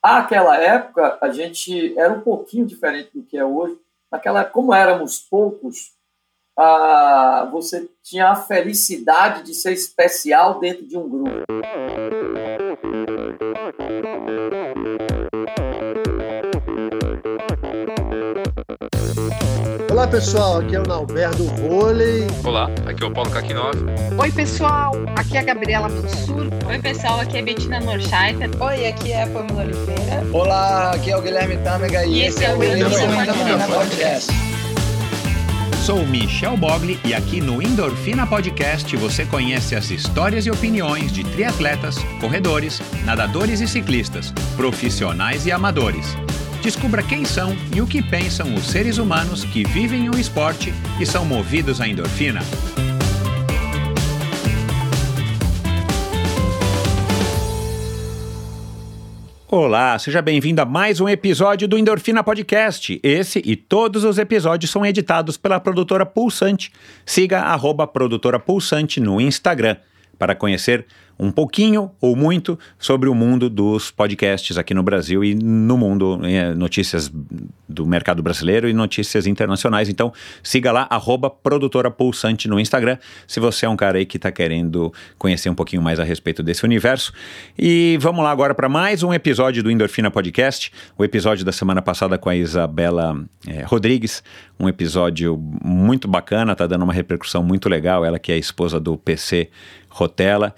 Naquela época, a gente era um pouquinho diferente do que é hoje. Naquela época, como éramos poucos, você tinha a felicidade de ser especial dentro de um grupo. Olá pessoal, aqui é o Nauber do Vôlei. Olá, aqui é o Paulo Kakinov. Oi pessoal, aqui é a Gabriela Mansur. Oi pessoal, aqui é Bettina Norscheiter. Oi, aqui é a Pamela Oliveira. Olá, aqui é o Guilherme Tâmega e esse é o Endorfina Podcast. Sou Michel Bogli e aqui no Endorfina Podcast você conhece as histórias e opiniões de triatletas, corredores, nadadores e ciclistas, profissionais e amadores. Descubra quem são e o que pensam os seres humanos que vivem o esporte e são movidos à endorfina. Olá, seja bem-vindo a mais um episódio do Endorfina Podcast. Esse e todos os episódios são editados pela produtora Pulsante. Siga @produtora Pulsante no Instagram para conhecer um pouquinho ou muito sobre o mundo dos podcasts aqui no Brasil e no mundo, notícias do mercado brasileiro e notícias internacionais. Então, siga lá, @produtora Pulsante no Instagram, se você é um cara aí que está querendo conhecer um pouquinho mais a respeito desse universo. E vamos lá agora para mais um episódio do Endorfina Podcast, o episódio da semana passada com a Isabela Rodrigues, um episódio muito bacana, tá dando uma repercussão muito legal, ela que é a esposa do PC Rotella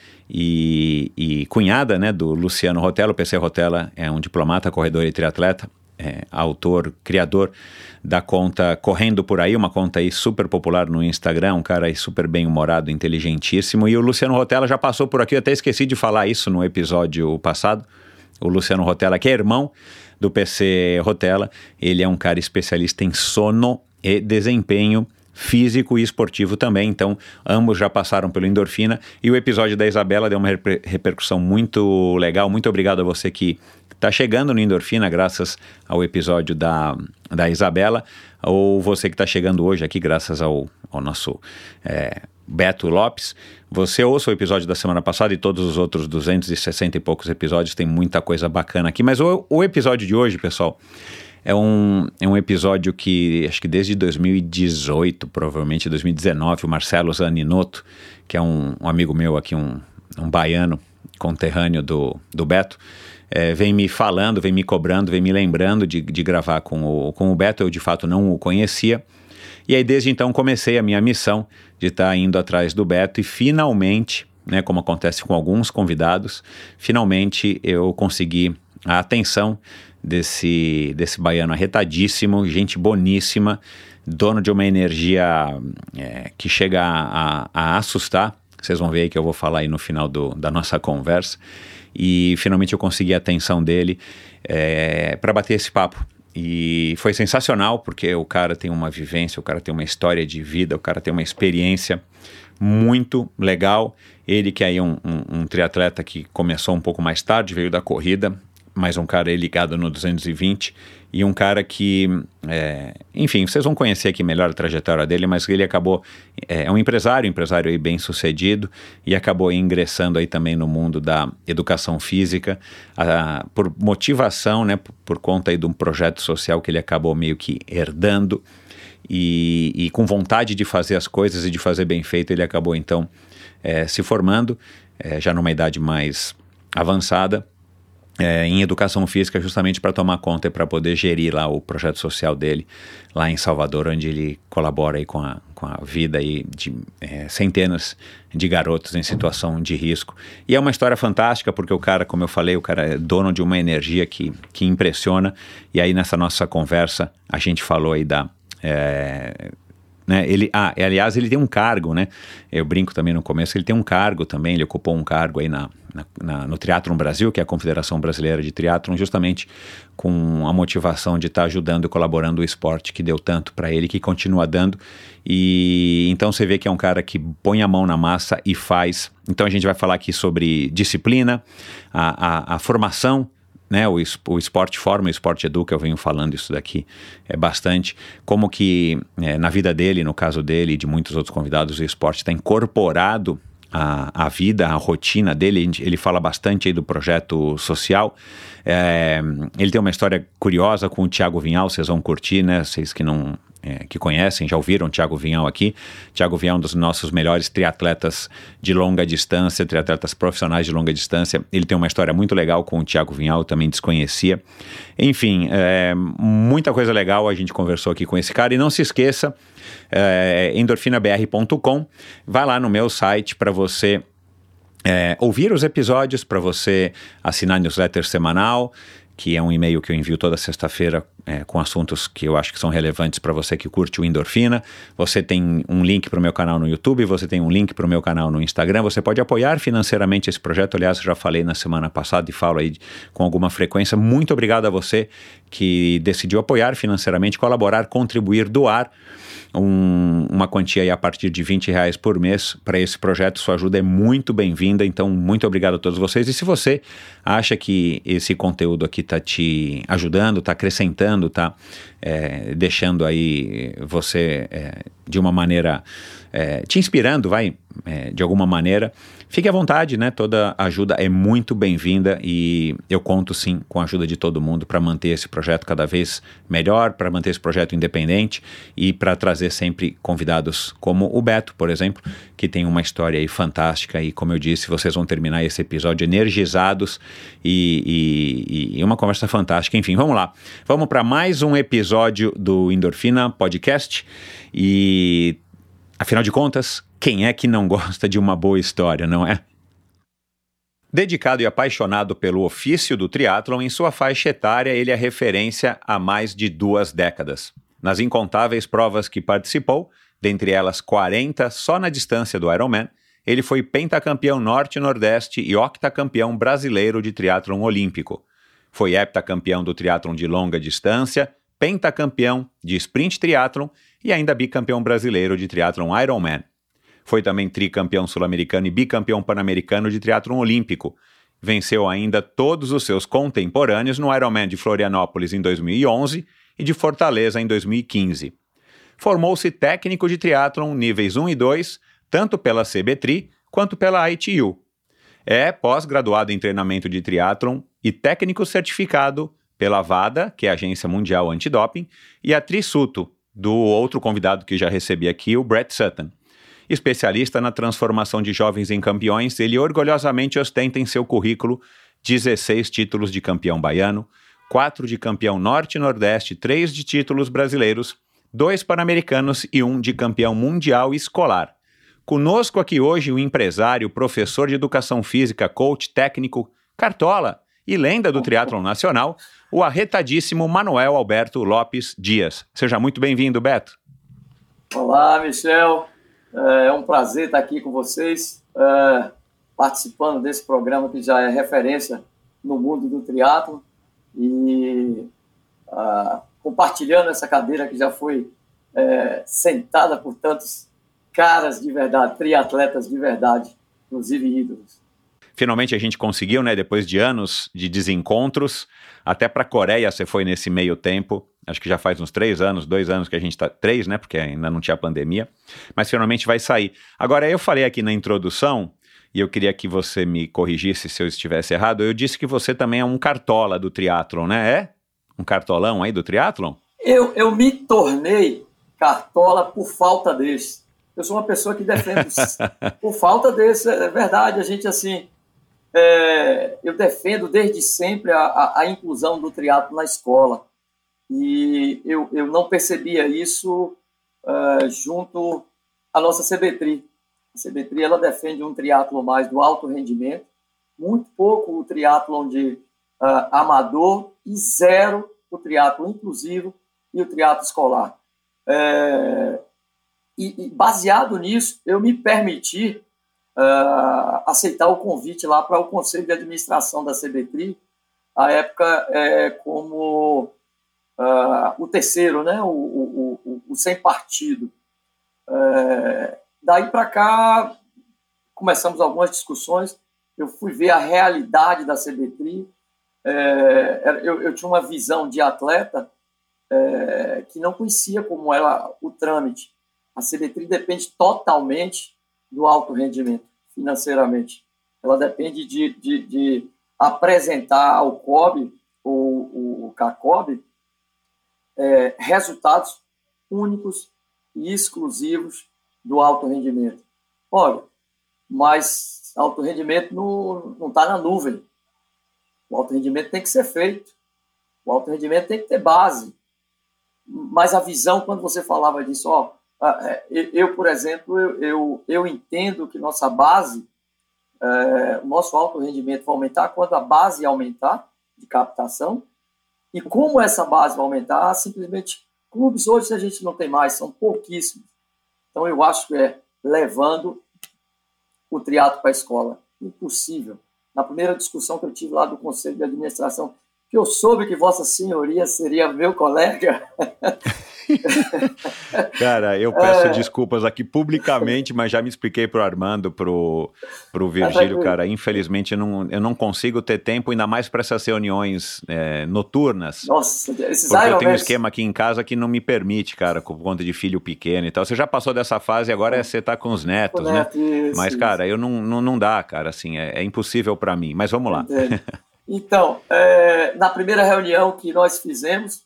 e cunhada, né, do Luciano Rotella. O PC Rotella é um diplomata, corredor e triatleta, autor, criador da conta Correndo Por Aí, uma conta aí super popular no Instagram, um cara aí super bem-humorado, inteligentíssimo. E o Luciano Rotella já passou por aqui, eu até esqueci de falar isso no episódio passado. O Luciano Rotella, que é irmão do PC Rotella, ele é um cara especialista em sono e desempenho físico e esportivo também, então ambos já passaram pelo Endorfina e o episódio da Isabela deu uma repercussão muito legal. Muito obrigado a você que está chegando no Endorfina graças ao episódio da Isabela, ou você que está chegando hoje aqui graças ao nosso Beto Lopes. Você ouça o episódio da semana passada e todos os outros 260 e poucos episódios, tem muita coisa bacana aqui, mas o episódio de hoje, pessoal, é um episódio que, acho que desde 2018, provavelmente 2019, o Marcelo Zaninotto, que é um amigo meu aqui, um baiano, conterrâneo do Beto, vem me falando, vem me cobrando, vem me lembrando de gravar com o Beto. Eu, de fato, não o conhecia. E aí, desde então, comecei a minha missão de estar indo atrás do Beto e, finalmente, né, como acontece com alguns convidados, finalmente eu consegui a atenção desse baiano arretadíssimo, gente boníssima, dono de uma energia que chega a assustar. Vocês vão ver aí que eu vou falar aí no final da nossa conversa. E finalmente eu consegui a atenção dele para bater esse papo. E foi sensacional, porque o cara tem uma vivência, o cara tem uma história de vida, o cara tem uma experiência muito legal. Ele que aí é um triatleta que começou um pouco mais tarde, veio da corrida, mas um cara aí ligado no 220 e um cara que, enfim, vocês vão conhecer aqui melhor a trajetória dele, mas ele acabou, é um empresário aí bem sucedido e acabou ingressando aí também no mundo da educação física, por motivação, né, por conta aí de um projeto social que ele acabou meio que herdando e com vontade de fazer as coisas e de fazer bem feito, ele acabou então se formando, já numa idade mais avançada, em educação física, justamente para tomar conta e para poder gerir lá o projeto social dele, lá em Salvador, onde ele colabora aí com a vida aí de centenas de garotos em situação de risco. E é uma história fantástica, porque o cara, como eu falei, o cara é dono de uma energia que impressiona. E aí nessa nossa conversa, a gente falou aí né, aliás, ele tem um cargo, né? Eu brinco também no começo, ele tem um cargo também, ele ocupou um cargo aí no Triatlon Brasil, que é a Confederação Brasileira de Triatlon, justamente com a motivação de estar ajudando e colaborando o esporte que deu tanto para ele, que continua dando. E então você vê que é um cara que põe a mão na massa e faz. Então a gente vai falar aqui sobre disciplina, a formação, né, o esporte forma, o esporte educa, eu venho falando isso daqui bastante, como que na vida dele, no caso dele e de muitos outros convidados, o esporte está incorporado a vida, a rotina dele. Ele fala bastante aí do projeto social. Ele tem uma história curiosa com o Thiago Vinhal, vocês vão curtir, né? Vocês que conhecem, já ouviram o Thiago Vinhal aqui. Thiago Vinhal é um dos nossos melhores triatletas de longa distância, triatletas profissionais de longa distância. Ele tem uma história muito legal com o Thiago Vinhal, eu também desconhecia. Enfim, muita coisa legal a gente conversou aqui com esse cara. E não se esqueça, endorfinabr.com, vai lá no meu site para você ouvir os episódios, para você assinar a newsletter semanal, que é um e-mail que eu envio toda sexta-feira com assuntos que eu acho que são relevantes para você que curte o Endorfina. Você tem um link para o meu canal no YouTube, você tem um link para o meu canal no Instagram, você pode apoiar financeiramente esse projeto. Aliás, eu já falei na semana passada e falo aí com alguma frequência. Muito obrigado a você que decidiu apoiar financeiramente, colaborar, contribuir, doar uma quantia aí a partir de R$20 por mês para esse projeto. Sua ajuda é muito bem-vinda, então muito obrigado a todos vocês. E se você acha que esse conteúdo aqui está te ajudando, está acrescentando, está deixando aí você de uma maneira, te inspirando, de alguma maneira, fique à vontade, né? Toda ajuda é muito bem-vinda e eu conto sim com a ajuda de todo mundo para manter esse projeto cada vez melhor, para manter esse projeto independente e para trazer sempre convidados como o Beto, por exemplo, que tem uma história aí fantástica e, como eu disse, vocês vão terminar esse episódio energizados e uma conversa fantástica. Enfim, vamos lá. Vamos para mais um episódio do Endorfina Podcast e, afinal de contas, quem é que não gosta de uma boa história, não é? Dedicado e apaixonado pelo ofício do triatlon, em sua faixa etária ele é referência há mais de 2 décadas. Nas incontáveis provas que participou, dentre elas 40 só na distância do Ironman, ele foi pentacampeão norte e nordeste e octacampeão brasileiro de triatlon olímpico. Foi heptacampeão do triatlon de longa distância, pentacampeão de sprint triatlon e ainda bicampeão brasileiro de triatlon Ironman. Foi também tricampeão sul-americano e bicampeão pan-americano de triatlon olímpico. Venceu ainda todos os seus contemporâneos no Ironman de Florianópolis em 2011 e de Fortaleza em 2015. Formou-se técnico de triatlon níveis 1 e 2, tanto pela CBTRI quanto pela ITU. É pós-graduado em treinamento de triatlon e técnico certificado pela WADA, que é a Agência Mundial Antidoping, e a Trisuto, do outro convidado que já recebi aqui, o Brett Sutton. Especialista na transformação de jovens em campeões, ele orgulhosamente ostenta em seu currículo 16 títulos de campeão baiano, 4 de campeão norte e nordeste, 3 de títulos brasileiros, 2 pan-americanos e 1 de campeão mundial escolar. Conosco aqui hoje o empresário, professor de educação física, coach técnico, cartola e lenda do triatlon nacional, o arretadíssimo Manuel Alberto Lopes Dias. Seja muito bem-vindo, Beto. Olá, Michel. É um prazer estar aqui com vocês, participando desse programa que já é referência no mundo do triatlon e compartilhando essa cadeira que já foi sentada por tantos caras de verdade, triatletas de verdade, inclusive ídolos. Finalmente a gente conseguiu, né, depois de anos de desencontros, até para a Coreia você foi nesse meio tempo, acho que já faz uns 2 anos que a gente está, 3, né, porque ainda não tinha pandemia, mas finalmente vai sair. Agora, eu falei aqui na introdução, e eu queria que você me corrigisse se eu estivesse errado, eu disse que você também é um cartola do triatlon, né? É? Um cartolão aí do triatlon? Eu me tornei cartola por falta desse. Eu sou uma pessoa que defende por falta desse, é verdade, a gente assim... eu defendo desde sempre a inclusão do triatlo na escola e eu não percebia isso junto à nossa CBTRI. A CBTRI ela defende um triatlo mais do alto rendimento, muito pouco o triatlo de amador e 0 o triatlo inclusivo e o triatlo escolar. E baseado nisso, eu me permiti aceitar o convite lá para o Conselho de Administração da CBTRI, à época como o terceiro, né, o sem partido. Daí para cá, começamos algumas discussões, eu fui ver a realidade da CBTRI, eu tinha uma visão de atleta que não conhecia como era o trâmite. A CBTRI depende totalmente do alto rendimento, financeiramente. Ela depende de apresentar ao COB, o CACOB, resultados únicos e exclusivos do alto rendimento. Olha, mas alto rendimento não está na nuvem. O alto rendimento tem que ser feito. O alto rendimento tem que ter base. Mas a visão, quando você falava disso, eu, por exemplo, eu entendo que nossa base, o nosso alto rendimento vai aumentar quando a base aumentar de captação. E como essa base vai aumentar, simplesmente clubes hoje a gente não tem mais, são pouquíssimos. Então eu acho que levando o triatlo para a escola. Impossível. Na primeira discussão que eu tive lá do Conselho de Administração, que eu soube que Vossa Senhoria seria meu colega. Cara, eu peço desculpas aqui publicamente, mas já me expliquei pro Armando, pro Virgílio, cara. Infelizmente eu não consigo ter tempo, ainda mais para essas reuniões noturnas. Nossa, esses porque eu tenho um esquema aqui em casa que não me permite, cara, com conta de filho pequeno e tal. Você já passou dessa fase, agora você tá com os netos, né? Mas, cara, eu não dá, cara, assim, é impossível para mim. Mas vamos lá. Então, na primeira reunião que nós fizemos,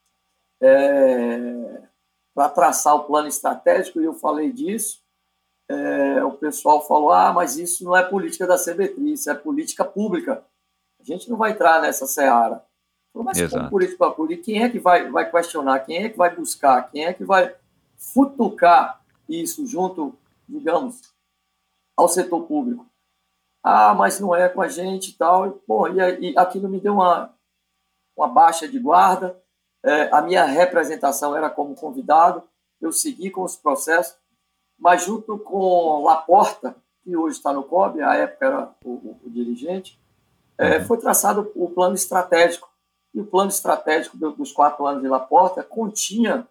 para traçar o plano estratégico, e eu falei disso, o pessoal falou, mas isso não é política da CBTRI, isso é política pública. A gente não vai entrar nessa seara. Mas como política pública, quem é que vai questionar, quem é que vai buscar, quem é que vai futucar isso junto, digamos, ao setor público? Mas não é com a gente e tal. E aquilo me deu uma baixa de guarda. A minha representação era como convidado, eu segui com os processos, mas junto com Laporta, que hoje está no COB, à época era o dirigente, foi traçado o plano estratégico. E o plano estratégico dos 4 anos de Laporta continha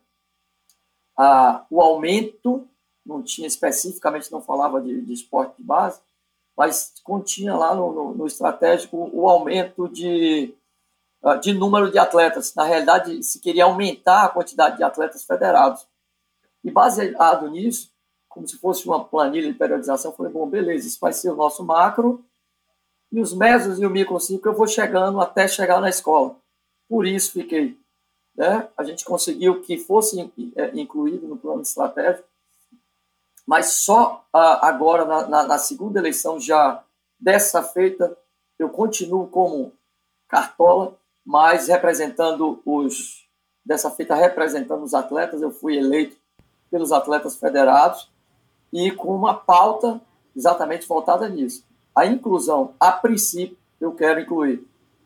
o aumento, não tinha especificamente, não falava de esporte de base, mas continha lá no estratégico o aumento de número de atletas. Na realidade, se queria aumentar a quantidade de atletas federados. E baseado nisso, como se fosse uma planilha de periodização, eu falei, bom, beleza, isso vai ser o nosso macro, e os mesos e o microciclo eu vou chegando até chegar na escola. Por isso fiquei. A gente conseguiu que fosse incluído no plano estratégico, mas só agora, na segunda eleição, já dessa feita, eu continuo como cartola, mas representando os atletas. Eu fui eleito pelos atletas federados e com uma pauta exatamente voltada nisso. A inclusão, a princípio, eu quero incluir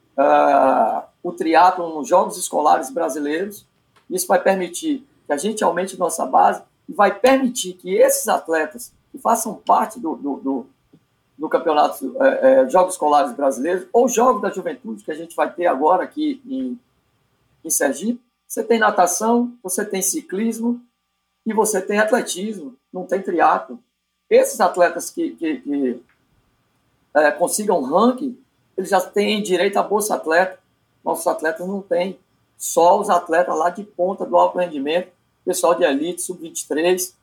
o triatlo nos Jogos Escolares Brasileiros. Isso vai permitir que a gente aumente nossa base e vai permitir que esses atletas que façam parte do campeonato Jogos Escolares Brasileiros ou Jogos da Juventude, que a gente vai ter agora aqui em Sergipe, você tem natação, você tem ciclismo e você tem atletismo, não tem triatlo. Esses atletas que consigam ranking, eles já têm direito à Bolsa Atleta. Nossos atletas não têm. Só os atletas lá de ponta do alto rendimento, pessoal de elite, sub-23,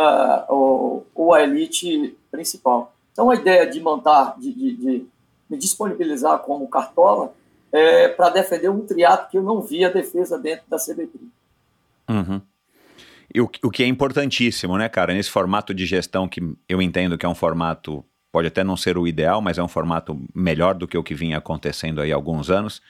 ou a elite principal. Então, a ideia de montar, de me disponibilizar como cartola, para defender um triatlo que eu não via defesa dentro da CBTRI. Uhum. E o que é importantíssimo, né, cara, nesse formato de gestão que eu entendo que é um formato, pode até não ser o ideal, mas é um formato melhor do que o que vinha acontecendo aí há alguns anos,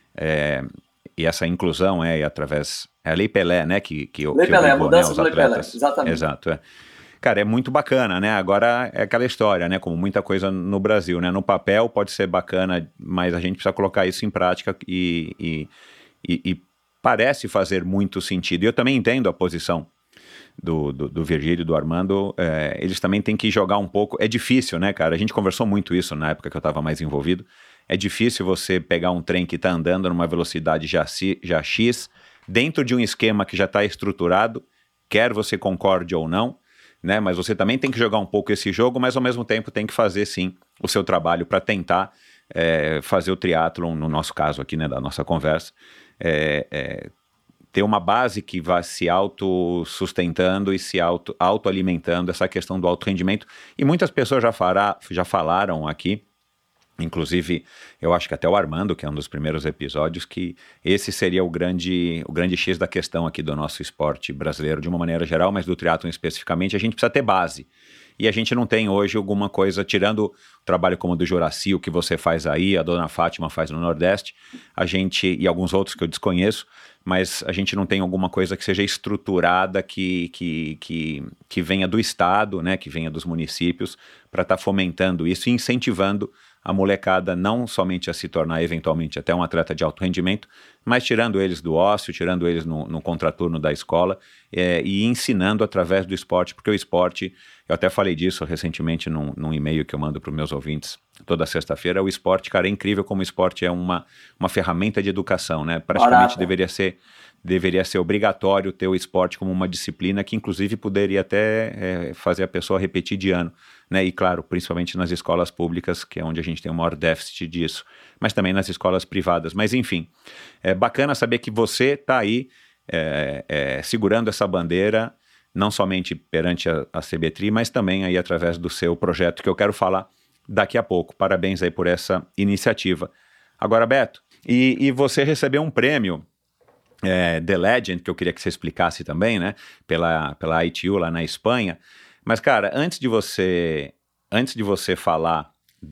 e essa inclusão através... É a Lei Pelé, né, que Lei Pelé, a mudança os do Lei Pelé, atletas. exatamente. Exato, Cara, é muito bacana, né? Agora é aquela história, né? Como muita coisa no Brasil, né? No papel pode ser bacana, mas a gente precisa colocar isso em prática e parece fazer muito sentido. E eu também entendo a posição do Virgílio e do Armando. Eles também têm que jogar um pouco. É difícil, né, cara? A gente conversou muito isso na época que eu estava mais envolvido. É difícil você pegar um trem que está andando numa velocidade já X, dentro de um esquema que já está estruturado, quer você concorde ou não, né? Mas você também tem que jogar um pouco esse jogo, mas ao mesmo tempo tem que fazer sim o seu trabalho para tentar fazer o triatlon, no nosso caso aqui, né, da nossa conversa, ter uma base que vá se autossustentando e se autoalimentando, essa questão do alto rendimento. E muitas pessoas já falaram aqui, inclusive eu acho que até o Armando, que é um dos primeiros episódios, que esse seria o grande X da questão aqui do nosso esporte brasileiro de uma maneira geral, mas do triatlon especificamente, a gente precisa ter base. E a gente não tem hoje alguma coisa, tirando o trabalho como o do Juraci, o que você faz aí, a dona Fátima faz no Nordeste, a gente, e alguns outros que eu desconheço, mas a gente não tem alguma coisa que seja estruturada, que venha do Estado, né, que venha dos municípios, para estar fomentando isso e incentivando a molecada não somente a se tornar eventualmente até um atleta de alto rendimento, mas tirando eles do ócio, tirando eles no contraturno da escola e ensinando através do esporte, porque o esporte, eu até falei disso recentemente num e-mail que eu mando para os meus ouvintes toda sexta-feira, o esporte, cara, é incrível como o esporte é uma ferramenta de educação, né? Praticamente deveria ser obrigatório ter o esporte como uma disciplina que inclusive poderia até fazer a pessoa repetir de ano, né? E claro, principalmente nas escolas públicas, que é onde a gente tem o maior déficit disso, mas também nas escolas privadas. Mas enfim, é bacana saber que você está aí segurando essa bandeira, não somente perante a CBTRI, mas também aí através do seu projeto, que eu quero falar daqui a pouco. Parabéns aí por essa iniciativa. Agora, Beto, e você recebeu um prêmio The Legend, que eu queria que você explicasse também, né, pela ITU lá na Espanha. Mas, cara, antes de você falar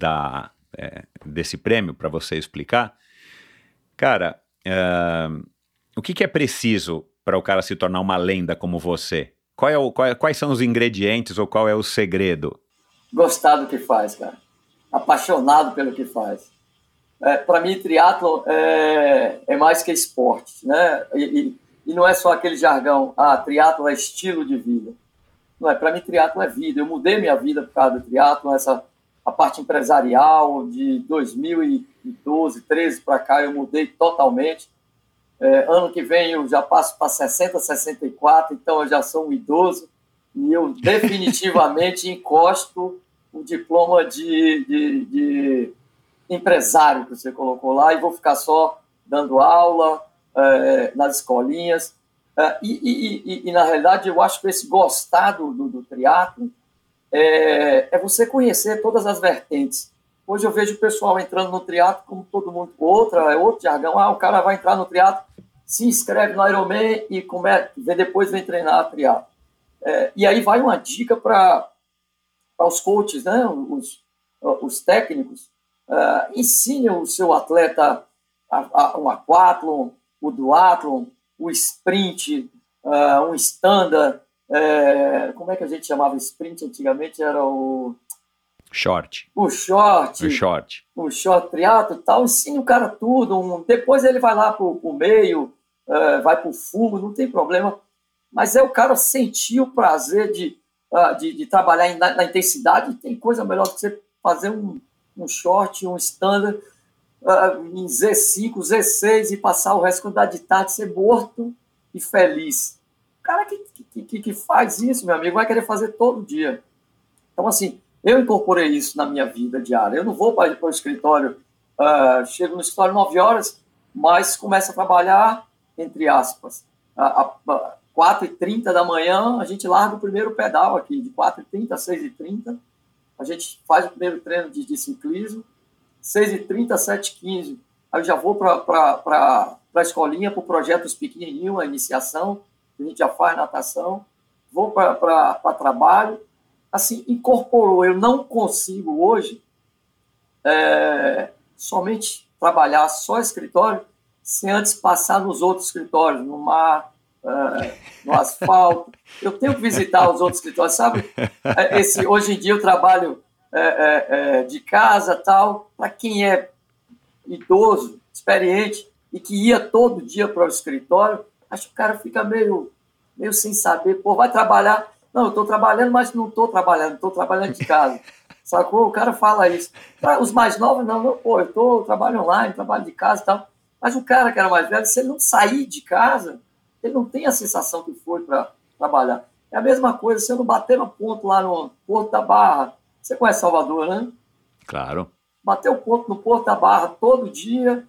desse prêmio, para você explicar, cara, o que é preciso para o cara se tornar uma lenda como você? Quais são os ingredientes ou qual é o segredo? Gostar do que faz, cara. Apaixonado pelo que faz. Para mim, triatlon é mais que esporte, né? E não é só aquele jargão, triatlon é estilo de vida. Não é, para mim, triatlon é vida. Eu mudei minha vida por causa do triatlon, a parte empresarial de 2012, 13 para cá, eu mudei totalmente. Ano que vem eu já passo para 60, 64, então eu já sou um idoso e eu definitivamente encosto o diploma de empresário que você colocou lá e vou ficar só dando aula nas escolinhas. E na realidade, eu acho que esse gostar do triatlo é você conhecer todas as vertentes. Hoje eu vejo o pessoal entrando no triatlo como todo mundo, outro jargão, o cara vai entrar no triatlo, se inscreve no Ironman e depois vem treinar triatlo. E aí vai uma dica para os coaches, né? Os técnicos, ensine o seu atleta um aquatlon, o duatlon, o sprint, um standard, como é que a gente chamava sprint antigamente? Era o short. O short triatlo e tal, ensine o cara tudo, depois ele vai lá pro meio, vai pro fundo, não tem problema, mas o cara sentir o prazer de trabalhar na intensidade. Tem coisa melhor do que você fazer um short, um standard em Z5, Z6 e passar o resto de tarde ser morto e feliz. O cara que faz isso, meu amigo, vai querer fazer todo dia. Então, assim, eu incorporei isso na minha vida diária. Eu não vou para o escritório, chego no escritório 9 horas, mas começo a trabalhar, entre aspas, 4h30 da manhã, a gente larga o primeiro pedal aqui, de 4h30 a 6h30, a gente faz o primeiro treino de ciclismo, 6h30 a 7h15, aí eu já vou para a escolinha, para o projeto Os Pequenininhos, a iniciação, a gente já faz natação, vou para trabalho, assim, incorporou. Eu não consigo hoje somente trabalhar só escritório, sem antes passar nos outros escritórios, no mar, no asfalto. Eu tenho que visitar os outros escritórios, sabe? Hoje em dia eu trabalho de casa, tal, para quem é idoso, experiente, e que ia todo dia para o escritório, acho que o cara fica meio sem saber, vai trabalhar. Não, eu estou trabalhando, mas não estou trabalhando de casa. Sacou? O cara fala isso. Para os mais novos, não, eu trabalho online, trabalho de casa e tal. Mas o cara que era mais velho, se ele não sair de casa, ele não tem a sensação que foi para trabalhar. É a mesma coisa, se eu não bater no ponto lá no Porto da Barra, você conhece Salvador, né? Claro. Bater o ponto no Porto da Barra todo dia,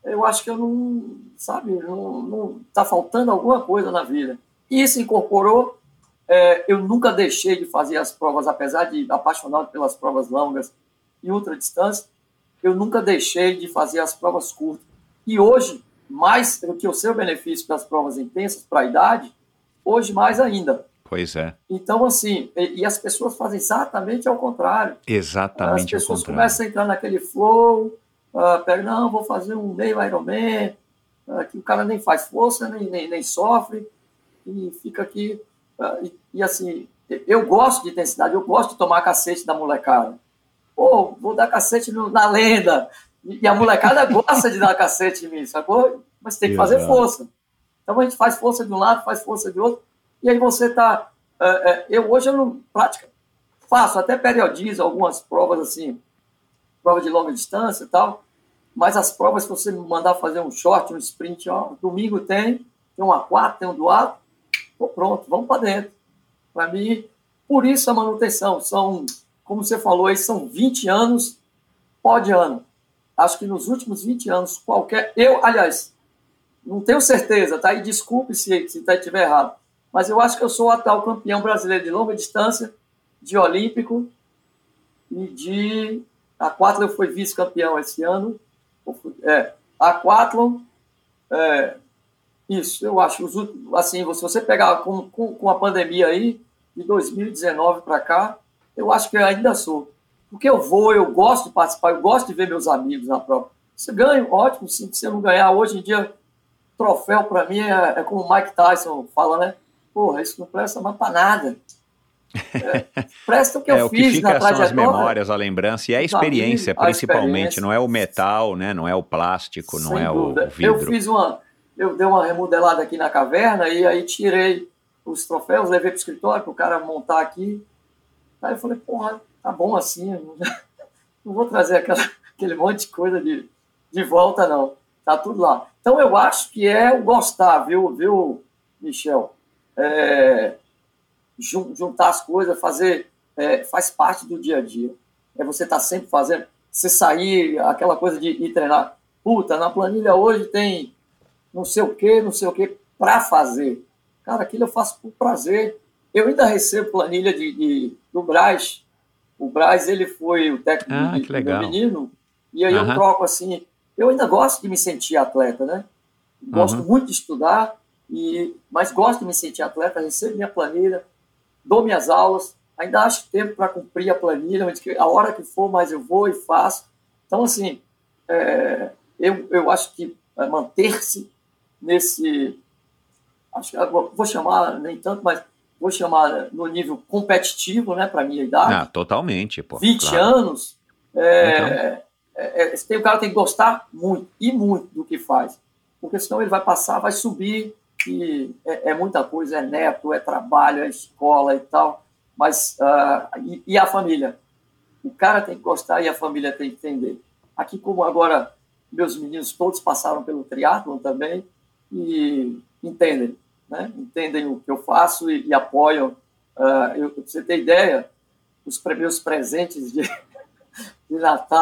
eu acho que eu não, sabe, não tá faltando alguma coisa na vida. E isso incorporou, eu nunca deixei de fazer as provas, apesar de apaixonado pelas provas longas e ultradistância, eu nunca deixei de fazer as provas curtas. E hoje, mais do que eu sei o benefício das provas intensas para a idade, hoje mais ainda. Pois é. Então, assim, e as pessoas fazem exatamente ao contrário. Exatamente ao contrário. As pessoas começam a entrar naquele flow, pega, não, vou fazer um meio Ironman, que o cara nem faz força, nem sofre, e fica aqui. E assim, eu gosto de intensidade, eu gosto de tomar cacete da molecada. Pô, vou dar cacete na lenda. E a molecada gosta de dar cacete em mim, sacou? Mas tem que fazer força. Então a gente faz força de um lado, faz força de outro, e aí você tá... hoje eu não faço, até periodizo algumas provas assim, prova de longa distância e tal, mas as provas que você me mandar fazer um short, um sprint, domingo tem um A4, tem um duato, pronto, vamos para dentro. Para mim, por isso a manutenção, como você falou aí, são 20 anos de ano. Acho que nos últimos 20 anos, aliás, não tenho certeza, tá? E desculpe se estiver errado, mas eu acho que eu sou o atual campeão brasileiro de longa distância, de olímpico, e a aquatlon eu fui vice-campeão esse ano. Aquatlon, isso, eu acho, assim, se você pegar com a pandemia aí, de 2019 para cá, eu acho que eu ainda sou. Porque eu gosto de participar, eu gosto de ver meus amigos na prova. Se ganho, ótimo, se você não ganhar, hoje em dia, troféu para mim é como o Mike Tyson fala, né? Porra, isso não presta mais para nada. Presta o que eu fiz na trajetória. São as memórias, a lembrança e a experiência, principalmente. Não é o metal, né? Não é o plástico, não é o vidro. Eu dei uma remodelada aqui na caverna e aí tirei os troféus, levei para o escritório para o cara montar aqui. Aí eu falei, porra, tá bom assim, não vou trazer aquele monte de coisa de volta, não. Tá tudo lá. Então eu acho que é o gostar, viu, Michel? Juntar as coisas, fazer, faz parte do dia a dia. Você tá sempre fazendo, você sair, aquela coisa de ir treinar. Puta, na planilha hoje tem não sei o que para fazer. Cara, aquilo eu faço por prazer. Eu ainda recebo planilha do Braz. O Braz, ele foi o técnico do meu menino, e aí eu troco assim. Eu ainda gosto de me sentir atleta, né? Gosto muito de estudar, mas gosto de me sentir atleta, recebo minha planilha, dou minhas aulas, ainda acho tempo para cumprir a planilha, a hora que for, mas eu vou e faço. Então, assim, eu acho que manter-se nesse... Acho que vou chamar, nem tanto, mas vou chamar no nível competitivo, né, para a minha idade. Totalmente, pô. 20 anos, o cara tem que gostar muito, e muito do que faz, porque senão ele vai passar, vai subir, e é muita coisa, é neto, é trabalho, é escola e tal, mas, e a família? O cara tem que gostar e a família tem que entender. Aqui, como agora, meus meninos todos passaram pelo triatlon também, e entendem, né? Entendem o que eu faço e apoiam. Pra você ter ideia, os meus presentes de Natal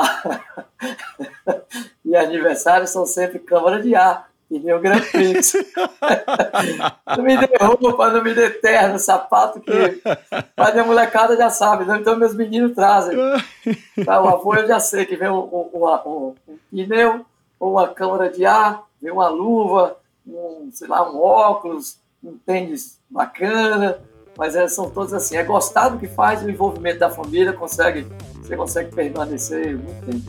e aniversário são sempre câmara de ar, pneu Grand Prix. Não me dê roupa, não me dê terno, sapato, que a minha molecada já sabe, né? Então meus meninos trazem. O avô eu já sei que vem um pneu, uma câmara de ar, vem uma luva, um óculos, um tênis bacana, mas são todos assim, gostar do que faz, o envolvimento da família, você consegue permanecer muito tempo.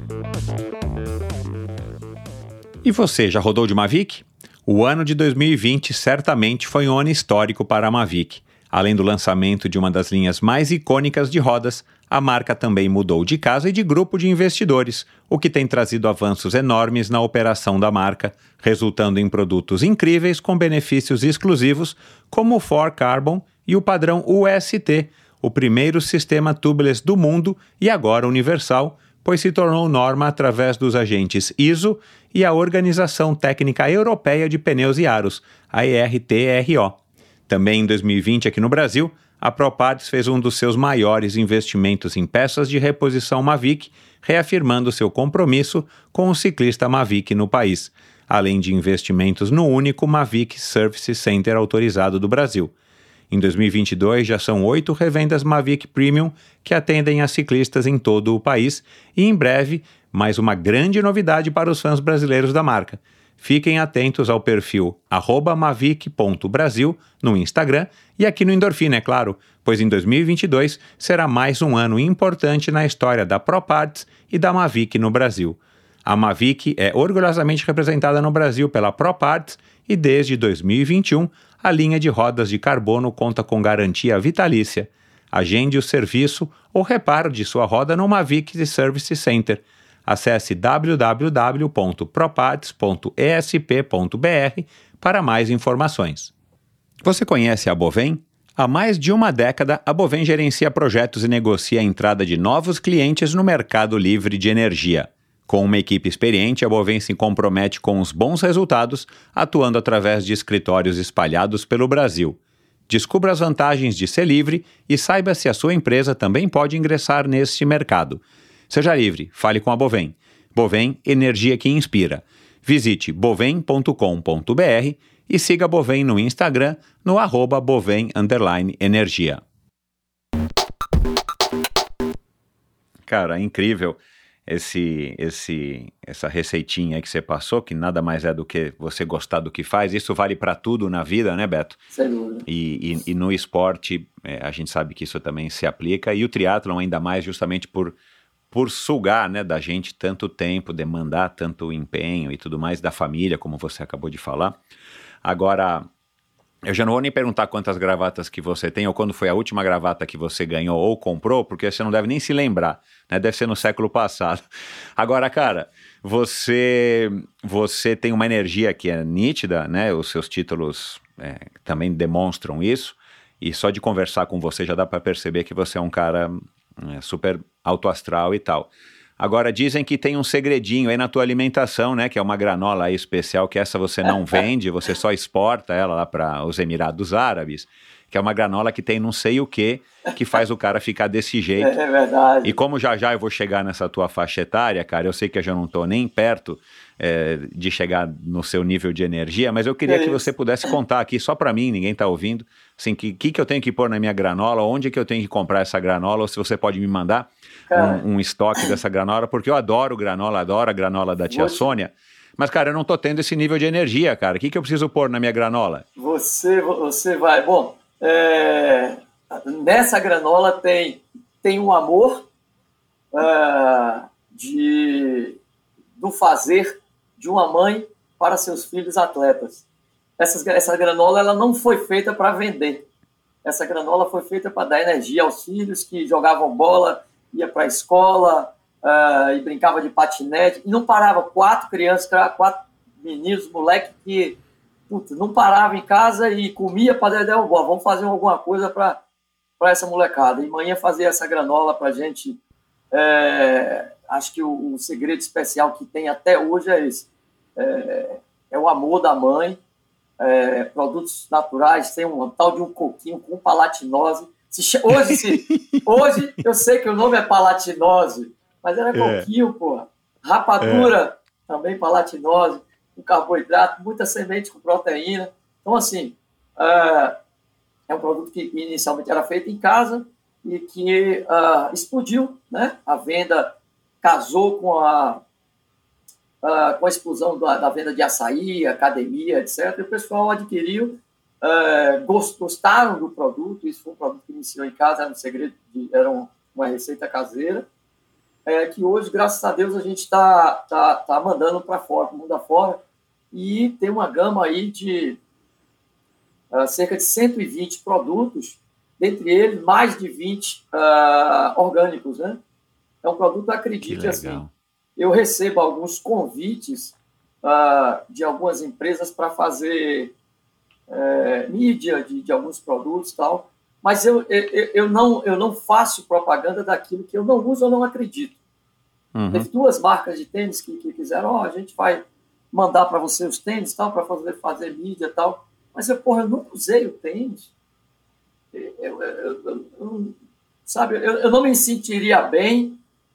E você, já rodou de Mavic? O ano de 2020 certamente foi um ano histórico para a Mavic. Além do lançamento de uma das linhas mais icônicas de rodas, a marca também mudou de casa e de grupo de investidores, o que tem trazido avanços enormes na operação da marca, resultando em produtos incríveis com benefícios exclusivos, como o 4Carbon e o padrão UST, o primeiro sistema tubeless do mundo e agora universal, pois se tornou norma através dos agentes ISO e a Organização Técnica Europeia de Pneus e Aros, a ERTRO. Também em 2020, aqui no Brasil, a ProParts fez um dos seus maiores investimentos em peças de reposição Mavic, reafirmando seu compromisso com o ciclista Mavic no país, além de investimentos no único Mavic Service Center autorizado do Brasil. Em 2022, já são 8 revendas Mavic Premium que atendem a ciclistas em todo o país e, em breve, mais uma grande novidade para os fãs brasileiros da marca. Fiquem atentos ao perfil @mavic.brasil no Instagram e aqui no Endorfina, é claro, pois em 2022 será mais um ano importante na história da ProParts e da Mavic no Brasil. A Mavic é orgulhosamente representada no Brasil pela ProParts e desde 2021 a linha de rodas de carbono conta com garantia vitalícia. Agende o serviço ou reparo de sua roda no Mavic Service Center. Acesse www.proparts.esp.br para mais informações. Você conhece a Bovem? Há mais de uma década, a Bovem gerencia projetos e negocia a entrada de novos clientes no mercado livre de energia. Com uma equipe experiente, a Bovem se compromete com os bons resultados, atuando através de escritórios espalhados pelo Brasil. Descubra as vantagens de ser livre e saiba se a sua empresa também pode ingressar neste mercado. Seja livre, fale com a Bovem. Bovem, energia que inspira. Visite bovem.com.br e siga a Bovem no Instagram no @bovem_energia. Cara, incrível essa receitinha aí que você passou, que nada mais é do que você gostar do que faz. Isso vale para tudo na vida, né, Beto? Sem dúvida. E no esporte, a gente sabe que isso também se aplica. E o triatlon ainda mais justamente por sugar, né, da gente tanto tempo, demandar tanto empenho e tudo mais, da família, como você acabou de falar. Agora, eu já não vou nem perguntar quantas gravatas que você tem ou quando foi a última gravata que você ganhou ou comprou, porque você não deve nem se lembrar, né? Deve ser no século passado. Agora, cara, você tem uma energia que é nítida, né? Os seus títulos também demonstram isso, e só de conversar com você já dá para perceber que você é um cara super alto astral e tal. Agora, dizem que tem um segredinho aí na tua alimentação, né? Que é uma granola aí especial, que essa você não vende, você só exporta ela lá para os Emirados Árabes, que é uma granola que tem não sei o que faz o cara ficar desse jeito. É verdade. E como já eu vou chegar nessa tua faixa etária, cara, eu sei que eu já não tô nem perto de chegar no seu nível de energia, mas eu queria que você pudesse contar aqui, só para mim, ninguém tá ouvindo, assim, que eu tenho que pôr na minha granola, onde que eu tenho que comprar essa granola, ou se você pode me mandar um estoque dessa granola, porque eu adoro granola, adoro a granola da tia Sônia, mas, cara, eu não tô tendo esse nível de energia, cara. O que eu preciso pôr na minha granola? Você vai... Bom, nessa granola tem um amor do fazer de uma mãe para seus filhos atletas. Essa granola ela não foi feita para vender. Essa granola foi feita para dar energia aos filhos que jogavam bola, ia para a escola e brincava de patinete. E não parava. 4 crianças, 4 meninos, moleque que não parava em casa e comia para dar bola. Vamos fazer alguma coisa para essa molecada. E manhã fazia essa granola para a gente. Acho que o segredo especial que tem até hoje é esse. É o amor da mãe. Produtos naturais, tem um tal de um coquinho com palatinose. Hoje eu sei que o nome é palatinose, mas era coquinho, porra. Rapadura, também palatinose, com carboidrato, muita semente com proteína. Então, assim, é um produto que inicialmente era feito em casa e que explodiu, né? A venda casou com a explosão da venda de açaí, academia, etc. E o pessoal adquiriu, gostaram do produto. Isso foi um produto que iniciou em casa, era um segredo, era uma receita caseira, que hoje, graças a Deus, a gente está mandando para fora, para o mundo afora, e tem uma gama aí de cerca de 120 produtos, dentre eles mais de 20 orgânicos, né? É um produto, acredite, assim, eu recebo alguns convites de algumas empresas para fazer mídia de alguns produtos e tal, mas eu não faço propaganda daquilo que eu não uso ou não acredito. Uhum. Teve 2 marcas de tênis que quiseram, a gente vai mandar para você os tênis tal, para fazer mídia e tal, mas eu nunca usei o tênis. sabe, eu não me sentiria bem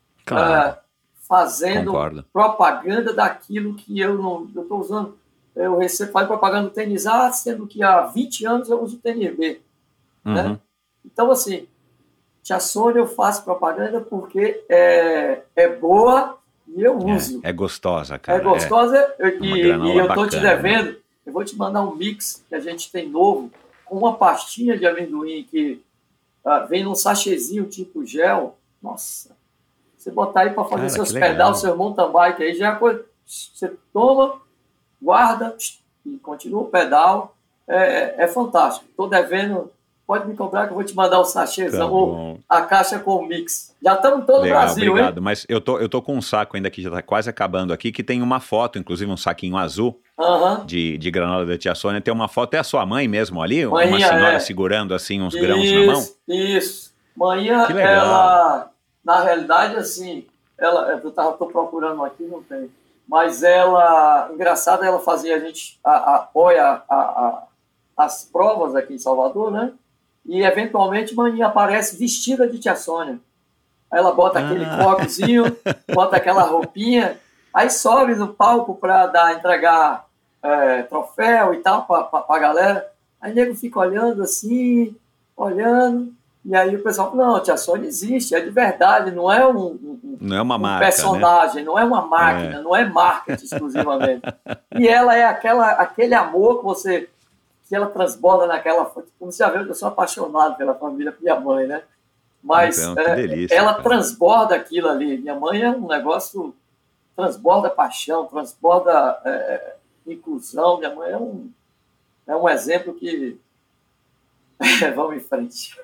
fazendo propaganda daquilo que eu estou usando. Eu faço propaganda do tênis A, sendo que há 20 anos eu uso o tênis B. Né? Então, assim, Tia Sônia eu faço propaganda porque é boa e eu uso. É gostosa, cara. É gostosa e eu estou te bacana, devendo. né? Eu vou te mandar um mix que a gente tem novo, com uma pastinha de amendoim que vem num sachêzinho tipo gel. Nossa, você botar aí para fazer seus pedais, seu mountain bike, aí já é coisa. Você toma, guarda e continua o pedal. É fantástico. Estou devendo. Pode me cobrar que eu vou te mandar o sachêzão ou a caixa com o mix. Já estamos todo o Brasil, obrigado. Hein? Mas eu tô com um saco ainda que já está quase acabando aqui, que tem uma foto, inclusive um saquinho azul de granola da Tia Sônia. Tem uma foto, é a sua mãe mesmo ali? Uma senhora segurando assim uns grãos na mão? Isso. Manhã, ela, na realidade, assim, eu estou procurando aqui, não tem. Mas ela, engraçado, ela fazia, a gente apoia as provas aqui em Salvador, né? E, eventualmente, manhã aparece vestida de Tia Sônia. Aí ela bota aquele coquezinho, bota aquela roupinha, aí sobe no palco para entregar troféu e tal para a galera. Aí o nego fica olhando assim, olhando, e aí o pessoal fala, não, Tia Sônia existe, é de verdade, não é não é uma marca, personagem, né? Não é uma máquina, não é marketing exclusivamente. E ela é aquele amor que ela transborda naquela... Como você já viu, eu sou apaixonado pela família, minha mãe, né? Mas então, que delícia, ela cara. Transborda aquilo ali. Minha mãe é um negócio... Transborda paixão, transborda inclusão. Minha mãe é um exemplo que... Vamos em frente.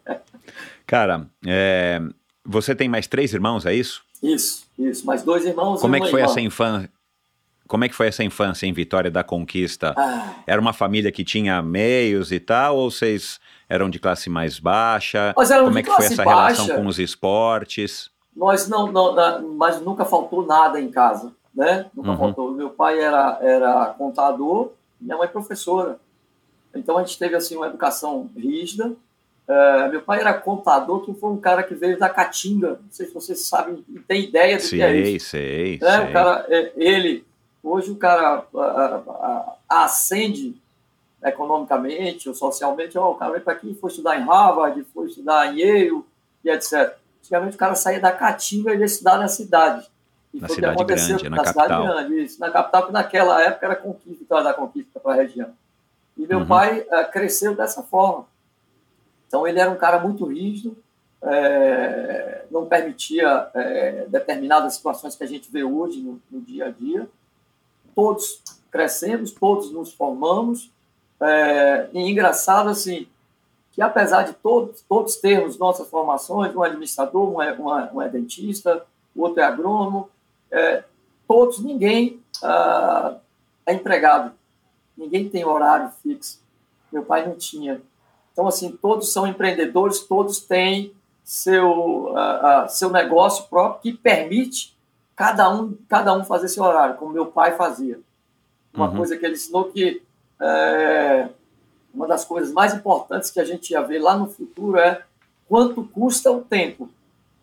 Cara, você tem mais 3 irmãos, é isso? Isso. Mais 2 irmãos Como e é que foi essa infância? Como é que foi essa infância em Vitória da Conquista? Era uma família que tinha meios e tal, ou vocês eram de classe mais baixa? Como é que foi essa relação com os esportes? Nós mas nunca faltou nada em casa, né? Nunca faltou. Meu pai era contador, minha mãe professora. Então a gente teve assim uma educação rígida. Meu pai era contador, que foi um cara que veio da Caatinga. Não sei se vocês sabem, tem ideia do que é isso. Sei. O cara, hoje o cara ascende economicamente ou socialmente. O cara veio para aqui, foi estudar em Harvard, foi estudar em Yale e etc. Antigamente o cara saía da Caatinga e ia estudar na cidade. E na foi cidade grande, na capital. Cidade grande, isso. Na capital, que naquela época era Conquista, Vitória da Conquista para a região. E meu pai cresceu dessa forma. Então ele era um cara muito rígido, não permitia determinadas situações que a gente vê hoje no dia a dia. Todos crescemos, todos nos formamos. E engraçado, assim, que apesar de todos termos nossas formações, um é administrador, um é dentista, o outro é agrônomo, ninguém é empregado, ninguém tem horário fixo. Meu pai não tinha. Então, assim, todos são empreendedores, todos têm seu negócio próprio que permite cada um fazer seu horário, como meu pai fazia. Uma coisa que ele ensinou que uma das coisas mais importantes que a gente ia ver lá no futuro é quanto custa o tempo.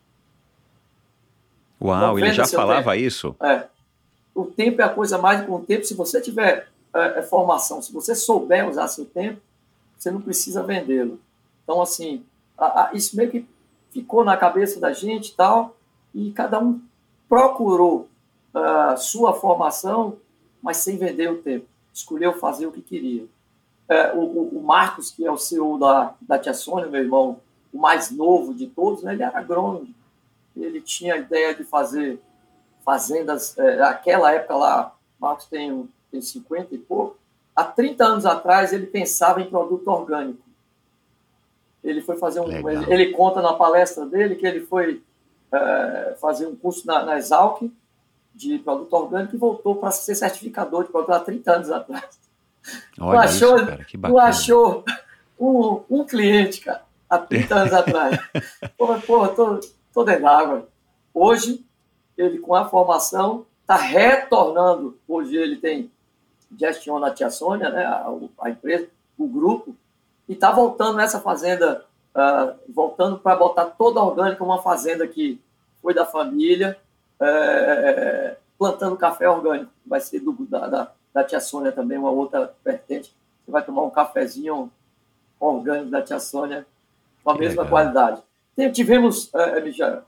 Uau, ele já falava isso? O tempo é a coisa mais... Com o tempo, se você tiver formação, se você souber usar seu tempo, você não precisa vendê-lo. Então, assim, isso meio que ficou na cabeça da gente e tal, e cada um procurou sua formação, mas sem vender o tempo. Escolheu fazer o que queria. O Marcos, que é o CEO da Tia Sônia, meu irmão, o mais novo de todos, né, ele era agrônomo. Ele tinha a ideia de fazer fazendas. Naquela época lá, o Marcos tem 50 e pouco. Há 30 anos atrás, ele pensava em produto orgânico. Ele foi fazer ele conta na palestra dele que ele foi fazer um curso na Exalc de produto orgânico e voltou para ser certificador de produto há 30 anos atrás. Olha isso, cara, que bacana. Não achou um cliente, cara, há 30 anos atrás. Tô dentro d'água. Hoje, ele com a formação está retornando. Hoje ele gestiona a Tia Sônia, né, a empresa, o grupo, E está voltando essa fazenda, voltando para botar toda a orgânica, uma fazenda que foi da família, plantando café orgânico. Vai ser da tia Sônia também, uma outra vertente. Você vai tomar um cafezinho orgânico da tia Sônia com a mesma qualidade. Tivemos, Michel,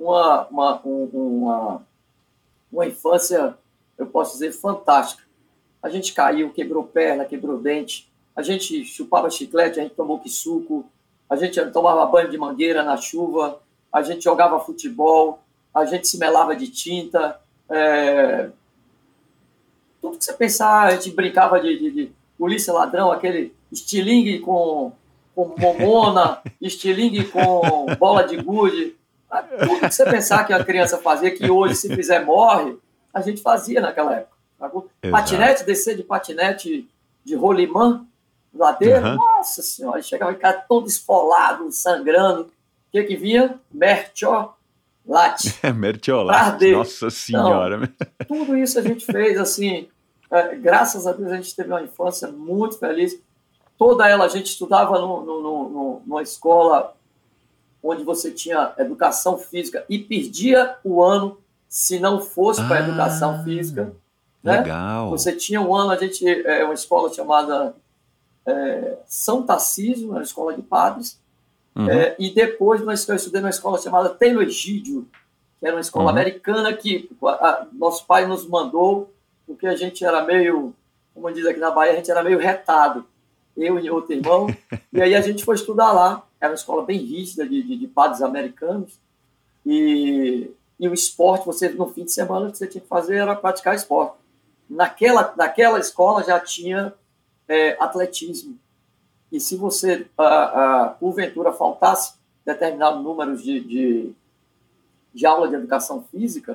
uma infância, eu posso dizer, fantástica. A gente caiu, quebrou perna, quebrou dente, a gente chupava chiclete, a gente tomou suco, a gente tomava banho de mangueira na chuva, a gente jogava futebol, a gente se melava de tinta, tudo que você pensar, a gente brincava de polícia ladrão, aquele estilingue com momona, estilingue com bola de gude, tudo que você pensar que uma criança fazia, que hoje, se fizer, morre, a gente fazia naquela época. Patinete, descer de patinete de rolimã, ladeira, nossa senhora, chegava em casa todo esfolado, sangrando. O que vinha? Mertiolate. Mertiolate, nossa senhora. Então, tudo isso a gente fez, assim, graças a Deus a gente teve uma infância muito feliz. Toda ela, a gente estudava numa escola onde você tinha educação física e perdia o ano se não fosse para educação física. Né? Legal. Você tinha um ano, uma escola chamada São Tarcísio, uma escola de padres, e depois eu estudei numa escola chamada Taylor Egídio, que era uma escola americana que nosso pai nos mandou, porque a gente era meio, como diz aqui na Bahia, a gente era meio retado, eu e outro irmão, e aí a gente foi estudar lá. Era uma escola bem rígida de padres americanos, e o esporte, no fim de semana, o que você tinha que fazer era praticar esporte. Naquela escola já tinha atletismo. E se você, porventura, faltasse determinados números de aula de educação física,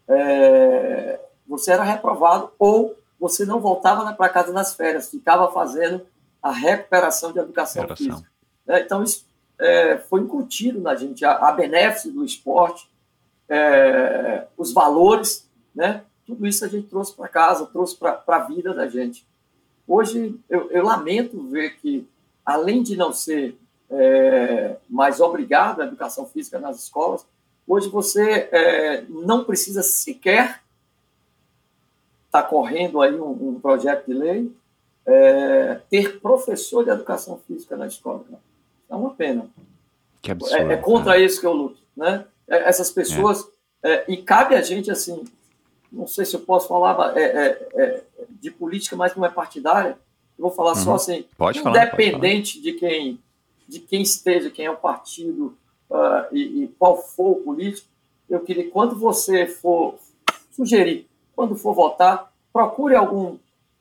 você era reprovado ou você não voltava para casa nas férias, ficava fazendo a recuperação de educação física. Então, isso foi incutido na gente, a benefício do esporte, os valores, né? Tudo isso a gente trouxe para casa, trouxe para a vida da gente. Hoje, eu lamento ver que, além de não ser mais obrigado à educação física nas escolas, hoje você não precisa sequer estar correndo aí um projeto de lei, ter professor de educação física na escola. Né? É uma pena. Que absurdo. É contra isso que eu luto. Né? Essas pessoas... e cabe a gente, assim... Não sei se eu posso falar de política, mas não é partidária. Eu vou falar só assim... Independente de quem esteja, quem é o partido e qual for o político, eu queria, quando você for sugerir, quando for votar, procure algum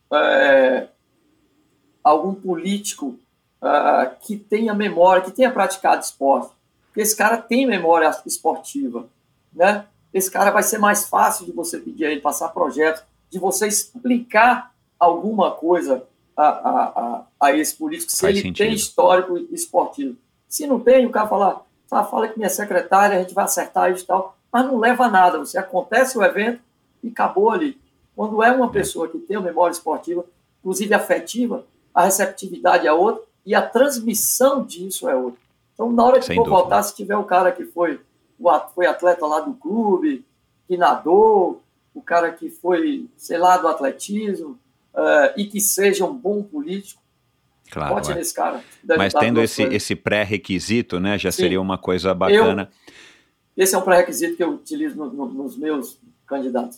político que tenha memória, que tenha praticado esporte. Porque esse cara tem memória esportiva, né? Esse cara vai ser mais fácil de você pedir a ele passar projetos, de você explicar alguma coisa a esse político, se ele tem histórico esportivo. Se não tem, o cara fala que minha secretária, a gente vai acertar isso e tal, mas não leva a nada. Você acontece o evento e acabou ali. Quando é uma pessoa que tem uma memória esportiva, inclusive afetiva, a receptividade é outra e a transmissão disso é outra. Então, na hora de for votar, se tiver o cara que foi atleta lá do clube, que nadou, o cara que foi, sei lá, do atletismo, e que seja um bom político, claro, vote nesse cara. Mas tendo esse pré-requisito, né, já seria uma coisa bacana. Esse é um pré-requisito que eu utilizo nos meus candidatos.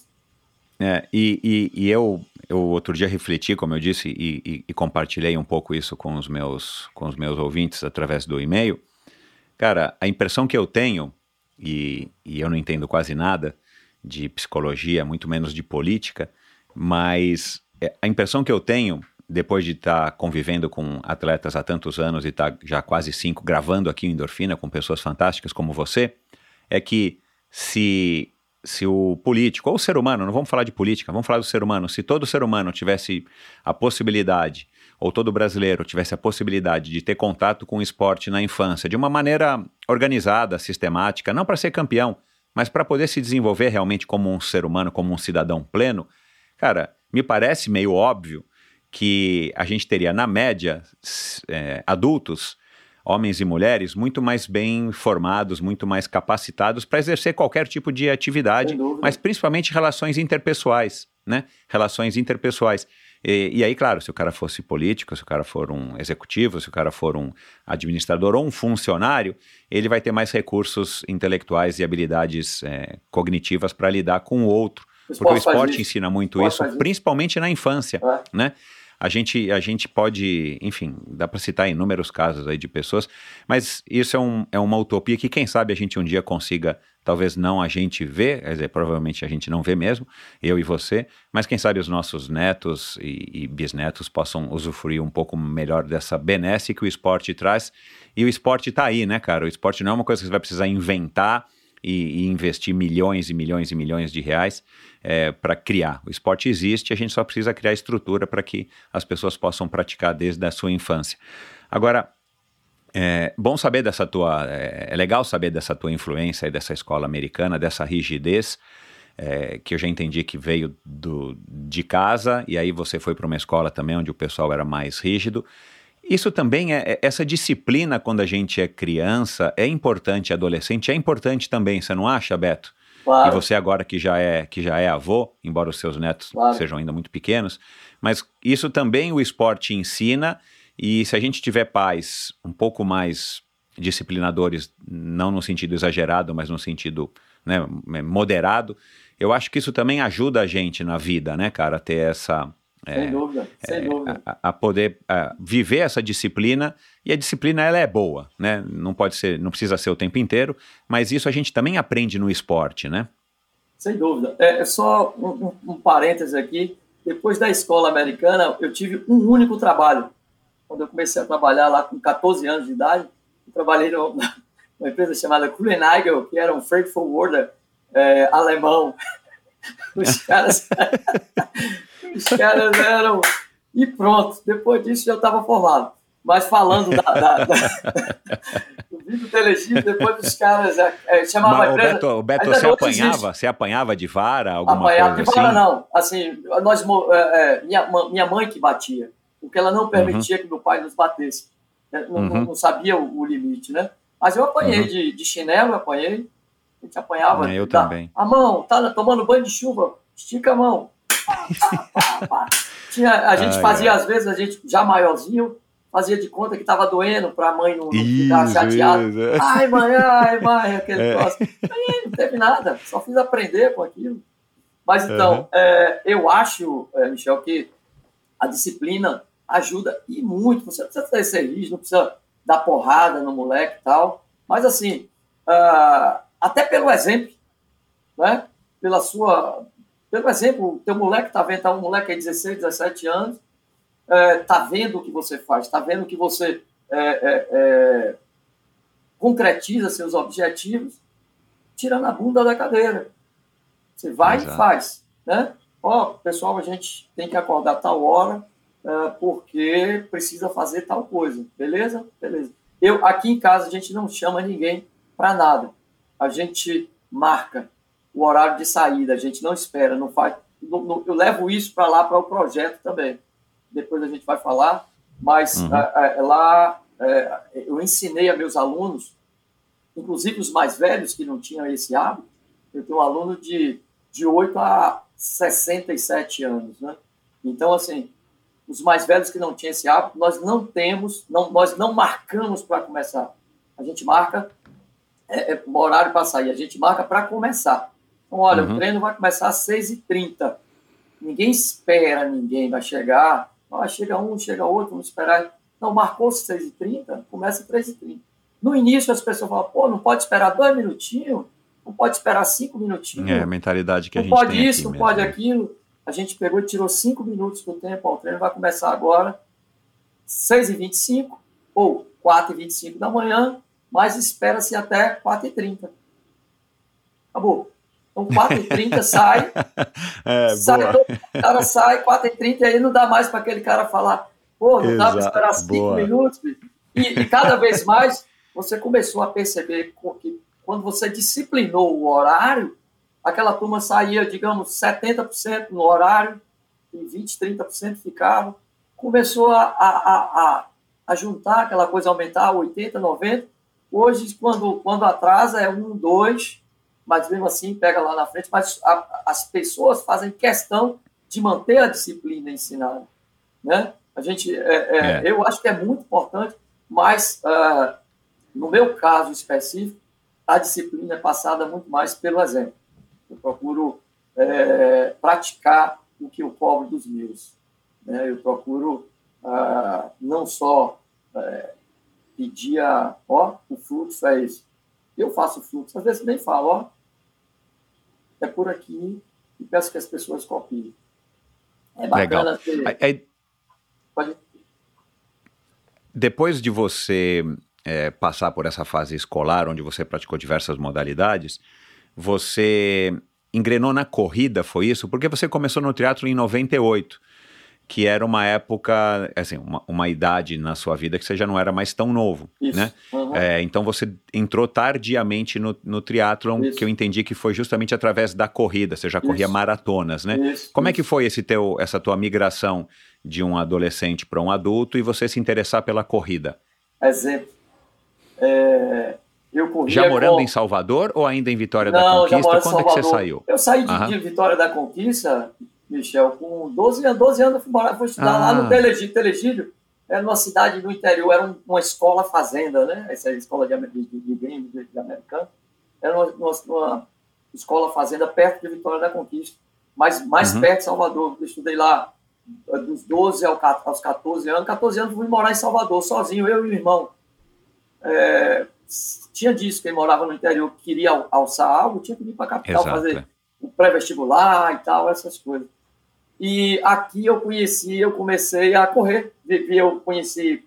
E eu outro dia refleti, como eu disse, e compartilhei um pouco isso com os meus ouvintes através do e-mail. Cara, a impressão que eu tenho, e eu não entendo quase nada de psicologia, muito menos de política, mas a impressão que eu tenho, depois de estar convivendo com atletas há tantos anos e estar já quase 5 gravando aqui o Endorfina com pessoas fantásticas como você, é que se o político, ou o ser humano, não vamos falar de política, vamos falar do ser humano, se todo ser humano tivesse a possibilidade, ou todo brasileiro tivesse a possibilidade de ter contato com o esporte na infância, de uma maneira organizada, sistemática, não para ser campeão, mas para poder se desenvolver realmente como um ser humano, como um cidadão pleno, cara, me parece meio óbvio que a gente teria, na média, adultos, homens e mulheres, muito mais bem formados, muito mais capacitados para exercer qualquer tipo de atividade, mas principalmente relações interpessoais, né? Relações interpessoais. E aí, claro, se o cara fosse político, se o cara for um executivo, se o cara for um administrador ou um funcionário, ele vai ter mais recursos intelectuais e habilidades cognitivas para lidar com o outro. Porque o esporte ensina muito isso, principalmente na infância, né? A gente pode, enfim, dá para citar inúmeros casos aí de pessoas, mas isso é uma utopia que quem sabe a gente um dia consiga, talvez não a gente ver, quer dizer, provavelmente a gente não vê mesmo, eu e você, mas quem sabe os nossos netos e bisnetos possam usufruir um pouco melhor dessa benesse que o esporte traz. E o esporte tá aí, né, cara? O esporte não é uma coisa que você vai precisar inventar e investir milhões e milhões e milhões de reais para criar. O esporte existe, a gente só precisa criar estrutura para que as pessoas possam praticar desde a sua infância. Agora, bom saber dessa tua... É legal saber dessa tua influência e dessa escola americana, dessa rigidez, que eu já entendi que veio de casa, e aí você foi para uma escola também onde o pessoal era mais rígido. Isso também essa disciplina quando a gente é criança, é importante, adolescente, é importante também, você não acha, Beto? Claro. E você agora que já é avô, embora os seus netos sejam ainda muito pequenos, mas isso também o esporte ensina, e se a gente tiver pais um pouco mais disciplinadores, não no sentido exagerado, mas no sentido, né, moderado, eu acho que isso também ajuda a gente na vida, né, cara, a ter essa... Sem dúvida. A poder viver essa disciplina, e a disciplina ela é boa, né? Não precisa ser o tempo inteiro, mas isso a gente também aprende no esporte, né? Sem dúvida. Só um parêntese aqui, depois da escola americana eu tive um único trabalho. Quando eu comecei a trabalhar lá com 14 anos de idade, eu trabalhei numa empresa chamada Kuehne+Nagel, que era um freight forwarder alemão. Os caras eram... E pronto, depois disso já estava formado. Mas falando do vídeo televisivo, depois dos caras chamavam a empresa... O Beto, você apanhava de vara, alguma apanhava coisa de vara, assim? Não. Assim, minha mãe que batia, porque ela não permitia que meu pai nos batesse. Não sabia o limite, né? Mas eu apanhei de chinelo, a gente apanhava. Eu também. A mão, tá tomando banho de chuva, estica a mão. A gente fazia, às vezes, a gente já maiorzinho, fazia de conta que estava doendo para a mãe não ficar chateada. Ai, mãe, aquele troço. Aí não teve nada, só fiz aprender com aquilo. Mas então, eu acho, Michel, que a disciplina ajuda e muito. Você não precisa ser rígido, não precisa dar porrada no moleque e tal. Mas assim, até pelo exemplo, né? Pelo exemplo, teu moleque tá vendo, um moleque aí de 16, 17 anos, tá vendo o que você faz, tá vendo que você concretiza seus objetivos, tirando a bunda da cadeira. Você vai e faz, né? Pessoal, a gente tem que acordar tal hora, porque precisa fazer tal coisa, beleza? Beleza. Aqui em casa, a gente não chama ninguém para nada. A gente marca o horário de saída, a gente não espera, não faz. Eu levo isso para lá, para o projeto também. Depois a gente vai falar, mas lá eu ensinei a meus alunos, inclusive os mais velhos que não tinham esse hábito. Eu tenho um aluno de 8 a 67 anos, né? Então, assim, os mais velhos que não tinham esse hábito, nós não marcamos para começar. A gente marca o horário para sair, a gente marca para começar. Então, olha, o treino vai começar às 6h30. Ninguém espera, ninguém vai chegar. Chega um, chega outro, vamos esperar. Não, marcou 6h30, começa às 3h30. No início, as pessoas falam, não pode esperar 2 minutinhos, não pode esperar 5 minutinhos. A mentalidade que a gente tem. Não pode isso, não pode aquilo. A gente pegou e tirou 5 minutos do tempo. O treino vai começar agora, 6h25 ou 4h25 da manhã, mas espera-se até 4h30. Acabou. Então, 4h30 sai, o cara sai, 4h30, e aí não dá mais para aquele cara falar, não dá para esperar 5 minutos. E cada vez mais você começou a perceber que quando você disciplinou o horário, aquela turma saía, digamos, 70% no horário, e 20%, 30% ficava. começou a juntar aquela coisa, aumentar 80, 90. Hoje, quando atrasa, é 1, 2, mas mesmo assim pega lá na frente. Mas as pessoas fazem questão de manter a disciplina ensinada, né? A gente, eu acho que é muito importante, mas no meu caso específico, a disciplina é passada muito mais pelo exemplo. Eu procuro praticar o que eu cobro dos meus, né? Eu procuro não só pedir o fluxo é esse. Eu faço o fluxo, às vezes nem falo, é por aqui, e peço que as pessoas copiem. É bacana ter... Pode... Depois de você passar por essa fase escolar, onde você praticou diversas modalidades, você engrenou na corrida, foi isso? Porque você começou no triatlo em 98, que era uma época, assim, uma idade na sua vida que você já não era mais tão novo, isso. Né? Uhum. Então você entrou tardiamente no triatlon, que eu entendi que foi justamente através da corrida, você já corria maratonas, né? Como é que foi essa tua migração de um adolescente para um adulto e você se interessar pela corrida? Exemplo. Eu corria já morando em Salvador ou ainda em Vitória da Conquista? Quando é que você saiu? Eu saí de Vitória da Conquista, Michel, com 12 anos eu fui estudar lá no Telegílio. Era uma cidade no interior, era uma escola fazenda, né? Essa escola de americano. Era uma escola fazenda perto de Vitória da Conquista, mas mais perto de Salvador. Eu estudei lá dos 12 aos 14 anos. 14 anos fui morar em Salvador, sozinho, eu e o irmão. Tinha disso, quem morava no interior queria alçar algo, tinha que vir para a capital fazer o pré-vestibular e tal, essas coisas. E aqui eu comecei a correr. Eu conheci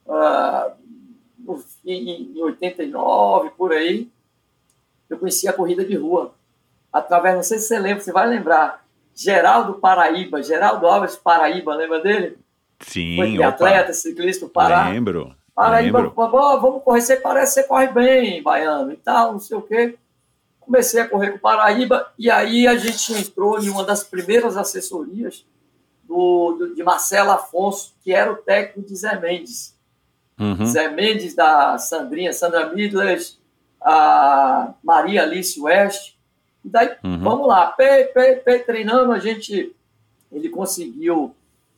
em 89, por aí, eu conheci a corrida de rua. Através, não sei se você lembra, você vai lembrar, Geraldo Alves Paraíba, lembra dele? Sim, foi atleta, ciclista do Pará. Lembro. Paraíba, vamos correr, você parece que você corre bem, baiano, e tal, não sei o quê. Comecei a correr com o Paraíba, e aí a gente entrou em uma das primeiras assessorias de Marcelo Afonso, que era o técnico de Zé Mendes. Zé Mendes, da Sandra Midler, a Maria Alice West. E daí, vamos lá, treinando, ele conseguiu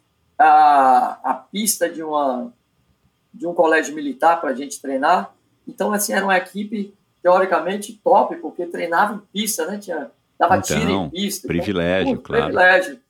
a pista de um colégio militar para a gente treinar. Então, assim, era uma equipe teoricamente top, porque treinava em pista, né? Dava tiro em pista. Privilégio, então, claro. Privilégio.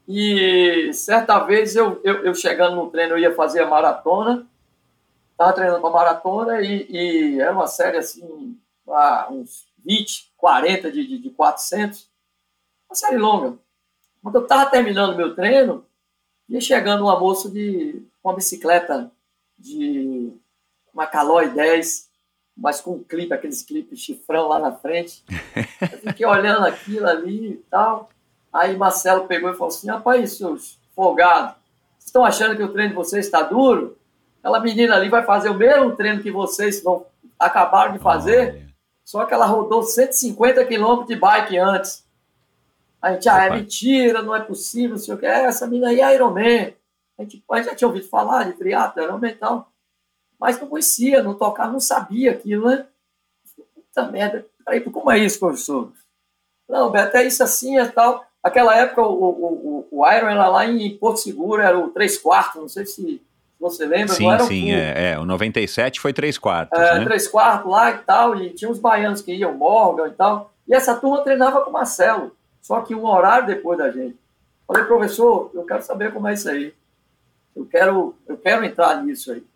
E certa vez eu chegando no treino, eu ia fazer a maratona, estava treinando para a maratona e era uma série assim, uns 20, 40 de 400, uma série longa. Quando eu estava terminando meu treino, ia chegando uma moça com uma bicicleta de uma Caloi 10, mas com aqueles clipes chifrão lá na frente. Eu fiquei olhando aquilo ali e tal. Aí Marcelo pegou e falou assim: rapaz, seus folgados, vocês estão achando que o treino de vocês está duro? Aquela menina ali vai fazer o mesmo treino que vocês acabaram de fazer, só que ela rodou 150 quilômetros de bike antes. A gente, é mentira, não é possível, não sei o que. Essa menina aí é Ironman. A gente já tinha ouvido falar de triatlo, Ironman e tal, mas não conhecia, não tocava, não sabia aquilo, né? Puta merda, peraí, como é isso, professor? Não, Beto, é isso assim e tal. Aquela época, o Iron era lá em Porto Seguro, era o 3/4, não sei se você lembra. Sim, não era sim, o 97 foi 3/4. Né? 3/4 lá e tal, e tinha uns baianos que iam, Morgan e tal, e essa turma treinava com o Marcelo, só que um horário depois da gente. Falei, professor, eu quero saber como é isso aí. Eu quero entrar nisso aí.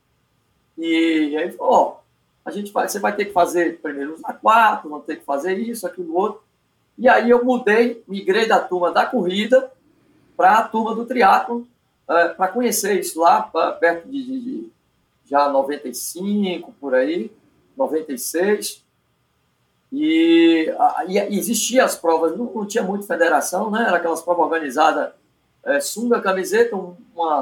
E aí ele falou, você vai ter que fazer primeiro os A4, vão ter que fazer isso, aquilo, outro. E aí eu migrei da turma da corrida para a turma do triatlo, para conhecer isso lá, perto de já 95, por aí, 96. E existiam as provas, não tinha muito federação, né? Era aquelas provas organizadas, sunga, camiseta, um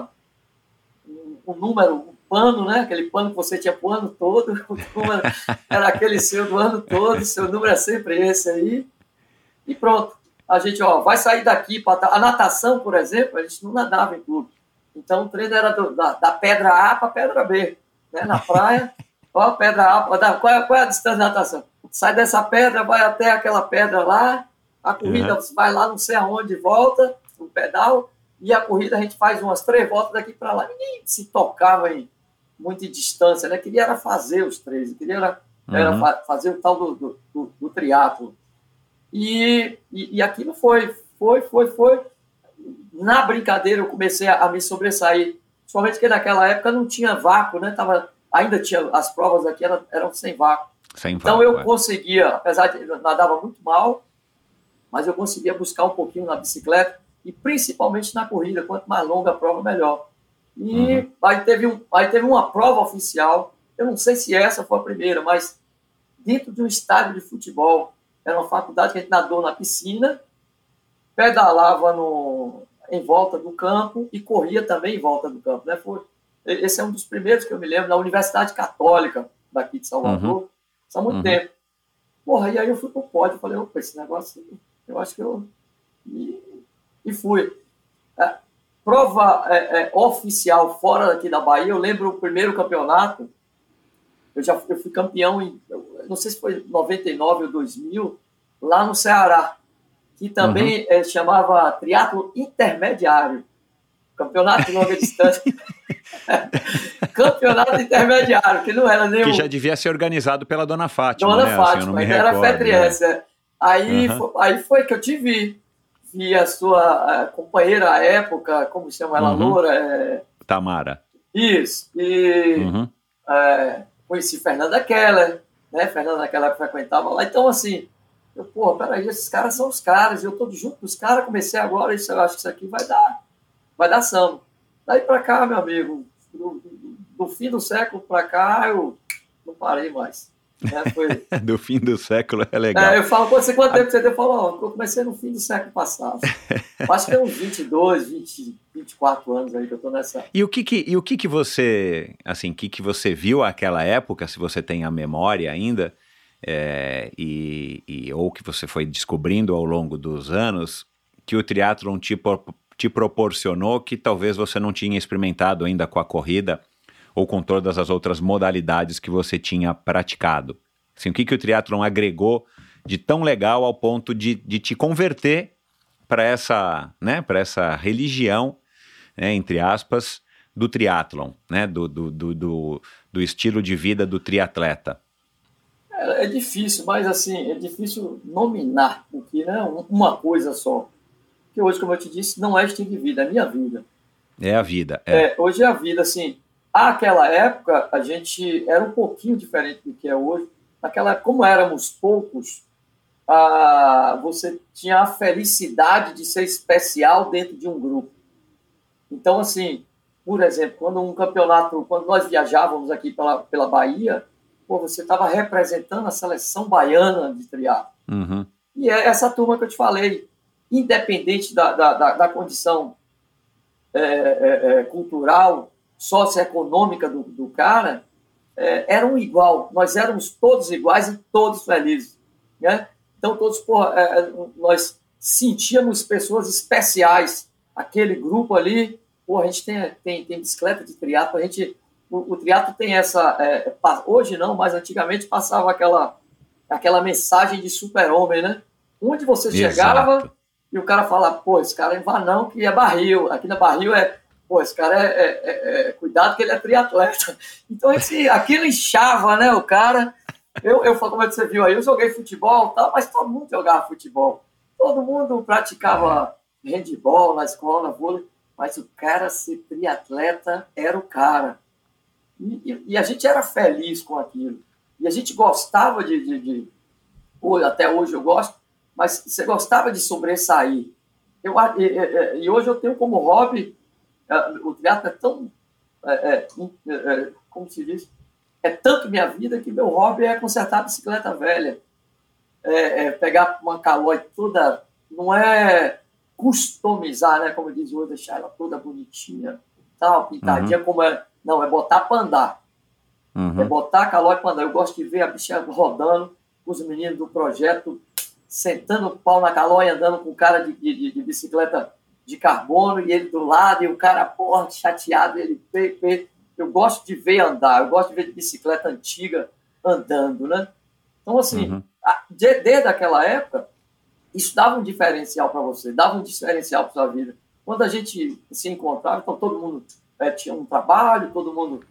número, um pano, né? Aquele pano que você tinha pro ano todo, era aquele seu do ano todo, seu número é sempre esse aí. E pronto, a gente vai sair daqui para a natação, por exemplo, a gente não nadava em clube. Então o treino era da pedra A para a pedra B, né? Na praia, ó, a pedra A, qual é a distância de natação? Sai dessa pedra, vai até aquela pedra lá, a corrida vai lá não sei aonde, volta, o pedal, e a corrida a gente faz umas 3 voltas daqui para lá. Ninguém se tocava em muita distância, né? Queria era fazer os 3, queria era fazer o tal do triatlo. E aquilo foi. Na brincadeira eu comecei a me sobressair, principalmente porque naquela época não tinha vácuo, né? Ainda tinha, as provas aqui eram sem vácuo. Então eu conseguia, apesar de eu nadava muito mal, mas eu conseguia buscar um pouquinho na bicicleta e principalmente na corrida, quanto mais longa a prova, melhor. E aí teve uma prova oficial, eu não sei se essa foi a primeira, mas dentro de um estádio de futebol, era uma faculdade que a gente nadou na piscina, pedalava em volta do campo e corria também em volta do campo, né? Esse é um dos primeiros que eu me lembro, na Universidade Católica daqui de Salvador, isso há muito tempo. Porra, e aí eu fui pro pódio, falei, opa, esse negócio, eu acho que eu... E fui. Prova oficial fora daqui da Bahia, eu lembro o primeiro campeonato, eu fui campeão não sei se foi 99 ou 2000, lá no Ceará, que também chamava triatlo intermediário, campeonato de longa distância. Campeonato intermediário, que não era nem que já devia ser organizado pela Dona Fátima. Dona né? Fátima, assim, era Fetriense. Né? Aí foi que eu te vi a sua companheira à época, como chama ela, loura? Tamara. Isso. E conheci Fernanda Keller, né? Fernanda naquela época frequentava lá. Então, assim, peraí, esses caras são os caras, eu tô junto com os caras, comecei agora, eu acho que isso aqui vai dar samba. Daí pra cá, meu amigo, do fim do século pra cá, eu não parei mais. Né? Do fim do século é legal. Eu falo, você quanto tempo você deu? Eu falo, eu comecei no fim do século passado. Acho que tem uns 22, 24 anos aí que eu tô nessa. E o que você, assim, que você viu naquela época, se você tem a memória ainda, ou que você foi descobrindo ao longo dos anos, que o triatlon te proporcionou que talvez você não tinha experimentado ainda com a corrida ou com todas as outras modalidades que você tinha praticado? Assim, o que o triatlon agregou de tão legal ao ponto de te converter para essa religião, né, entre aspas, do triatlon, né, do estilo de vida do triatleta? É difícil, mas assim, é difícil nominar, porque não é uma coisa só. Porque hoje, como eu te disse, não é estilo de vida, é minha vida. É a vida. Hoje é a vida, assim. Naquela época, a gente era um pouquinho diferente do que é hoje. Naquela época, como éramos poucos, você tinha a felicidade de ser especial dentro de um grupo. Então, assim, por exemplo, quando nós viajávamos aqui pela Bahia, você estava representando a seleção baiana de triatlo. E é essa turma que eu te falei, independente da condição cultural, socioeconômica do cara, eram igual. Nós éramos todos iguais e todos felizes. Né? Então, todos, nós sentíamos pessoas especiais. Aquele grupo ali, a gente tem bicicleta de triatlo, o triatlo tem essa... hoje não, mas antigamente passava aquela mensagem de super-homem, né? Onde você chegava e o cara falava, esse cara não vai não, que é barril. Aqui na barril esse cara cuidado que ele é triatleta. Então, aquilo inchava, né, o cara. Eu como você viu aí, eu joguei futebol e tal, mas todo mundo jogava futebol. Todo mundo praticava handball na escola, vôlei, mas o cara ser triatleta era o cara. E a gente era feliz com aquilo. E a gente gostava até hoje eu gosto, mas você gostava de sobressair. E hoje eu tenho como hobby, o triatlo é tão, como se diz, é tanto minha vida que meu hobby é consertar a bicicleta velha. Pegar uma calói toda, não é customizar, né, como diz o outro, deixar ela toda bonitinha, tal, pintadinha, como é. Não, é botar para andar. É botar a calói para andar. Eu gosto de ver a bicha rodando, os meninos do projeto sentando o pau na calói, andando com o cara de bicicleta de carbono e ele do lado, e o cara, porra, chateado, eu gosto de ver andar, eu gosto de ver de bicicleta antiga andando, né? Então, assim, desde aquela época, isso dava um diferencial para você, dava um diferencial para sua vida. Quando a gente se encontrava, então todo mundo tinha um trabalho, todo mundo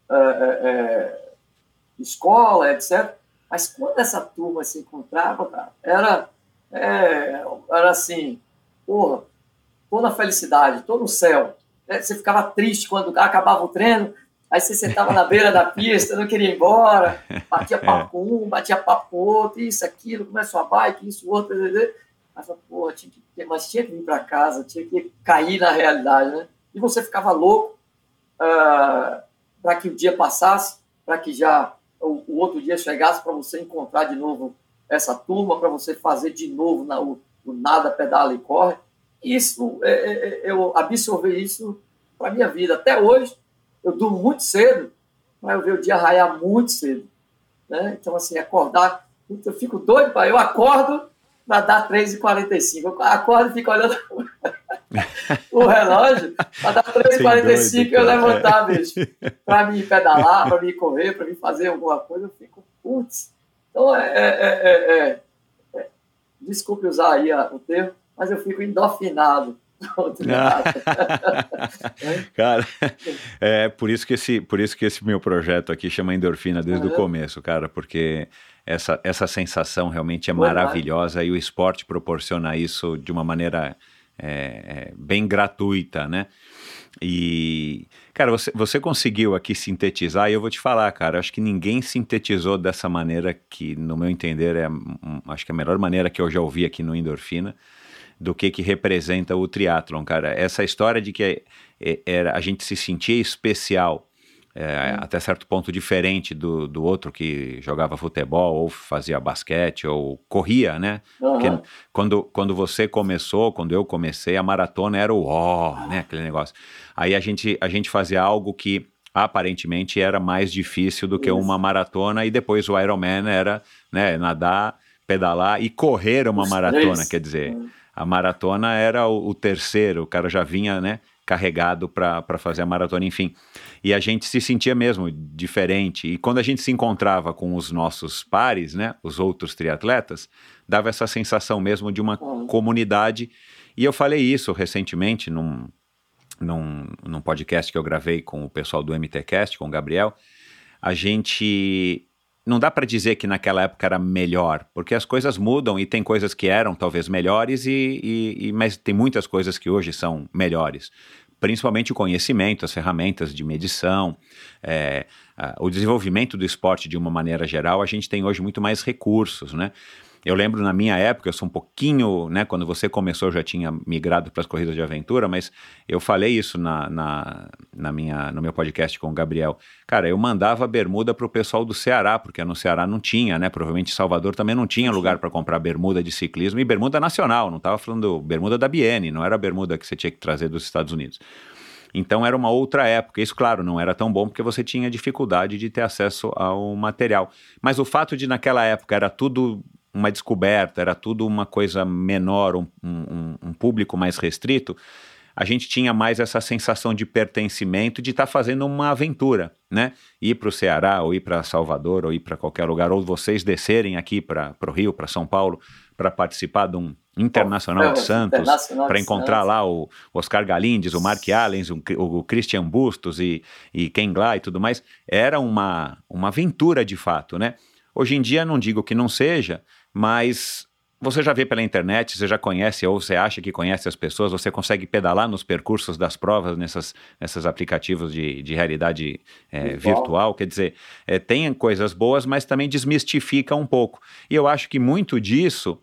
escola, etc. Mas quando essa turma se encontrava, cara, era assim, porra, tô na felicidade, tô no céu. Você ficava triste quando acabava o treino, aí você sentava na beira da pista, não queria ir embora, batia papo com um, batia papo com o outro, isso, aquilo, começou a bike, isso, outro, mas, porra, tinha que vir para casa, tinha que cair na realidade, né? E você ficava louco para que o dia passasse, para que já o outro dia chegasse, para você encontrar de novo essa turma, para você fazer de novo o nada, pedala e corre. Isso, eu absorvi isso para a minha vida. Até hoje, eu durmo muito cedo, para eu ver o dia raiar muito cedo. Né? Então, assim, acordar, eu fico doido, eu acordo para dar 3h45. Eu acordo e fico olhando o relógio, para dar 3h45 eu levantar, bicho, para me pedalar, para me correr, para me fazer alguma coisa, eu fico, putz. Então, desculpe usar aí o termo, mas eu fico endorfinado. Cara, por isso que esse meu projeto aqui chama Endorfina desde o começo, cara, porque essa sensação realmente é maravilhosa e o esporte proporciona isso de uma maneira bem gratuita, né? E, cara, você conseguiu aqui sintetizar, e eu vou te falar, cara, acho que ninguém sintetizou dessa maneira que, no meu entender, acho que a melhor maneira que eu já ouvi aqui no Endorfina, do que representa o triatlon, cara. Essa história de que a gente se sentia especial, até certo ponto diferente do outro que jogava futebol, ou fazia basquete, ou corria, né? Porque quando você começou, quando eu comecei, a maratona era né? Aquele negócio. Aí a gente fazia algo que aparentemente era mais difícil do que uma maratona, e depois o Ironman era, né, nadar, pedalar e correr uma maratona, quer dizer... A maratona era o terceiro, o cara já vinha, né, carregado para fazer a maratona, enfim. E a gente se sentia mesmo diferente. E quando a gente se encontrava com os nossos pares, né, os outros triatletas, dava essa sensação mesmo de uma comunidade. E eu falei isso recentemente num podcast que eu gravei com o pessoal do MTCast, com o Gabriel. A gente... Não dá para dizer que naquela época era melhor, porque as coisas mudam e tem coisas que eram talvez melhores, mas tem muitas coisas que hoje são melhores. Principalmente o conhecimento, as ferramentas de medição, o desenvolvimento do esporte de uma maneira geral, a gente tem hoje muito mais recursos, né? Eu lembro na minha época, eu sou um pouquinho, né, quando você começou eu já tinha migrado para as corridas de aventura, mas eu falei isso no meu podcast com o Gabriel. Cara, eu mandava bermuda para o pessoal do Ceará, porque no Ceará não tinha, né, provavelmente Salvador também não tinha lugar para comprar bermuda de ciclismo, e bermuda nacional, não estava falando bermuda da Biene, não era a bermuda que você tinha que trazer dos Estados Unidos. Então era uma outra época. Isso, claro, não era tão bom porque você tinha dificuldade de ter acesso ao material. Mas o fato de naquela época era tudo uma descoberta, era tudo uma coisa menor, um público mais restrito, a gente tinha mais essa sensação de pertencimento, de estar fazendo uma aventura, né? Ir para o Ceará, ou ir para Salvador, ou ir para qualquer lugar, ou vocês descerem aqui para o Rio, para São Paulo, para participar de um Internacional de Santos, para encontrar lá o Oscar Galindes, o Mark Allens, o Christian Bustos e Ken Gla e tudo mais. Era uma aventura de fato, né? Hoje em dia não digo que não seja, mas você já vê pela internet, você já conhece ou você acha que conhece as pessoas, você consegue pedalar nos percursos das provas nesses aplicativos de realidade virtual, quer dizer, tem coisas boas, mas também desmistifica um pouco. E eu acho que muito disso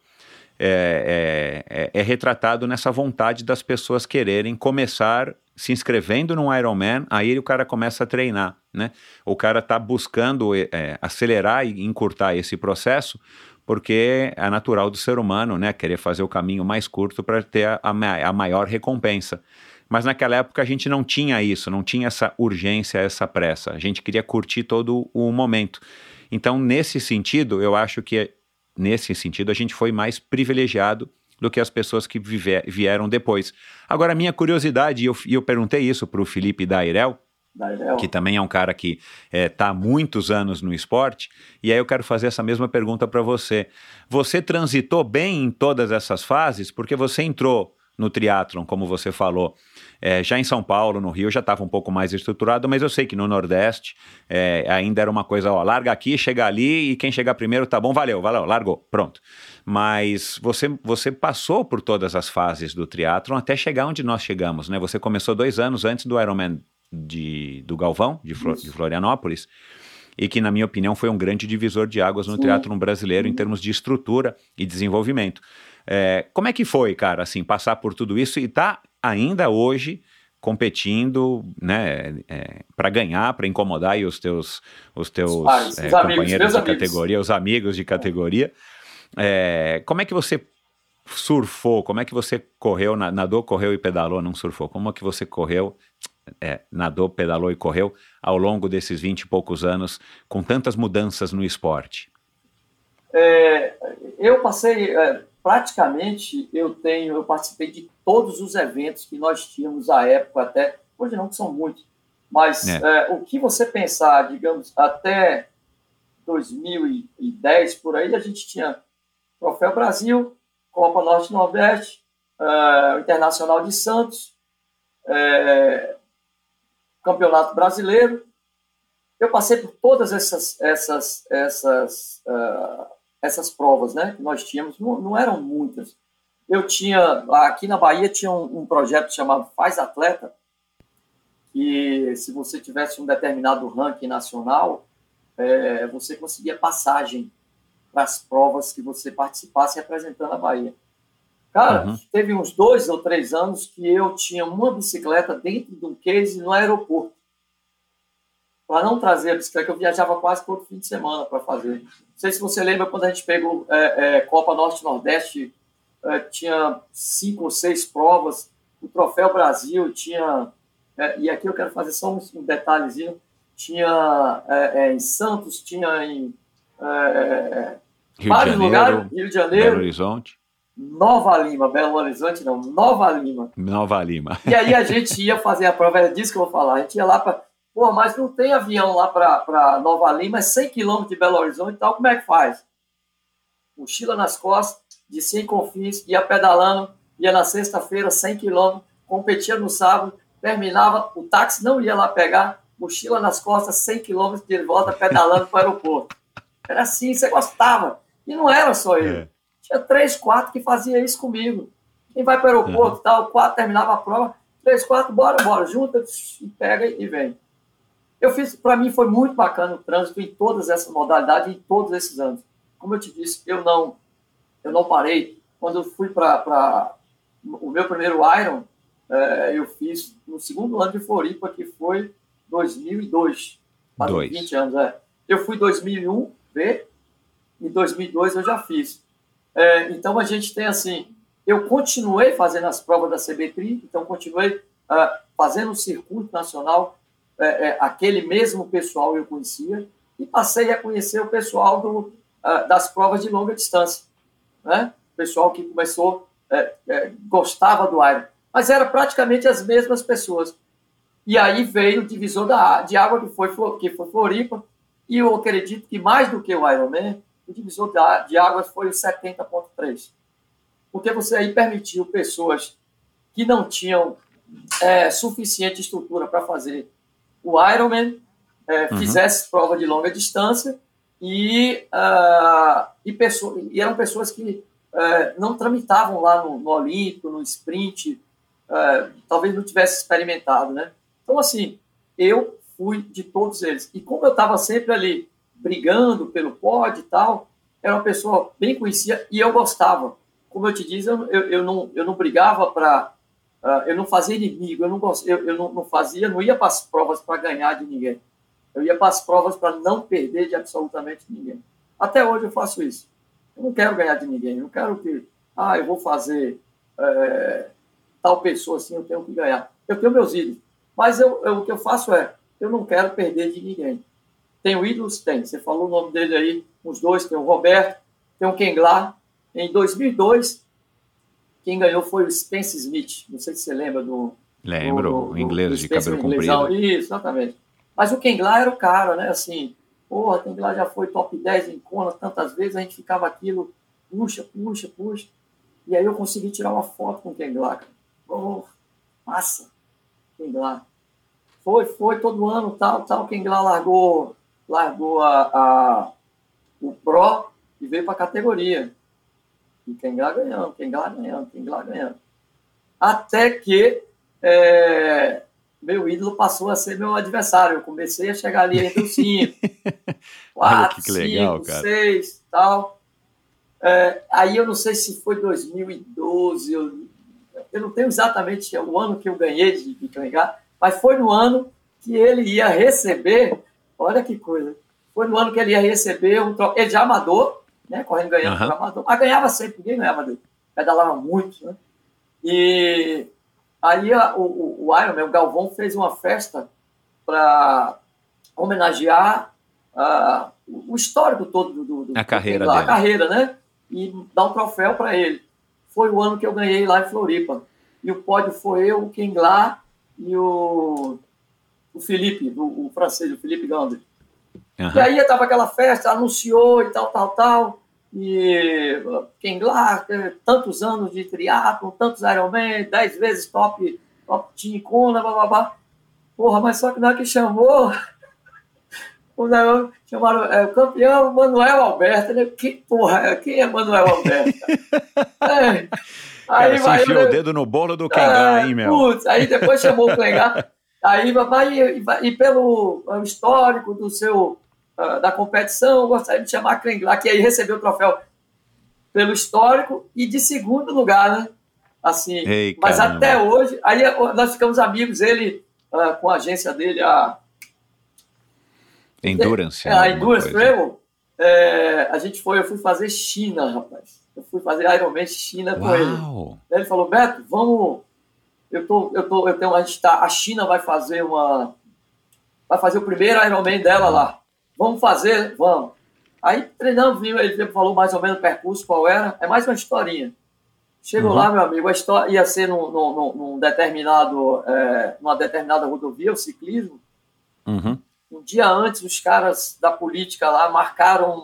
é retratado nessa vontade das pessoas quererem começar se inscrevendo num Ironman, aí o cara começa a treinar, né? O cara está buscando acelerar e encurtar esse processo, porque é natural do ser humano, né? Querer fazer o caminho mais curto para ter a maior recompensa. Mas naquela época a gente não tinha isso, não tinha essa urgência, essa pressa. A gente queria curtir todo o momento. Então, nesse sentido, eu acho que a gente foi mais privilegiado do que as pessoas que vieram depois. Agora, a minha curiosidade, e eu perguntei isso para o Felipe Dairel, que também é um cara que está há muitos anos no esporte, e aí eu quero fazer essa mesma pergunta para você. Você transitou bem em todas essas fases, porque você entrou no triatlon, como você falou, já em São Paulo, no Rio, já estava um pouco mais estruturado, mas eu sei que no Nordeste ainda era uma coisa, larga aqui, chega ali, e quem chegar primeiro, tá bom, valeu, largou, pronto. Mas você passou por todas as fases do triatlon até chegar onde nós chegamos, né? Você começou 2 anos antes do Ironman do Galvão, de Florianópolis, e que, na minha opinião, foi um grande divisor de águas no triatlon brasileiro em termos de estrutura e desenvolvimento. Como é que foi, cara, assim, passar por tudo isso e tá ainda hoje competindo, né, para ganhar, para incomodar aí os teus companheiros de categoria, os amigos de categoria. Como é que você surfou? Como é que você correu, nadou, correu e pedalou, não surfou? Como é que você correu, nadou, pedalou e correu ao longo desses 20 e poucos anos, com tantas mudanças no esporte? Eu passei, praticamente, eu participei de todos os eventos que nós tínhamos à época, até, hoje não, que são muitos, mas o que você pensar, digamos, até 2010, por aí, a gente tinha Troféu Brasil, Copa Norte e Nordeste, Internacional de Santos, Campeonato Brasileiro. Eu passei por todas essas provas, né, que nós tínhamos, não eram muitas. Eu tinha, aqui na Bahia, tinha um projeto chamado Faz Atleta, que se você tivesse um determinado ranking nacional, você conseguia passagem para as provas que você participasse representando a Bahia. Cara, teve uns 2 ou 3 anos que eu tinha uma bicicleta dentro de um case no aeroporto. Para não trazer a bicicleta, eu viajava quase todo fim de semana para fazer. Não sei se você lembra quando a gente pegou Copa Norte e Nordeste, tinha 5 ou 6 provas, o Troféu Brasil tinha... e aqui eu quero fazer só um detalhezinho, tinha em Santos, tinha em vários lugares, Rio de Janeiro, Belo Horizonte, Nova Lima, Belo Horizonte não, Nova Lima. E aí a gente ia fazer a prova, era disso que eu vou falar, a gente ia lá para... Pô, mas não tem avião lá para Nova Lima, é 100 km de Belo Horizonte e tal, como é que faz? Mochila nas costas, de 100 confins, ia pedalando, ia na sexta-feira 100 km, competia no sábado, terminava, o táxi não ia lá pegar, mochila nas costas, 100 km de volta, pedalando para o aeroporto. Era assim, você gostava. E não era só eu. Tinha 3, 4 que fazia isso comigo. Quem vai para o aeroporto e tal, 4 terminava a prova, 3, 4, bora, junta, e pega e vem. Para mim foi muito bacana o trânsito em todas essas modalidades, em todos esses anos. Como eu te disse, eu não parei. Quando eu fui para o meu primeiro Iron, eu fiz no segundo ano de Floripa, que foi 2002. Quase 20 anos, Eu fui em 2001, em 2002 eu já fiz. Então a gente tem assim, eu continuei fazendo as provas da CBTRI, então continuei fazendo o circuito nacional, aquele mesmo pessoal eu conhecia, e passei a conhecer o pessoal das provas de longa distância, né? O pessoal que começou, gostava do Iron, mas era praticamente as mesmas pessoas. E aí veio o divisor de água, que foi Floripa, e eu acredito que mais do que o Ironman, o divisor de águas foi o 70.3. Porque você aí permitiu pessoas que não tinham suficiente estrutura para fazer o Ironman, fizesse prova de longa distância, e eram pessoas que não tramitavam lá no Olímpico, no sprint, talvez não tivesse experimentado, né? Então, assim, eu fui de todos eles. E como eu estava sempre ali brigando pelo pódio e tal, era uma pessoa bem conhecida e eu gostava. Como eu te disse, eu não brigava para... eu não fazia inimigo, não ia para as provas para ganhar de ninguém. Eu ia para as provas para não perder de absolutamente ninguém. Até hoje eu faço isso. Eu não quero ganhar de ninguém, eu não quero que... eu vou fazer tal pessoa assim, eu tenho que ganhar. Eu tenho meus ídolos. Mas o que eu faço eu não quero perder de ninguém. Tenho ídolos? Tem. Você falou o nome dele aí, uns 2, tem o Roberto, tem o Kenglar. Em 2002, quem ganhou foi o Spence Smith. Não sei se você lembra do... Lembro, o inglês de Spencer, cabelo comprido. Isso, exatamente. Mas o Kenglá era o cara, né? Assim, porra, o Kenglá já foi top 10 em Kona tantas vezes, a gente ficava aquilo, puxa. E aí eu consegui tirar uma foto com o Kenglá, cara. Porra, massa, Kenglá. Foi todo ano, tal. O Kenglá largou o Pro e veio para a categoria. E Kenglá ganhando. Até que meu ídolo passou a ser meu adversário. Eu comecei a chegar ali entre os 5, 4, que legal, 5, cara. 6, tal. Aí eu não sei se foi 2012, eu não tenho exatamente o ano que eu ganhei de Kenglá, mas foi no ano que ele ia receber, olha que coisa, foi no ano que ele ia receber ele já amador, né, correndo ganhando por amador, mas ganhava sempre, ninguém ganhava dele, pedalava muito, né? E aí o Ironman, o Galvão, fez uma festa para homenagear o histórico todo a carreira dele. A carreira, né? E dar um troféu para ele. Foi o ano que eu ganhei lá em Floripa. E o pódio foi eu, o Kenglá e o Felipe, o francês, o Felipe Gandry. E aí estava aquela festa, anunciou e tal. E Kenglá, tantos anos de triatlon, tantos Ironman, 10 vezes top team Kona, blá. Porra, mas só que na hora que chamou, chamaram o campeão Manuel Alberto. Né? Que porra, quem é Manuel Alberto? Aí você enfiou o dedo no bolo do Kenglá, hein, meu? Putz, aí depois chamou o Kenglá. Aí, e pelo histórico do seu... da competição, eu gostaria de chamar Kenglá, que aí recebeu o troféu pelo histórico e de segundo lugar, né? Assim, Ei, mas caramba. até hoje, aí nós ficamos amigos, ele com a agência dele, a Endurance. A Endurance Travel, eu fui fazer China, rapaz. Eu fui fazer Ironman China com ele. Aí ele falou, Beto, vamos... a China vai fazer o primeiro Ironman dela lá. Vamos fazer? Vamos. Aí treinamos, ele falou mais ou menos o percurso, qual era. É mais uma historinha. Chegou lá, meu amigo, a história ia ser numa determinada rodovia, o ciclismo. Um dia antes, os caras da política lá marcaram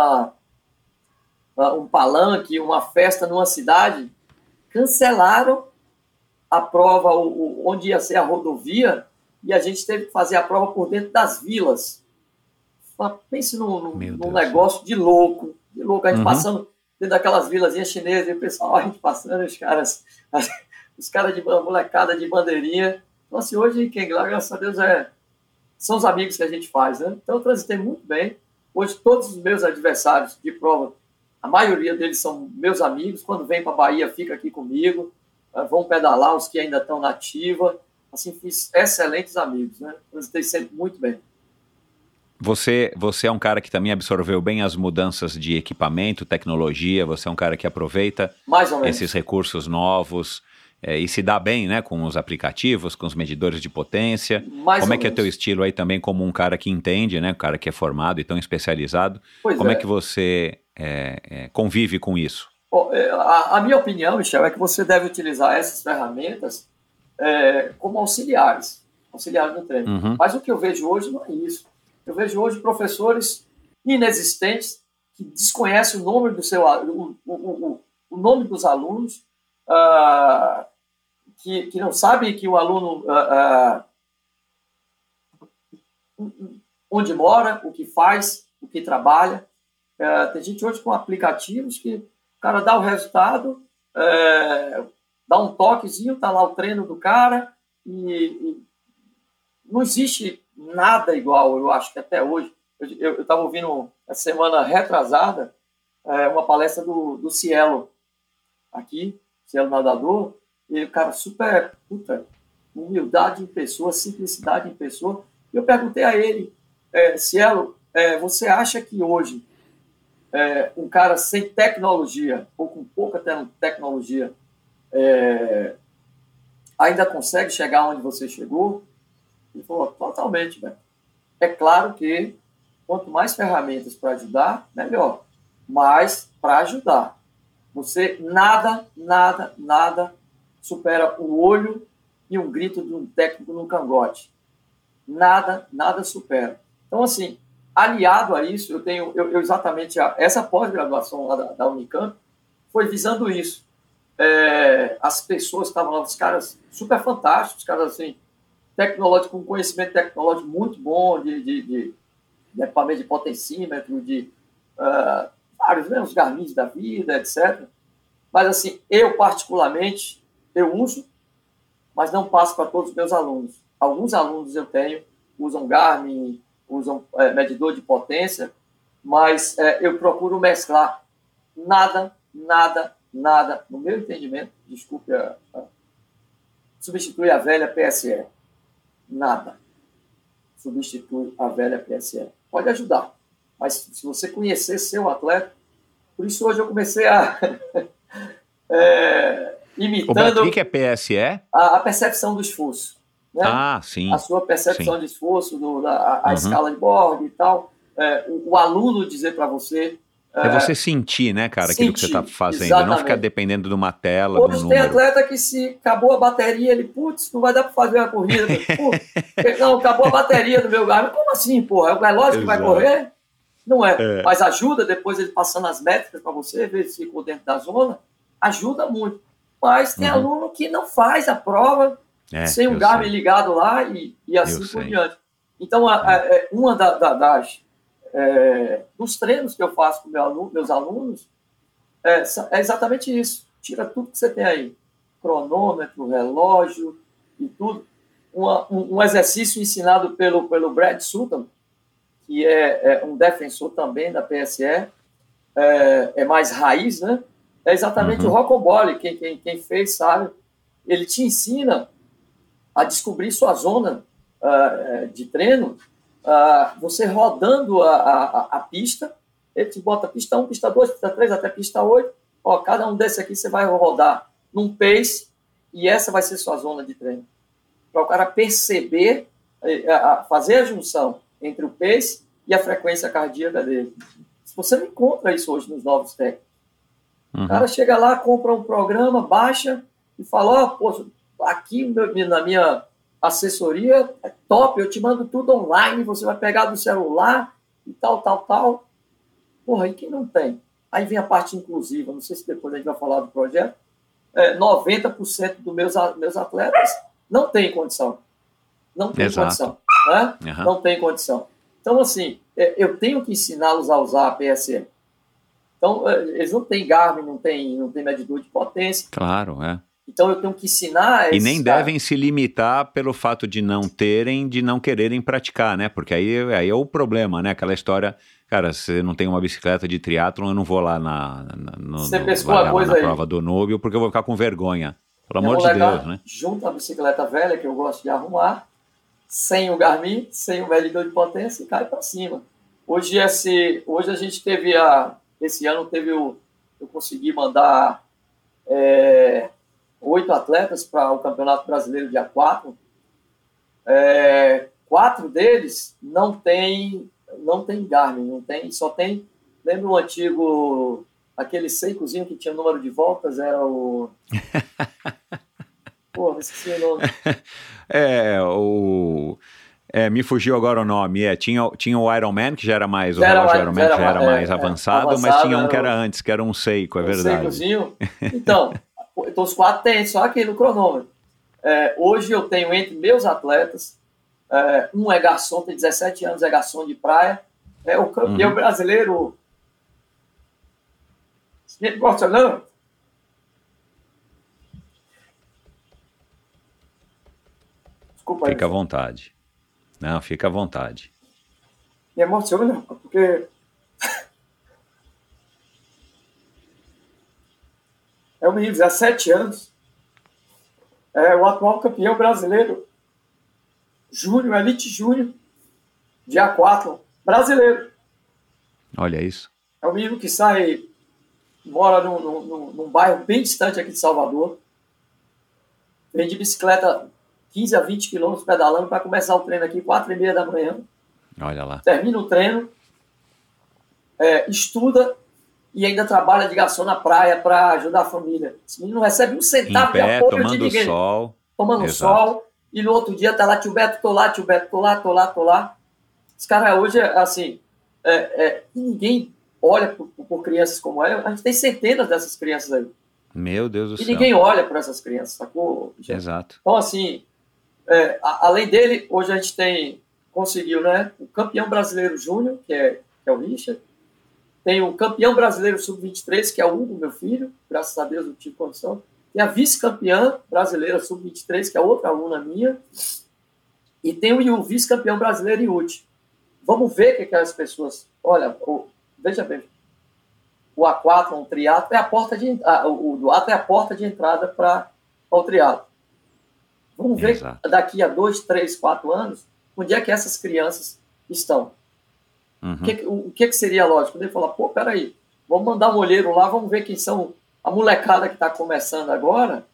um palanque, uma festa numa cidade, cancelaram a prova onde ia ser a rodovia e a gente teve que fazer a prova por dentro das vilas. Pense num negócio de louco, a gente passando dentro daquelas vilazinhas chinesas e o pessoal, a gente passando, os caras de molecada de bandeirinha. Então, assim, hoje, Kenglá, graças a Deus, são os amigos que a gente faz, né? Então, eu transitei muito bem. Hoje, todos os meus adversários de prova, a maioria deles são meus amigos. Quando vem para a Bahia, fica aqui comigo. Vão pedalar, os que ainda estão na ativa. Assim, fiz excelentes amigos, né? Transitei sempre muito bem. Você é um cara que também absorveu bem as mudanças de equipamento, tecnologia, você é um cara que aproveita esses recursos novos e se dá bem, né, com os aplicativos, com os medidores de potência. Como é que é teu estilo aí também como um cara que entende, né, um cara que é formado e tão especializado? Como é que você convive com isso? A minha opinião, Michel, é que você deve utilizar essas ferramentas como auxiliares no treino. Mas o que eu vejo hoje não é isso. Eu vejo hoje professores inexistentes que desconhecem o nome o nome dos alunos, que não sabem que o aluno onde mora, o que faz, o que trabalha. Tem gente hoje com aplicativos que o cara dá o resultado, dá um toquezinho, tá lá o treino do cara e não existe nada igual, eu acho que até hoje. Eu estava ouvindo a semana retrasada uma palestra do Cielo aqui, Cielo nadador, e o cara super, humildade em pessoa, simplicidade em pessoa. E eu perguntei a ele, Cielo, você acha que hoje um cara sem tecnologia, ou com pouca tecnologia, ainda consegue chegar onde você chegou? Ele falou, totalmente, velho. É claro que quanto mais ferramentas para ajudar, melhor. Mas para ajudar. Você nada supera o olho e um grito de um técnico no cangote. Nada supera. Então, assim, aliado a isso, eu exatamente essa pós-graduação lá da Unicamp foi visando isso. As pessoas estavam lá, os caras super fantásticos, os caras assim, tecnológicos, com conhecimento tecnológico muito bom, de equipamento de potencímetro, de vários, né, os Garmin da vida, etc. Mas, assim, eu particularmente, eu uso, mas não passo para todos os meus alunos. Alguns alunos eu tenho, usam Garmin, usam medidor de potência, mas eu procuro mesclar nada, no meu entendimento, desculpe, substitui a velha PSE. Nada substitui a velha PSE. Pode ajudar, mas se você conhecer seu atleta, por isso hoje eu comecei a imitando... O que é PSE? A percepção do esforço. Né? Ah, sim. A sua percepção de esforço, a escala de Borg e tal. O aluno dizer para você... É você sentir, né, cara, aquilo que você está fazendo. Exatamente. Não ficar dependendo de uma tela, Hoje de um tem número. atleta que se acabou a bateria, ele, putz, não vai dar para fazer uma corrida. Não, acabou a bateria do meu Garmin. Como assim, porra? É o relógio que vai correr? Não é. Mas ajuda, depois ele passando as métricas para você, ver se ficou dentro da zona, ajuda muito. Mas tem aluno que não faz a prova sem o Garmin ligado lá e assim por diante. Então, uma dos treinos que eu faço com meus alunos é exatamente isso. Tira tudo que você tem aí. Cronômetro, relógio e tudo. Um exercício ensinado pelo Brad Sutton, que é um defensor também da PSE, é mais raiz, né? É exatamente o rocambole. Quem fez sabe. Ele te ensina a descobrir sua zona de treino, você rodando a pista. Ele te bota pista 1, pista 2, pista 3, até pista 8. Ó, cada um desses aqui você vai rodar num pace e essa vai ser sua zona de treino. Para o cara perceber, fazer a junção entre o pace e a frequência cardíaca dele. Você não encontra isso hoje nos novos técnicos. O cara chega lá, compra um programa, baixa e fala, pô, aqui na minha assessoria é top, eu te mando tudo online, você vai pegar do celular e tal. Porra, e quem não tem? Aí vem a parte inclusiva, não sei se depois a gente vai falar do projeto, 90% dos meus atletas não tem condição. Não tem condição. Né? Não tem condição. Então, assim, eu tenho que ensiná-los a usar a PSE. Então, eles não têm Garmin, não tem medidor de potência. Claro, Então, eu tenho que ensinar... E nem devem se limitar pelo fato de não terem, de não quererem praticar, né? Porque aí é o problema, né? Aquela história, cara, se não tem uma bicicleta de triatlon, eu não vou lá na prova do Núbio, porque eu vou ficar com vergonha. Pelo amor de Deus, né? Junto a bicicleta velha, que eu gosto de arrumar, sem o Garmin, sem o medidor de potência, e cai para cima. Hoje a gente teve esse ano eu consegui mandar 8 atletas para o Campeonato Brasileiro dia 4. 4 deles não tem Garmin, só tem, lembra o antigo, aquele Seikozinho que tinha número de voltas, era o... Pô, esqueci o nome. Me fugiu agora o nome. Tinha o Ironman, que já era mais... O relógio Ironman já era mais avançado, mas tinha um que era antes, que era um Seiko, verdade. Seikozinho. Então, os 4 tem, só aqui no cronômetro. Hoje eu tenho entre meus atletas, um é garçom, tem 17 anos, é garçom de praia, é o campeão brasileiro. Você gosta, não? Desculpa aí. Fica à vontade. Não, fica à vontade. Me emociona, porque é um menino de 17 anos, o atual campeão brasileiro, Júnior, Elite Júnior, de A4, brasileiro. Olha isso. É um menino que mora num bairro bem distante aqui de Salvador, vem de bicicleta 15 a 20 quilômetros pedalando para começar o treino aqui, 4h30 da manhã. Olha lá. Termina o treino, estuda e ainda trabalha de garçom na praia para ajudar a família. Esse menino não recebe um centavo de apoio de ninguém. Tomando sol, e no outro dia tá lá, tio Beto, tô lá. Os caras hoje, assim, ninguém olha por crianças como ela. A gente tem centenas dessas crianças aí. Meu Deus do céu. E ninguém olha para essas crianças, sacou? Exato. Então, assim, além dele, hoje a gente conseguiu, né, o campeão brasileiro júnior, que é o Richard. Tem o campeão brasileiro sub-23, que é o Hugo, meu filho. Graças a Deus eu tive condição. Tem a vice-campeã brasileira sub-23, que é outra aluna minha. E tem o vice-campeão brasileiro Yudi. Vamos ver o que as pessoas... Olha, veja bem. O A4, um triatlo, o duatlo é a porta de entrada para o triatlo. Vamos ver daqui a 2, 3, 4 anos onde é que essas crianças estão. O que seria lógico? Ele falar, peraí, vamos mandar um olheiro lá, vamos ver quem são a molecada que está começando agora.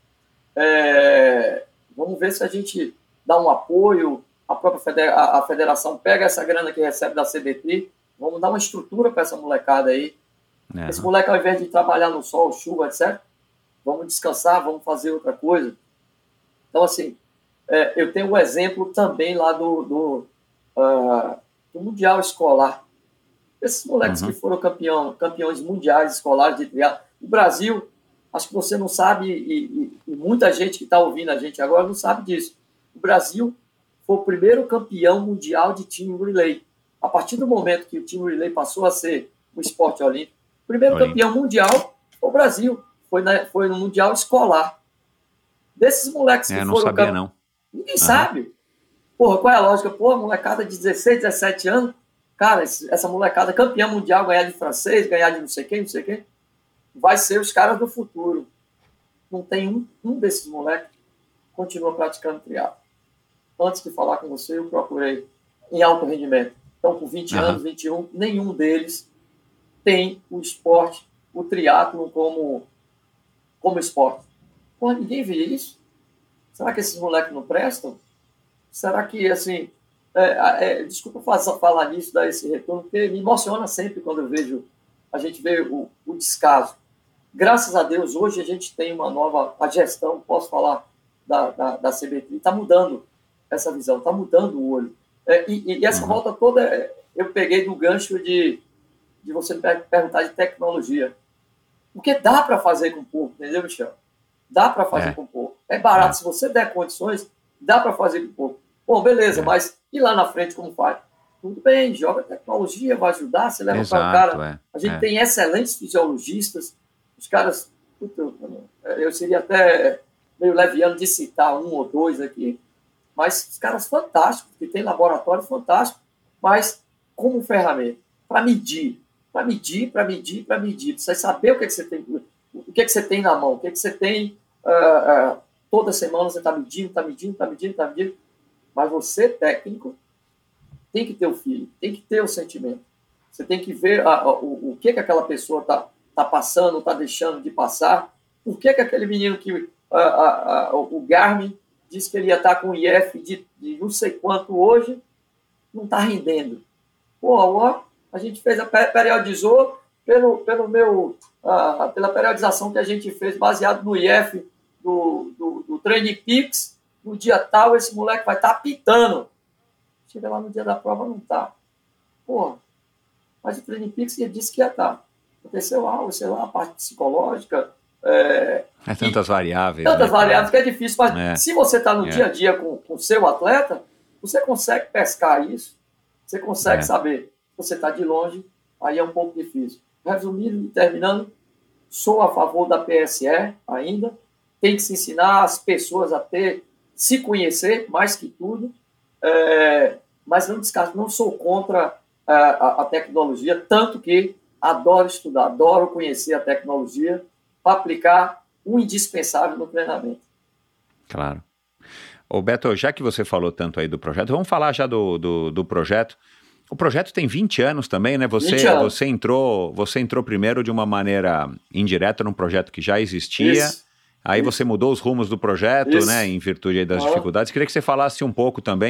Vamos ver se a gente dá um apoio, a própria a federação pega essa grana que recebe da CBT, vamos dar uma estrutura para essa molecada aí. Esse moleque, ao invés de trabalhar no sol, chuva, etc., vamos descansar, vamos fazer outra coisa. Então, assim, eu tenho um exemplo também lá do Mundial Escolar. Esses moleques que foram campeões mundiais escolares de triatlo. O Brasil, acho que você não sabe, e muita gente que está ouvindo a gente agora não sabe disso. O Brasil foi o primeiro campeão mundial de team relay. A partir do momento que o team relay passou a ser um esporte olímpico, o primeiro campeão mundial foi o Brasil. Foi no Mundial Escolar. Desses moleques que foram... não sabia, não. Ninguém sabe. Porra, qual é a lógica? Porra, molecada de 16, 17 anos, cara, essa molecada campeã mundial, ganhar de francês, ganhar de não sei quem, vai ser os caras do futuro. Não tem um desses moleques que continua praticando triatlo. Antes de falar com você, eu procurei em alto rendimento. Então, com 20 anos, 21, nenhum deles tem o esporte, o triatlo como esporte. Porra, ninguém vê isso. Será que esses moleques não prestam? Será que, assim... desculpa falar nisso, dar esse retorno, porque me emociona sempre quando a gente vê o descaso. Graças a Deus, hoje a gente tem uma nova... A gestão, posso falar, da CBT, está mudando essa visão, está mudando o olho. E essa volta toda, eu peguei do gancho de você me perguntar de tecnologia. Porque dá para fazer com pouco, entendeu, Michel? Dá para fazer com pouco. É barato. Se você der condições, dá para fazer com pouco. Bom, beleza, mas e lá na frente como faz? Tudo bem, joga tecnologia, vai ajudar, você leva para o cara. A gente tem excelentes fisiologistas, os caras, eu seria até meio leviano de citar um ou dois aqui, mas os caras fantásticos, que tem laboratório fantástico, mas como ferramenta, para medir. Você saber o que você tem, o que você tem na mão, o que você tem toda semana, você está medindo, mas você, técnico, tem que ter o feeling, tem que ter o sentimento. Você tem que ver o que aquela pessoa está passando, está deixando de passar. Por que aquele menino que o Garmin disse que ele ia estar com o IF de não sei quanto hoje, não está rendendo? A gente periodizou pela periodização que a gente fez, baseado no IF do Training Peaks. No dia tal, esse moleque vai estar apitando. Chega lá no dia da prova, não está. Mas o Training Peaks disse que ia estar. Aconteceu algo, sei lá, a parte psicológica. Tantas variáveis. Tantas variáveis que é difícil. Mas se você está no dia a dia com o seu atleta, você consegue pescar isso. Você consegue saber. Você está de longe, aí é um pouco difícil. Resumindo e terminando, sou a favor da PSE ainda. Tem que se ensinar as pessoas a se conhecer, mais que tudo. Mas não sou contra a tecnologia, tanto que adoro estudar, adoro conhecer a tecnologia para aplicar o indispensável no treinamento. Claro. Ô Beto, já que você falou tanto aí do projeto, vamos falar já do projeto. O projeto tem 20 anos também, né? Você entrou primeiro de uma maneira indireta num projeto que já existia. Isso. Aí você mudou os rumos do projeto, né? Em virtude aí das dificuldades. Queria que você falasse um pouco também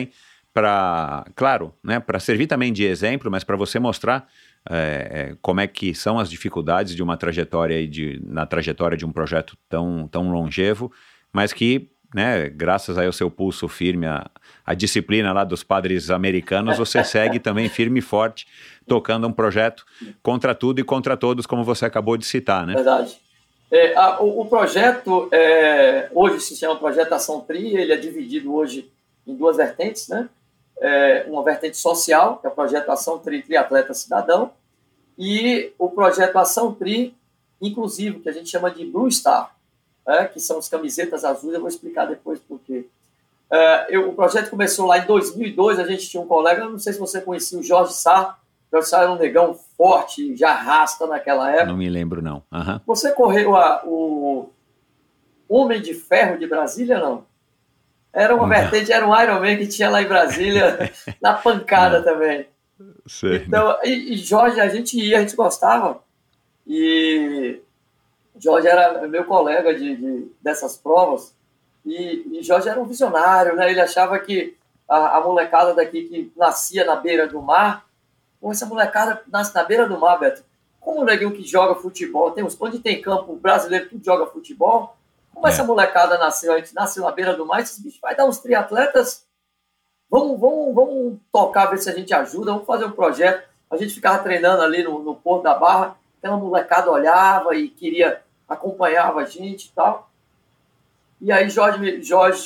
claro, né, para servir também de exemplo, mas para você mostrar como é que são as dificuldades de uma trajetória na trajetória de um projeto tão longevo, mas que, né, graças aí ao seu pulso firme, a disciplina lá dos padres americanos, você segue também firme e forte, tocando um projeto contra tudo e contra todos, como você acabou de citar, né? Verdade. O projeto, hoje se chama Projeto Ação Tri, ele é dividido hoje em duas vertentes, né? Uma vertente social, que é o Projeto Ação Tri Triatleta Cidadão, e o Projeto Ação Tri Inclusivo, que a gente chama de Blue Star, que são as camisetas azuis, eu vou explicar depois por quê. O projeto começou lá em 2002, a gente tinha um colega, não sei se você conhecia o Jorge Sá. O Jorge Sá era um negão forte, já rasta naquela época. Não me lembro, não. Uhum. Você correu o Homem de Ferro de Brasília, não? Era uma vertente, era um Ironman que tinha lá em Brasília, na pancada também. Sei. Então, e Jorge, a gente gostava, e Jorge era meu colega dessas provas, e Jorge era um visionário, né? Ele achava que a molecada daqui que nascia na beira do mar, essa molecada nasce na beira do mar, Beto. Como o neguinho que joga futebol, onde tem campo brasileiro, tudo joga futebol, como essa molecada nasceu, a gente nasceu na beira do mar, esses bichos vai dar uns triatletas, vamos tocar, ver se a gente ajuda, vamos fazer um projeto. A gente ficava treinando ali no Porto da Barra, aquela molecada olhava e acompanhava a gente e tal. E aí, Jorge,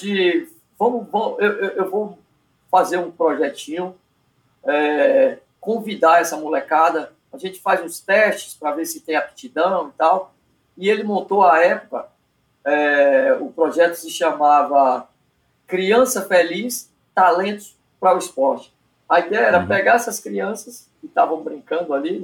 eu vou fazer um projetinho, convidar essa molecada, a gente faz uns testes para ver se tem aptidão e tal. E ele montou, à época, o projeto se chamava Criança Feliz, Talentos para o Esporte. A ideia era pegar essas crianças que estavam brincando ali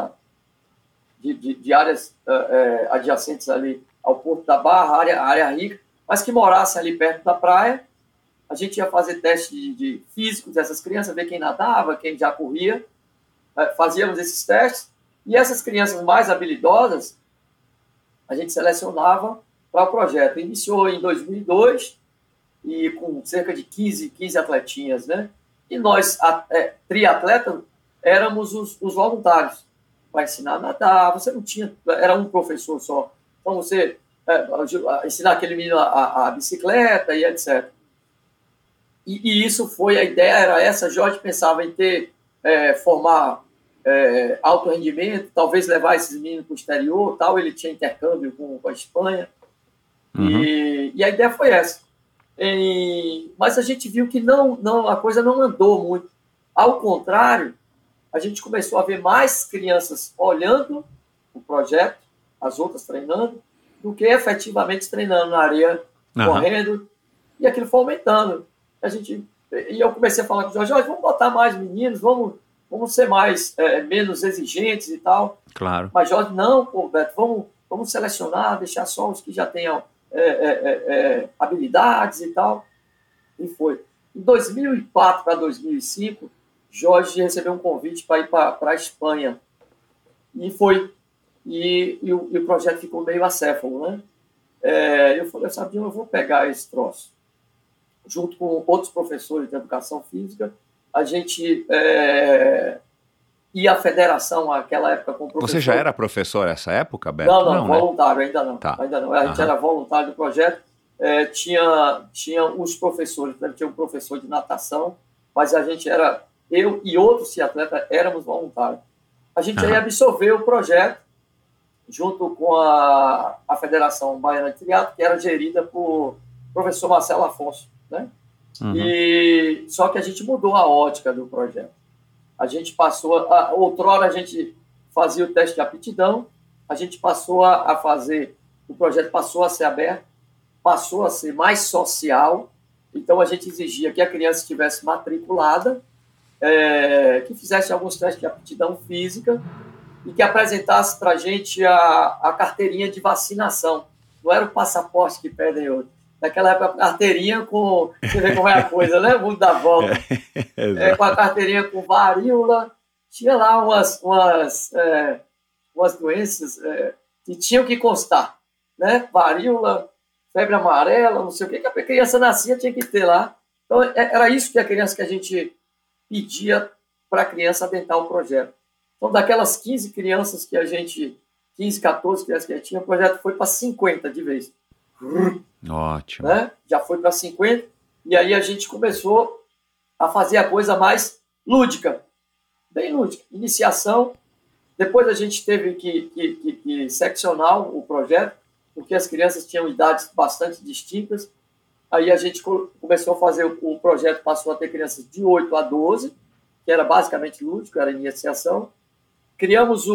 de áreas adjacentes ali ao Porto da Barra, área rica, mas que morassem ali perto da praia. A gente ia fazer teste de físicos dessas crianças, ver quem nadava, quem já corria. Fazíamos esses testes. E essas crianças mais habilidosas, a gente selecionava para o projeto. Iniciou em 2002, e com cerca de 15 atletinhas, né? E nós, triatletas, éramos os voluntários para ensinar a nadar. Você não tinha, era um professor só. Então você ensinar aquele menino a bicicleta e etc. E isso foi, a ideia era essa. Jorge pensava em formar alto rendimento, talvez levar esses meninos para o exterior, tal. Ele tinha intercâmbio com a Espanha. Uhum. E a ideia foi essa. Mas a gente viu que a coisa não andou muito. Ao contrário, a gente começou a ver mais crianças olhando o projeto, as outras treinando, do que efetivamente treinando na areia, correndo, e aquilo foi aumentando. E eu comecei a falar com o Jorge, vamos botar mais meninos, vamos ser menos exigentes e tal. Claro. Mas Jorge, não, pô, Beto, vamos selecionar, deixar só os que já tenham habilidades e tal. E foi. Em 2004 para 2005, Jorge recebeu um convite para ir para a Espanha. E foi. E o projeto ficou meio acéfalo, né? Eu falei, Sabinho, eu vou pegar esse troço. Junto com outros professores de educação física, a gente ia à federação naquela época com o professor. Você já era professor nessa época, Beto? Não, voluntário, né? Ainda não. Tá. Ainda não. A gente era voluntário do projeto. Tinha os professores, tinha um professor de natação, mas a gente eu e outros triatletas éramos voluntários. A gente aí absorveu o projeto junto com a Federação Baiana de Triatlo, que era gerida por professor Marcelo Afonso, né? E só que a gente mudou a ótica do projeto. A gente passou, outrora a gente fazia o teste de aptidão, a gente passou a fazer, o projeto passou a ser aberto, passou a ser mais social, então a gente exigia que a criança estivesse matriculada, que fizesse alguns testes de aptidão física e que apresentasse para a gente a carteirinha de vacinação. Não era o passaporte que pedem hoje. Naquela época, a carteirinha com... Você vê como é a coisa, né? O mundo dá volta. Com a carteirinha com varíola. Tinha lá umas doenças que tinham que constar, né? Varíola, febre amarela, não sei o que a criança nascia, tinha que ter lá Então, era isso que a gente pedia para a criança adentrar o projeto. Então, daquelas 15 crianças que a gente, 15, 14 crianças que a gente tinha, o projeto foi para 50 de vez. Ótimo. Né? Já foi para 50, e aí a gente começou a fazer a coisa mais lúdica, bem lúdica. Iniciação, depois a gente teve que seccionar o projeto, porque as crianças tinham idades bastante distintas. Aí a gente começou a fazer o projeto, passou a ter crianças de 8 a 12, que era basicamente lúdico, era iniciação. Criamos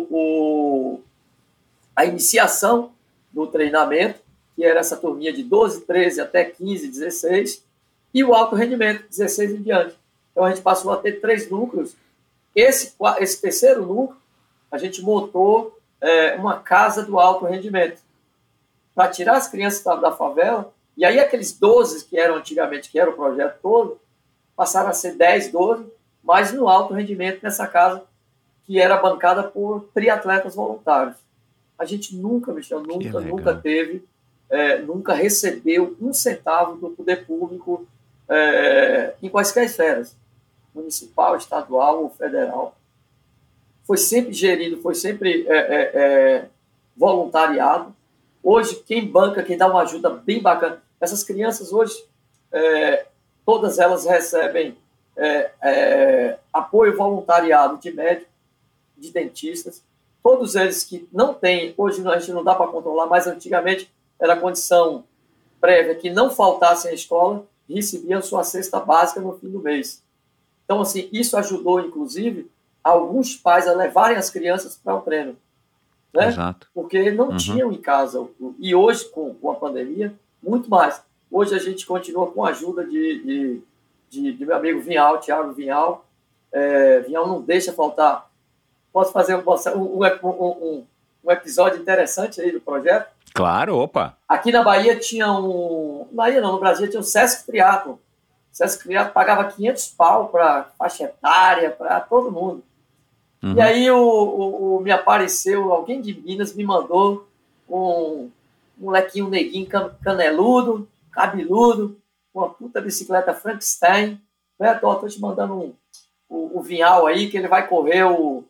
a iniciação do treinamento, que era essa turminha de 12, 13 até 15, 16, e o alto rendimento, 16 em diante. Então a gente passou a ter 3 núcleos. Esse terceiro núcleo, a gente montou uma casa do alto rendimento, para tirar as crianças da favela. E aí aqueles 12 que eram antigamente, que era o projeto todo, passaram a ser 10, 12, mas no alto rendimento nessa casa, que era bancada por triatletas voluntários. A gente nunca, Michel, nunca teve, nunca recebeu um centavo do poder público em quaisquer esferas, municipal, estadual ou federal. Foi sempre gerido, foi sempre voluntariado. Hoje, quem banca, quem dá uma ajuda bem bacana, essas crianças hoje, todas elas recebem apoio voluntariado de médicos, de dentistas, todos eles que não têm, hoje a gente não dá para controlar, mas antigamente era condição prévia que não faltassem à escola, recebiam sua cesta básica no fim do mês. Então, assim, isso ajudou, inclusive, alguns pais a levarem as crianças para o treino. Né? Exato. Porque não tinham em casa. E hoje, com a pandemia, muito mais. Hoje a gente continua com a ajuda de meu amigo Vinhal, Thiago Vinhal. Vinhal não deixa faltar. Posso fazer um episódio interessante aí do projeto? Claro, opa. Aqui na Bahia tinha no Brasil tinha um Sesc Triathlon. O Sesc Triathlon pagava 500 pau para faixa etária, para todo mundo. Uhum. E aí me apareceu, alguém de Minas me mandou um molequinho neguinho caneludo, cabeludo, uma puta bicicleta Frankenstein. Tô te mandando o Vinhal aí, que ele vai correr o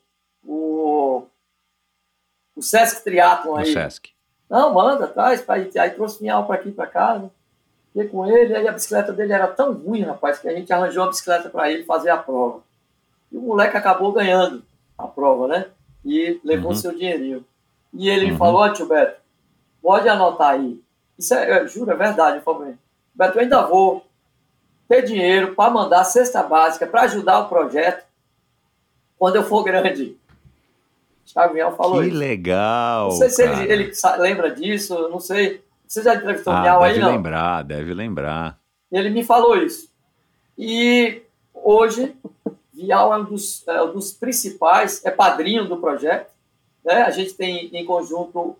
Sesc Triathlon aí. O Sesc. Não, manda, traz. Aí trouxe o Vinhal para aqui, para casa. Fiquei com ele, aí a bicicleta dele era tão ruim, rapaz, que a gente arranjou uma bicicleta para ele fazer a prova. E o moleque acabou ganhando a prova, né? E levou seu dinheirinho. E ele me falou, tio Beto, pode anotar aí. Isso juro, é verdade. Eu falei, Beto, eu ainda vou ter dinheiro para mandar a cesta básica para ajudar o projeto quando eu for grande. O Thiago Vinhal falou isso. Que legal, não sei se ele lembra disso, não sei. Você já entrevistou o Vinhal aí, não? Deve lembrar. Ele me falou isso. E hoje, Vinhal é um dos principais, é padrinho do projeto. Né? A gente tem em conjunto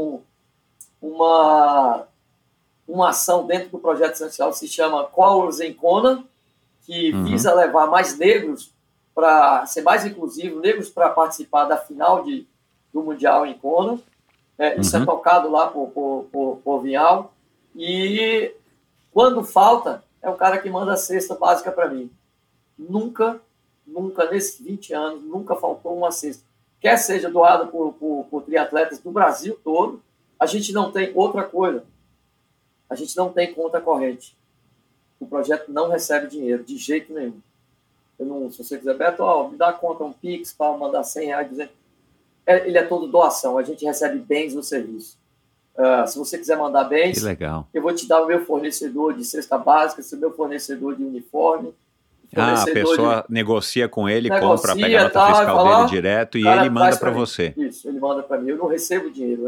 uma ação dentro do projeto essencial que se chama Colors em Kona, que visa levar mais negros para ser mais inclusivo, negros para participar da final do Mundial em Kona. Isso é tocado lá por Vinhal. E quando falta, é o cara que manda a cesta básica para mim. Nunca, nesses 20 anos, nunca faltou uma cesta. Quer seja doada por triatletas do Brasil todo, a gente não tem outra coisa. A gente não tem conta corrente. O projeto não recebe dinheiro, de jeito nenhum. Se você quiser, Beto, me dá conta, um Pix para mandar R$100, 200. Ele é todo doação, a gente recebe bens no serviço. Se você quiser mandar bens, que legal. Eu vou te dar o meu fornecedor de cesta básica, o meu fornecedor de uniforme. A pessoa negocia com ele, compra, pega a nota fiscal dele direto e ele manda para você. Isso, ele manda para mim. Eu não recebo dinheiro,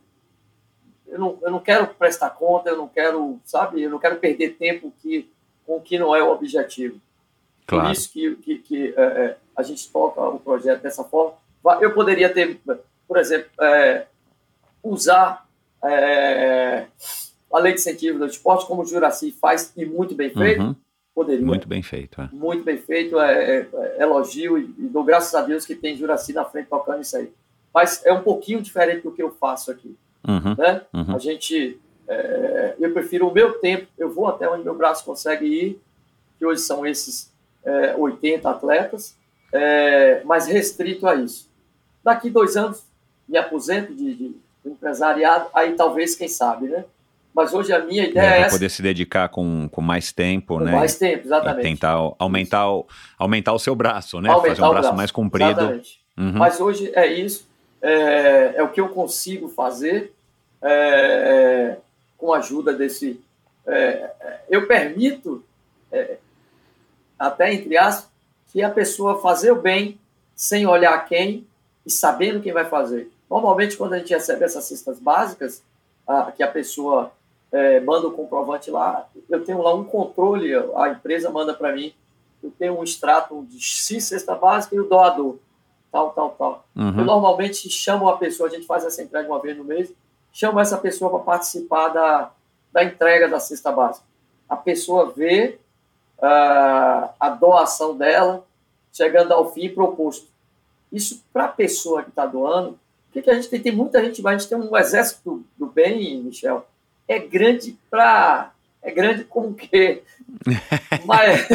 eu não quero prestar conta, eu não quero perder tempo com o que não é o objetivo. Claro. Por isso que a gente toca o projeto dessa forma. Eu poderia ter, por exemplo, usar a lei de incentivo do esporte, como o Juraci faz, e muito bem feito. Poderia. Muito bem feito. Muito bem feito, elogio e dou graças a Deus que tem Juraci na frente tocando isso aí. Mas é um pouquinho diferente do que eu faço aqui. Né? A gente Eu prefiro o meu tempo, eu vou até onde meu braço consegue ir, que hoje são esses 80 atletas, mas restrito a isso. Daqui 2 anos, me aposento de empresariado, aí talvez, quem sabe, né? Mas hoje a minha ideia é essa. Poder se dedicar com mais tempo, né? Com mais tempo, exatamente. E tentar aumentar o seu braço, né? Fazer um braço mais comprido. Exatamente. Mas hoje é isso, é o que eu consigo fazer com a ajuda desse... eu permito, até entre aspas, que a pessoa fazer o bem sem olhar quem e sabendo quem vai fazer. Normalmente, quando a gente recebe essas cestas básicas, que a pessoa manda o comprovante lá, eu tenho lá um controle, a empresa manda para mim, eu tenho um extrato de X cesta básica e o doador, tal. Eu normalmente chamo a pessoa, a gente faz essa entrega uma vez no mês, chamo essa pessoa para participar da entrega da cesta básica. A pessoa vê a doação dela chegando ao fim proposto. Isso, para a pessoa que está doando, o que a gente tem? Tem muita gente, mas a gente tem um exército do bem, Michel, é grande como que? mas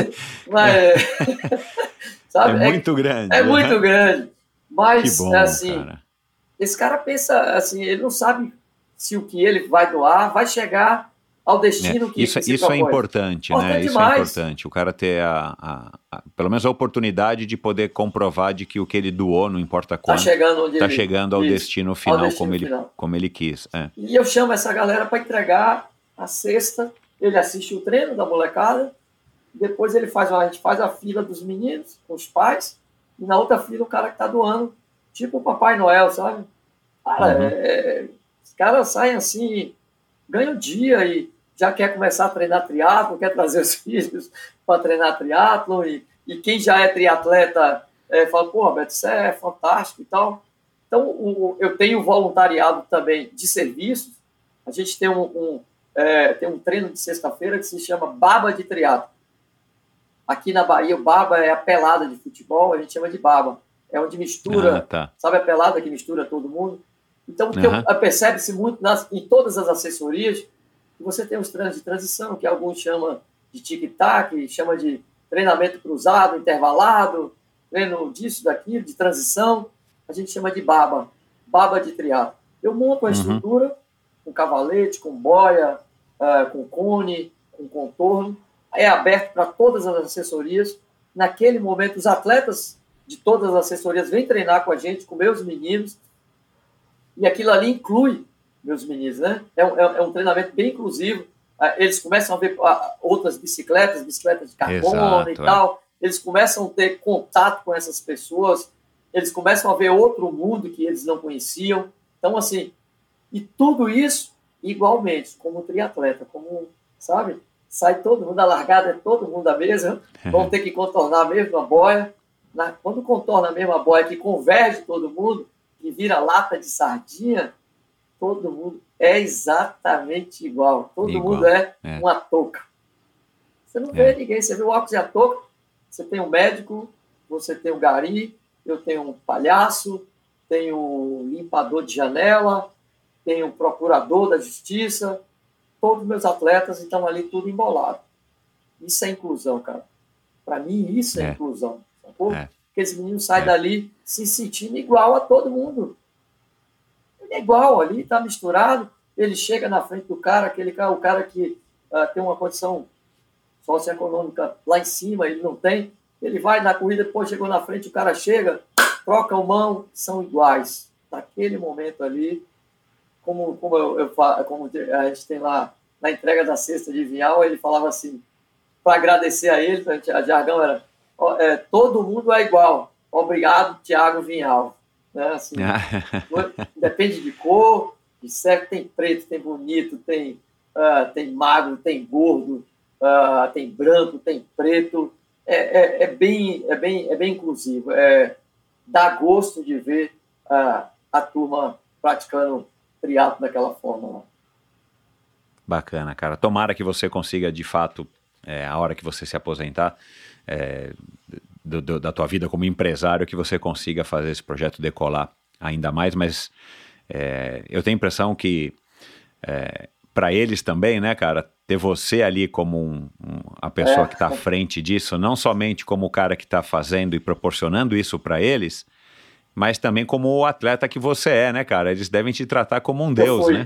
sabe? É muito grande. É muito grande. Mas, que bom, assim, cara. Esse cara pensa, assim, ele não sabe se o que ele vai doar vai chegar ao destino que isso se é importante, né? Isso é importante. O cara ter pelo menos a oportunidade de poder comprovar de que o que ele doou, não importa quanto, está chegando ao destino final, como ele quis. E eu chamo essa galera para entregar a cesta, ele assiste o treino da molecada, depois a gente faz a fila dos meninos com os pais, e na outra fila o cara que está doando, tipo o Papai Noel, sabe? Cara, os caras saem assim, ganham dia e já quer começar a treinar triatlo, quer trazer os filhos para treinar triatlo, e quem já é triatleta fala, pô, Roberto, isso é fantástico e tal. Então, eu tenho voluntariado também de serviços. A gente tem tem um treino de sexta-feira que se chama Baba de Triatlo. Aqui na Bahia, o baba é a pelada de futebol, a gente chama de baba. É onde mistura, sabe a pelada que mistura todo mundo? Então, percebe-se muito em todas as assessorias que você tem os treinos de transição, que alguns chamam de tic-tac, chama de treinamento cruzado, intervalado, treino disso, daquilo, de transição. A gente chama de baba de triatlo. Eu monto a estrutura com cavalete, com boia, com cone, com contorno. É aberto para todas as assessorias. Naquele momento, os atletas de todas as assessorias vêm treinar com a gente, com meus meninos, e aquilo ali inclui meus meninos, né? É um treinamento bem inclusivo. Eles começam a ver outras bicicletas de carbono e tal. Eles começam a ter contato com essas pessoas. Eles começam a ver outro mundo que eles não conheciam. Então, assim, e tudo isso igualmente, como triatleta, sabe? Sai todo mundo, a largada é todo mundo a mesma, vão ter que contornar a mesma boia. Quando contorna a mesma boia, que converge todo mundo, que vira lata de sardinha, todo mundo é exatamente igual. Todo mundo é uma touca. Você não vê ninguém, você vê o óculos e a touca, você tem um médico, você tem um gari, eu tenho um palhaço, tenho um limpador de janela, tenho um procurador da justiça, todos os meus atletas estão ali tudo embolado. Isso é inclusão, cara. Para mim, isso é inclusão. Sacou? Porque esse menino sai dali se sentindo igual a todo mundo. Ele é igual ali, está misturado. Ele chega na frente do cara, o cara que tem uma condição socioeconômica lá em cima, ele não tem. Ele vai na corrida, depois chegou na frente, o cara chega, troca a mão, são iguais. Naquele momento ali, como a gente tem lá na entrega da cesta de Vinhal, ele falava assim, para agradecer a ele, a jargão era, todo mundo é igual, obrigado, Thiago Vinhal. Né? Assim, depende de cor, de certo, tem preto, tem bonito, tem magro, tem gordo, tem branco, tem preto, é bem inclusivo, dá gosto de ver a turma praticando triatlo daquela forma lá. Bacana, cara. Tomara que você consiga, de fato, a hora que você se aposentar da tua vida como empresário, que você consiga fazer esse projeto decolar ainda mais, mas eu tenho a impressão que para eles também, né, cara? Ter você ali como a pessoa que está à frente disso, não somente como o cara que está fazendo e proporcionando isso para eles, mas também como o atleta que você é, né, cara? Eles devem te tratar como um deus, né?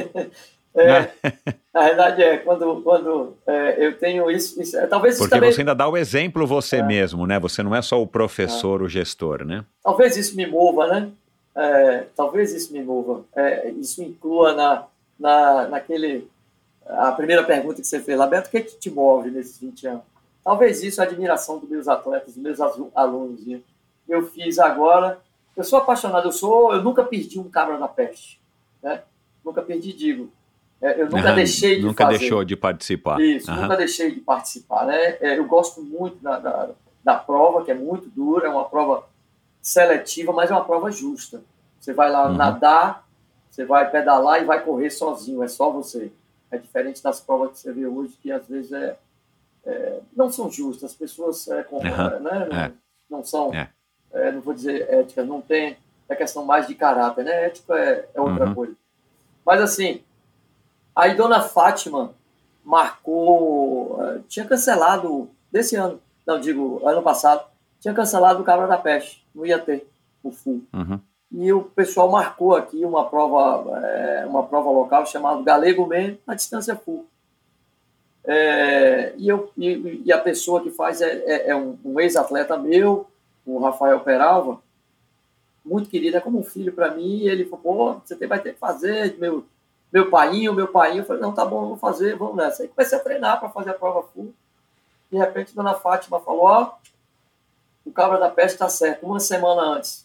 Na verdade quando eu tenho isso talvez isso porque também... você ainda dá o exemplo você mesmo, né? Você não é só o professor, o gestor, né? Talvez isso me mova, né? Talvez isso me mova. Isso inclua naquele... A primeira pergunta que você fez lá, Beto, o que te move nesses 20 anos? Talvez isso, a admiração dos meus atletas, dos meus alunos. Eu fiz agora... Eu sou apaixonado, eu nunca perdi um cabra da peste, né? Nunca perdi, digo. Eu nunca deixei de nunca fazer. Deixou de participar. Isso, nunca deixei de participar, né? Eu gosto muito da prova, que é muito dura, é uma prova seletiva, mas é uma prova justa. Você vai lá nadar, você vai pedalar e vai correr sozinho, é só você. É diferente das provas que você vê hoje, que às vezes não são justas, as pessoas né? Não são, não vou dizer ética, não tem, é questão mais de caráter, né? Ética é outra coisa. Mas assim, aí Dona Fátima marcou, tinha cancelado desse ano, não digo ano passado, tinha cancelado o Cabra da Peste, não ia ter o full. E o pessoal marcou aqui uma prova local chamada Galego Man na distância full. E a pessoa que faz é um ex-atleta meu, o Rafael Peralva, muito querido, é como um filho para mim, e ele falou, você vai ter que fazer, meu painho, eu falei, não, tá bom, vou fazer, vamos nessa. Aí comecei a treinar para fazer a prova full, de repente a Dona Fátima falou, o Cabra da Peste tá certo, uma semana antes.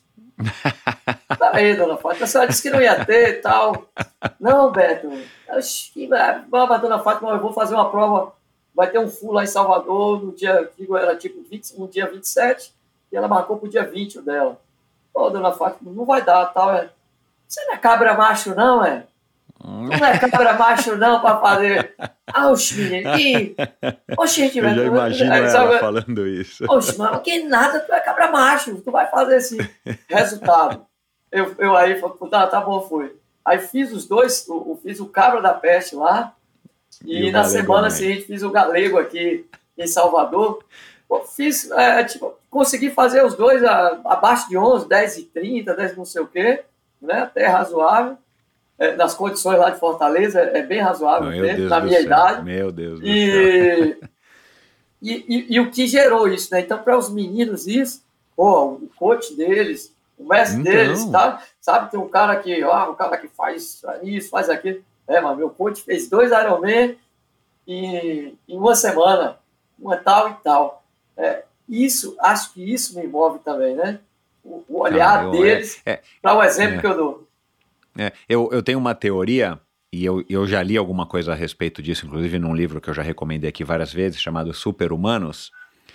Tá aí, Dona Fátima, a senhora disse que não ia ter e tal. Não, Beto, vamos, Dona Fátima, eu vou fazer uma prova, vai ter um full lá em Salvador, no dia, era tipo no dia 27, e ela marcou pro dia 20 o dela. Dona Fátima, não vai dar, tal, Você não é cabra macho, não, Não é cabra macho, não, para fazer. Oxe, menino, Oxe, eu já imagino ela falando isso. Oxe, mano, que nada, tu é cabra macho, tu vai fazer esse resultado. Eu aí falei, tá bom, foi. Aí fiz os dois, fiz o Cabra da Peste lá, e na semana seguinte fiz o Galego aqui em Salvador. Fiz, consegui fazer os dois abaixo de 11, 10h30, 10 não sei o quê, né? Até razoável. Nas condições lá de Fortaleza, é bem razoável, na minha idade. Meu Deus do céu. E o que gerou isso, né? Então, para os meninos, isso, o coach deles, o mestre deles, tá? Sabe, tem um cara que, o cara que faz isso, faz aquilo. Mas meu coach fez 2 Ironman em uma semana, uma tal e tal. Acho que isso me move também, né? O olhar deles, para o exemplo que eu dou. Eu tenho uma teoria, e eu já li alguma coisa a respeito disso, inclusive num livro que eu já recomendei aqui várias vezes, chamado Super-Humanos,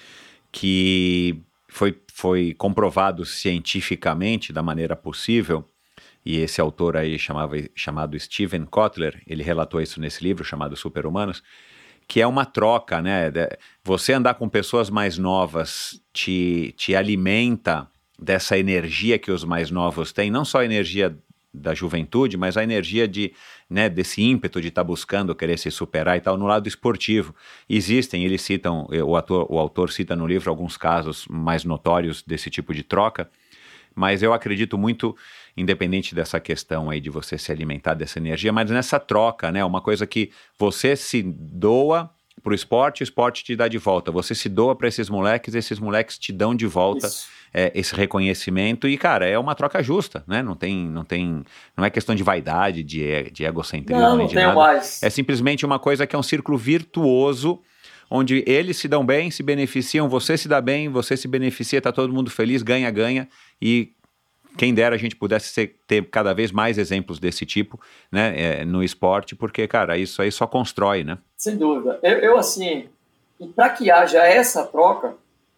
que foi comprovado cientificamente da maneira possível, e esse autor aí chamado Steven Kotler, ele relatou isso nesse livro chamado Super-Humanos, que é uma troca, né? Você andar com pessoas mais novas te alimenta dessa energia que os mais novos têm, não só a energia da juventude, mas a energia desse ímpeto de estar buscando, querer se superar e tal, no lado esportivo. Existem, eles citam, o autor cita no livro alguns casos mais notórios desse tipo de troca, mas eu acredito muito, independente dessa questão aí de você se alimentar dessa energia, mas nessa troca, né, uma coisa que você se doa para o esporte te dá de volta, você se doa para esses moleques te dão de volta esse reconhecimento e, cara, é uma troca justa, né, não é questão de vaidade, de egocentrismo, nem de nada, mais. É simplesmente uma coisa que é um círculo virtuoso, onde eles se dão bem, se beneficiam, você se dá bem, você se beneficia, tá todo mundo feliz, ganha, e quem dera a gente pudesse ter cada vez mais exemplos desse tipo, né, no esporte, porque, cara, isso aí só constrói, né? Sem dúvida. Eu assim, para que haja essa troca,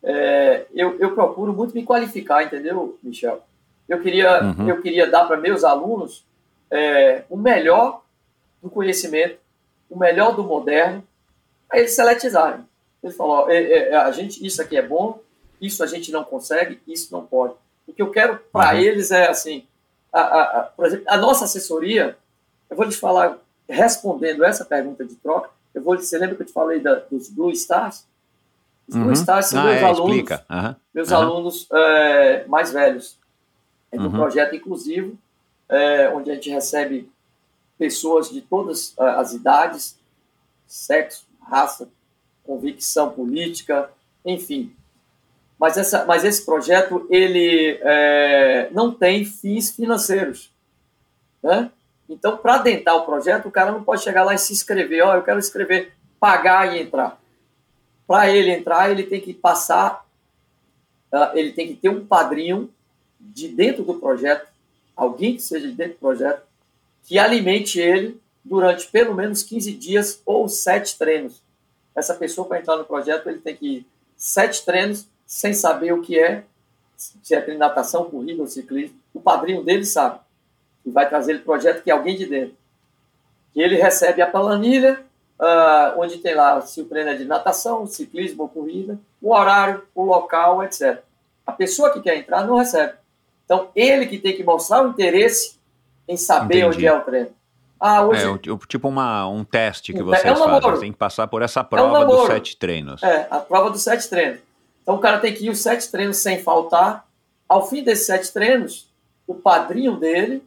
eu procuro muito me qualificar, entendeu, Michel? Eu queria dar para meus alunos o melhor do conhecimento, o melhor do moderno, para eles seletizarem. Ele falou, isso aqui é bom, isso a gente não consegue, isso não pode. O que eu quero para eles é assim, por exemplo, a nossa assessoria, eu vou lhes falar respondendo essa pergunta de troca, você lembra que eu te falei dos Blue Stars? Os Blue Stars são meus alunos, alunos mais velhos. É um projeto inclusivo, onde a gente recebe pessoas de todas as idades, sexo, raça, convicção política, enfim. Mas esse projeto, ele não tem fins financeiros, né? Então, para adentrar o projeto, o cara não pode chegar lá e se inscrever. Eu quero escrever, pagar e entrar. Para ele entrar, ele tem que passar, ele tem que ter um padrinho de dentro do projeto, alguém que seja de dentro do projeto, que alimente ele durante pelo menos 15 dias ou 7 treinos. Essa pessoa, para entrar no projeto, ele tem que ir 7 treinos sem saber o que é, se é natação, corrida ou ciclismo. O padrinho dele sabe. E vai trazer ele para o projeto, que é alguém de dentro. E ele recebe a planilha, onde tem lá se o treino é de natação, ciclismo ou corrida, o horário, o local, etc. A pessoa que quer entrar não recebe. Então, ele que tem que mostrar o interesse em saber onde é o treino. Hoje... tipo um teste que vocês fazem. Você tem que passar por essa prova dos 7 treinos. A prova dos 7 treinos. Então, o cara tem que ir os 7 treinos sem faltar. Ao fim desses 7 treinos, o padrinho dele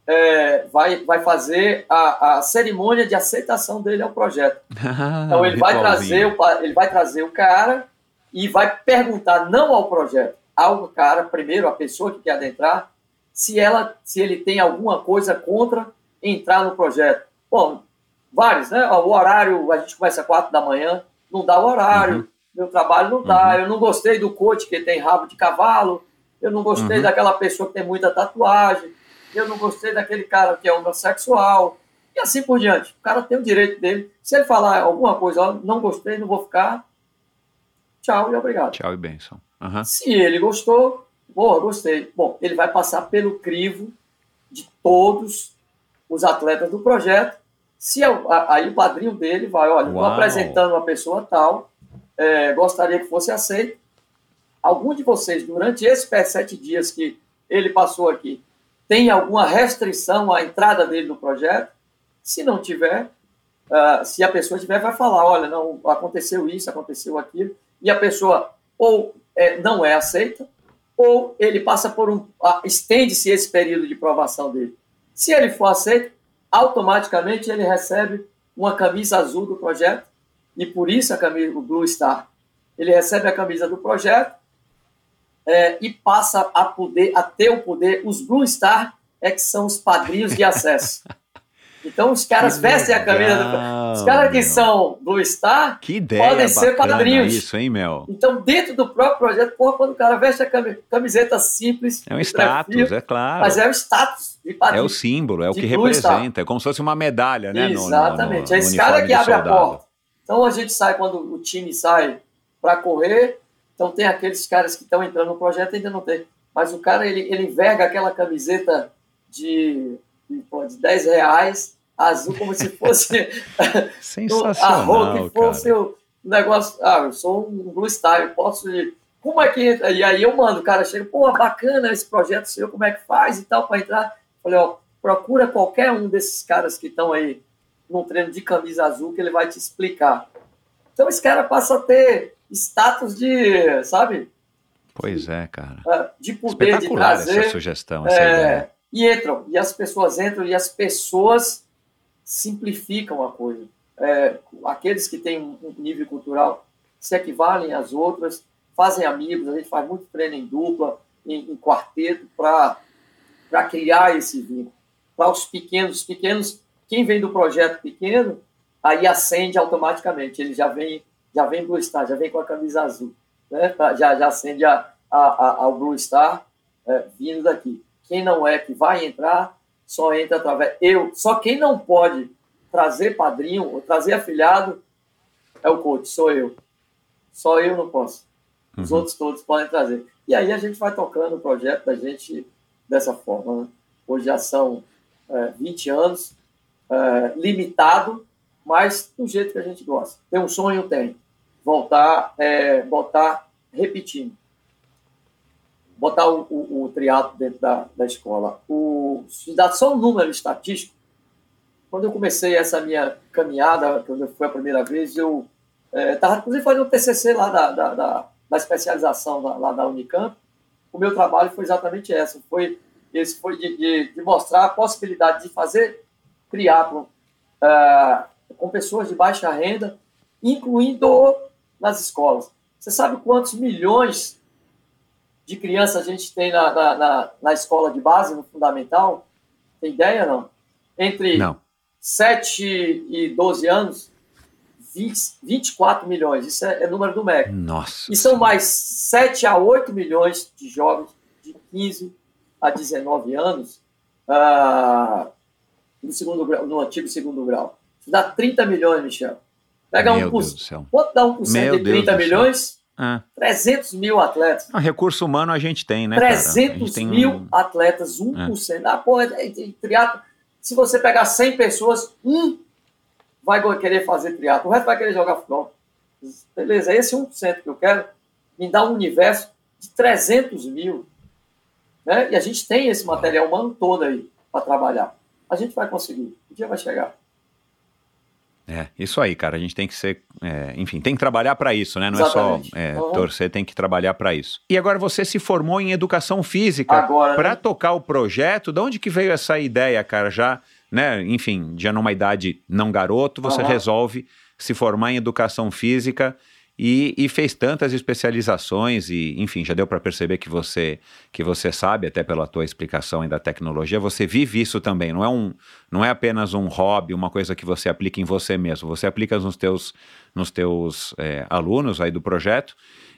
vai fazer a cerimônia de aceitação dele ao projeto. Então, ele vai trazer o cara e vai perguntar não ao projeto, ao cara, primeiro, a pessoa que quer adentrar, se ele tem alguma coisa contra entrar no projeto. Bom, vários, né? O horário, a gente começa às 4 da manhã, não dá o horário, meu trabalho não dá, eu não gostei do coach que tem rabo de cavalo, eu não gostei daquela pessoa que tem muita tatuagem, eu não gostei daquele cara que é homossexual, e assim por diante. O cara tem o direito dele. Se ele falar alguma coisa, não gostei, não vou ficar, tchau e obrigado. Tchau e bênção. Se ele gostou, gostei. Bom, ele vai passar pelo crivo de todos os atletas do projeto. Aí o padrinho dele vai, estou apresentando uma pessoa tal, gostaria que fosse aceito. Algum de vocês, durante esses 7 dias que ele passou aqui, tem alguma restrição à entrada dele no projeto? Se não tiver, se a pessoa tiver, vai falar, não, aconteceu isso, aconteceu aquilo, e a pessoa ou não é aceita, ou ele passa estende-se esse período de provação dele. Se ele for aceito, automaticamente ele recebe uma camisa azul do projeto, e por isso o Blue Star. Ele recebe a camisa do projeto e passa a ter o poder. Os Blue Star que são os padrinhos de acesso. Então os caras vestem a camisa os caras que são Blue Star podem ser padrinhos. Isso, hein, Mel? Então, dentro do próprio projeto, quando o cara veste a camiseta simples... É um status, é claro. Mas é o status de padrinho. É o símbolo, é o que representa. É como se fosse uma medalha, né? Exatamente. É esse cara que abre a porta. Então, a gente sai, quando o time sai para correr, então tem aqueles caras que estão entrando no projeto, ainda não tem. Mas o cara, ele enverga aquela camiseta de R$10, azul, como se fosse sensacional, que fosse o negócio. Eu sou um Blue Star, eu posso ir. Como é que entra? E aí eu mando, o cara chega, bacana esse projeto seu, como é que faz e tal, para entrar. Falei, procura qualquer um desses caras que estão aí num treino de camisa azul, que ele vai te explicar. Então esse cara passa a ter status de, sabe? Pois é, cara. De poder, de trazer. Essa sugestão, essa ideia. E entram, e as pessoas simplificam a coisa. Aqueles que têm um nível cultural se equivalem às outras, fazem amigos, a gente faz muito treino em dupla, em quarteto, para criar esse vínculo. Para os pequenos, quem vem do projeto pequeno, aí acende automaticamente, ele já vem Blue Star, já vem com a camisa azul, né? já acende ao Blue Star vindo daqui. Quem não que vai entrar, só entra através... Só quem não pode trazer padrinho ou trazer afiliado é o coach, sou eu. Só eu não posso. Os outros todos podem trazer. E aí a gente vai tocando o projeto da gente dessa forma. Né? Hoje já são 20 anos, limitado, mas do jeito que a gente gosta. Tem um sonho, tem. Voltar repetindo. Botar o triatlo dentro da escola. Se dá só um número estatístico, quando eu comecei essa minha caminhada, quando foi a primeira vez, eu estava, inclusive, fazendo um TCC lá da especialização lá da Unicamp. O meu trabalho foi exatamente esse foi de mostrar a possibilidade de fazer triatlon com pessoas de baixa renda, incluindo nas escolas. Você sabe quantos milhões de crianças a gente tem na escola de base, no fundamental? Tem ideia, não? Entre 7 e 12 anos, 24 milhões. Isso é número do MEC. Nossa. E são mais 7 a 8 milhões de jovens de 15 a 19 anos no antigo segundo grau. Isso dá 30 milhões, Michel. Pega Meu Deus do céu. Quanto dá 1% de 30 milhões? 300 mil atletas. Recurso humano a gente tem, né, 300 mil atletas, 1%. Triatlo, se você pegar 100 pessoas, vai querer fazer triatlo, o resto vai querer jogar futebol. Beleza, esse 1% que eu quero me dá um universo de 300 mil. Né? E a gente tem esse material humano todo aí para trabalhar. A gente vai conseguir. O dia vai chegar. Isso aí, cara. A gente tem que ser... enfim, tem que trabalhar para isso, né? Não Exatamente. É só torcer, tem que trabalhar para isso. E agora você se formou em educação física para tocar o projeto. De onde que veio essa ideia, cara? Já, né? Enfim, já numa idade não garoto, você resolve se formar em educação física e fez tantas especializações e, enfim, já deu para perceber que você sabe, até pela tua explicação aí da tecnologia, você vive isso também, não é apenas um hobby, uma coisa que você aplica em você mesmo, você aplica nos teus alunos aí do projeto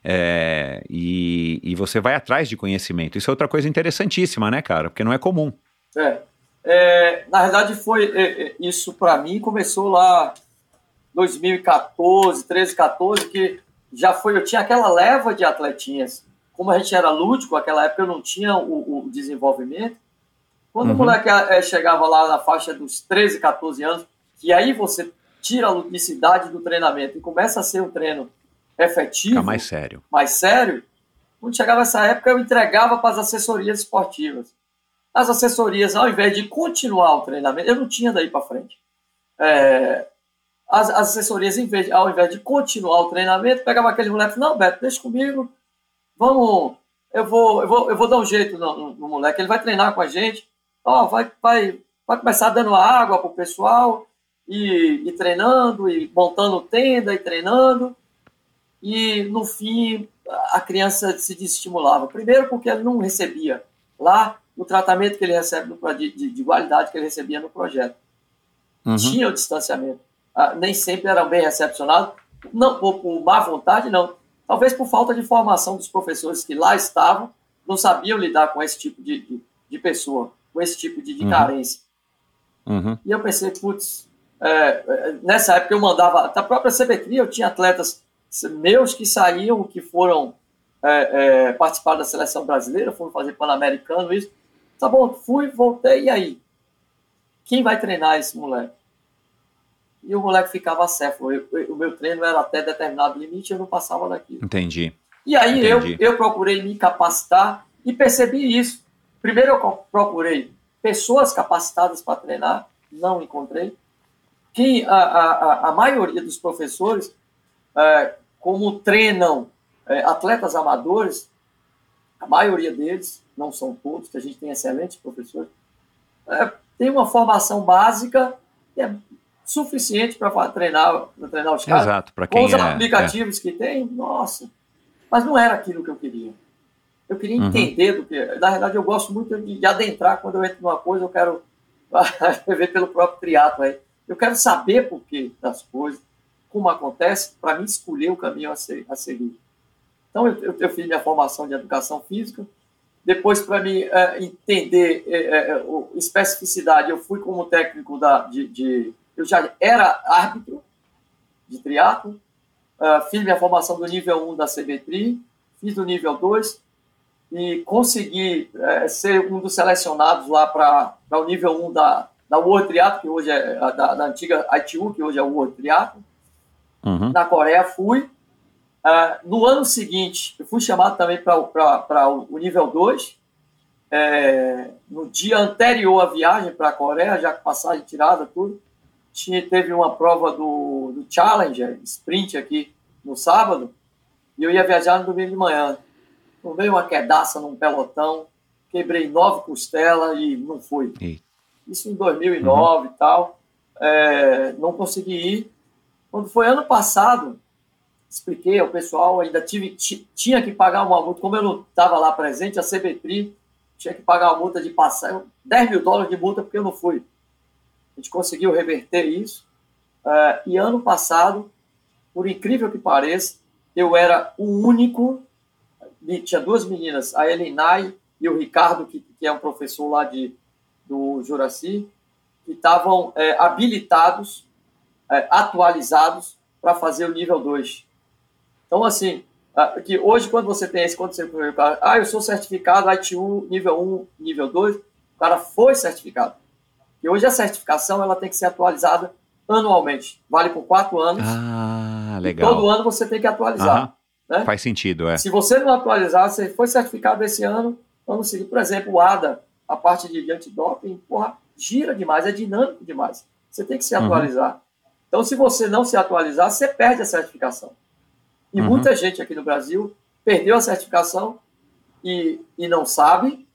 e você vai atrás de conhecimento. Isso é outra coisa interessantíssima, né, cara? Porque não é comum. Na verdade, isso para mim começou lá 2014, 13, 14, que eu tinha aquela leva de atletinhas. Como a gente era lúdico, naquela época eu não tinha o desenvolvimento. Quando o moleque chegava lá na faixa dos 13, 14 anos, e aí você tira a ludicidade do treinamento e começa a ser um treino efetivo, mais sério. Quando chegava essa época, eu entregava para as assessorias esportivas. As assessorias, ao invés de continuar o treinamento, eu não tinha daí para frente. As assessorias, ao invés de continuar o treinamento, pegavam aquele moleque, não, Beto, deixa comigo, eu vou dar um jeito no moleque, ele vai treinar com a gente, vai começar dando água pro pessoal, e treinando, e montando tenda, e treinando, e no fim a criança se desestimulava. Primeiro porque ele não recebia lá o tratamento que ele recebe de qualidade que ele recebia no projeto. Tinha o distanciamento. Nem sempre eram bem recepcionados, não por má vontade, não. Talvez por falta de formação dos professores que lá estavam, não sabiam lidar com esse tipo de pessoa, com esse tipo de carência. E eu pensei, nessa época eu mandava, da própria CBCRI, eu tinha atletas meus que saíam, que foram participar da seleção brasileira, foram fazer Pan-Americano, isso. Tá bom, fui, voltei, e aí? Quem vai treinar esse moleque? E o moleque ficava céfalo. O meu treino era até determinado limite, eu não passava daquilo. Entendi. E aí eu procurei me capacitar e percebi isso. Primeiro eu procurei pessoas capacitadas para treinar, não encontrei. A maioria dos professores, como treinam atletas amadores, a maioria deles, não são todos, que a gente tem excelentes professores, tem uma formação básica que é suficiente para treinar os caras. Exato, para quem com os aplicativos que tem, nossa. Mas não era aquilo que eu queria. Eu queria entender do que... Na verdade, eu gosto muito de adentrar. Quando eu entro numa coisa, eu quero ver pelo próprio triatlo aí. Eu quero saber por que das coisas, como acontece, para mim escolher o caminho a seguir. Então, eu fiz minha formação de educação física. Depois, para mim entender especificidade, eu fui como técnico eu já era árbitro de triatlo, fiz minha formação do nível 1 da CBTRI, fiz do nível 2 e consegui ser um dos selecionados lá para o nível 1 da World Triathlon, que hoje é da antiga ITU, que hoje é o World Triathlon. Na Coreia fui. No ano seguinte, eu fui chamado também para o nível 2. No dia anterior à viagem para a Coreia, já com passagem tirada, tudo. teve uma prova do Challenger, sprint aqui no sábado, e eu ia viajar no domingo de manhã. Tomei uma quedaça num pelotão, quebrei 9 costelas e não fui. Isso em 2009 e tal. Não consegui ir. Quando foi ano passado, expliquei ao pessoal, ainda tinha que pagar uma multa. Como eu não estava lá presente, a CBTRI tinha que pagar uma multa de passar $10 mil de multa porque eu não fui. A gente conseguiu reverter isso. E ano passado, por incrível que pareça, eu era o único, tinha 2 meninas, a Elinai e o Ricardo, que é um professor lá do Juraci, que estavam habilitados, atualizados para fazer o nível 2. Então, assim, que hoje, quando você tem esse, quando você eu sou certificado ITU nível 1, nível 2, o cara foi certificado. E hoje a certificação ela tem que ser atualizada anualmente. Vale por 4 anos. Legal. E todo ano você tem que atualizar. Né? Faz sentido, Se você não atualizar, você foi certificado esse ano, vamos seguir. Por exemplo, o ADA, a parte de antidoping, gira demais, é dinâmico demais. Você tem que se atualizar. Então, se você não se atualizar, você perde a certificação. E muita gente aqui no Brasil perdeu a certificação e não sabe,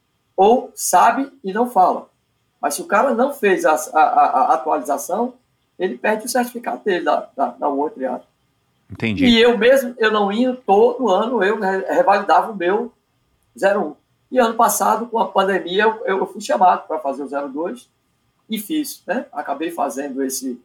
ou sabe e não fala. Mas se o cara não fez a atualização, ele perde o certificado dele da World Triathlon. Entendi. E eu mesmo, eu não ia, todo ano eu revalidava o meu 01. E ano passado, com a pandemia, eu fui chamado para fazer o 02 e fiz, né? Acabei fazendo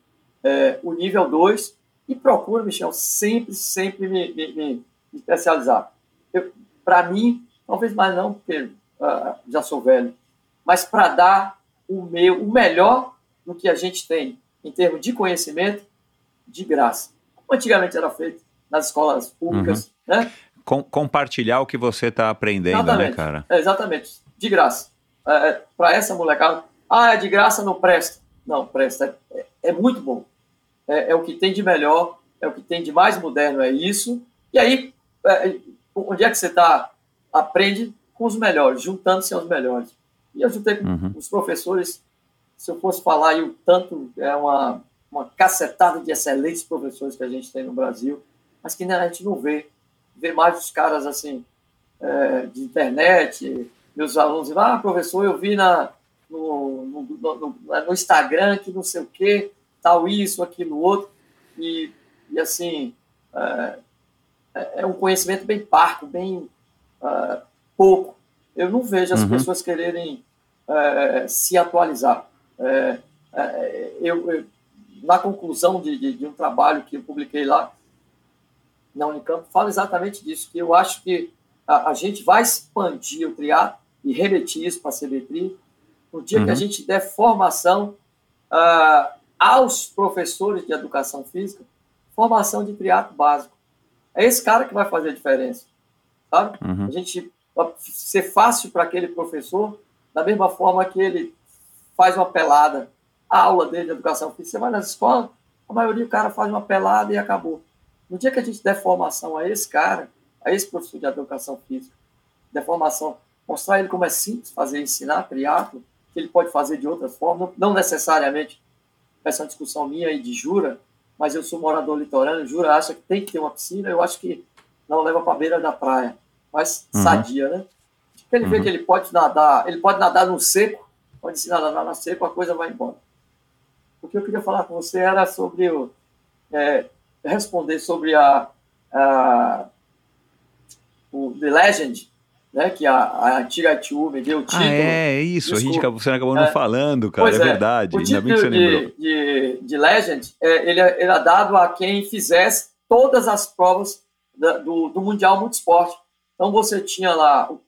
o nível 2 e procuro, Michel, sempre me especializar. Para mim, talvez mais não, porque já sou velho, mas para dar o melhor do que a gente tem em termos de conhecimento, de graça. Como antigamente era feito nas escolas públicas, né? Compartilhar o que você está aprendendo, exatamente, né, cara? Exatamente, de graça. Para essa molecada, é de graça, não presta. Não, presta. É muito bom. É o que tem de melhor, é o que tem de mais moderno, é isso. E aí, onde é que você está? Aprende com os melhores, juntando-se aos melhores. E eu juntei com os professores, se eu fosse falar aí o tanto, é uma cacetada de excelentes professores que a gente tem no Brasil, mas que a gente não vê mais os caras assim, de internet, meus alunos dizem, professor, eu vi no Instagram que não sei o que, tal isso, aquilo, outro, e assim, é um conhecimento bem parco, bem pouco. Eu não vejo as pessoas quererem se atualizar. Na conclusão de um trabalho que eu publiquei lá na Unicamp, falo exatamente disso, que eu acho que a gente vai expandir o triatlo e remeter isso para a CBTRI no dia que a gente der formação aos professores de educação física, formação de triatlo básico. É esse cara que vai fazer a diferença, sabe? A gente ser fácil para aquele professor, da mesma forma que ele faz uma pelada, a aula dele de educação física, você vai nas escolas, a maioria do cara faz uma pelada e acabou. No dia que a gente der formação a esse cara, a esse professor de educação física, der formação, mostrar ele como é simples ensinar triatlo, que ele pode fazer de outras formas, não necessariamente, essa é uma discussão minha e de Jura, mas eu sou morador litorâneo, Jura acha que tem que ter uma piscina, eu acho que não leva para a beira da praia, mas sadia, né? Porque ele vê que ele pode nadar no seco, pode ensinar a nadar no seco, a coisa vai embora. O que eu queria falar com você era sobre responder sobre o The Legend, né, que a antiga ITU me deu o título. Isso, você acabou não falando, cara, pois verdade. O título de Legend, ele era dado a quem fizesse todas as provas do Mundial Multisport. Então você tinha lá o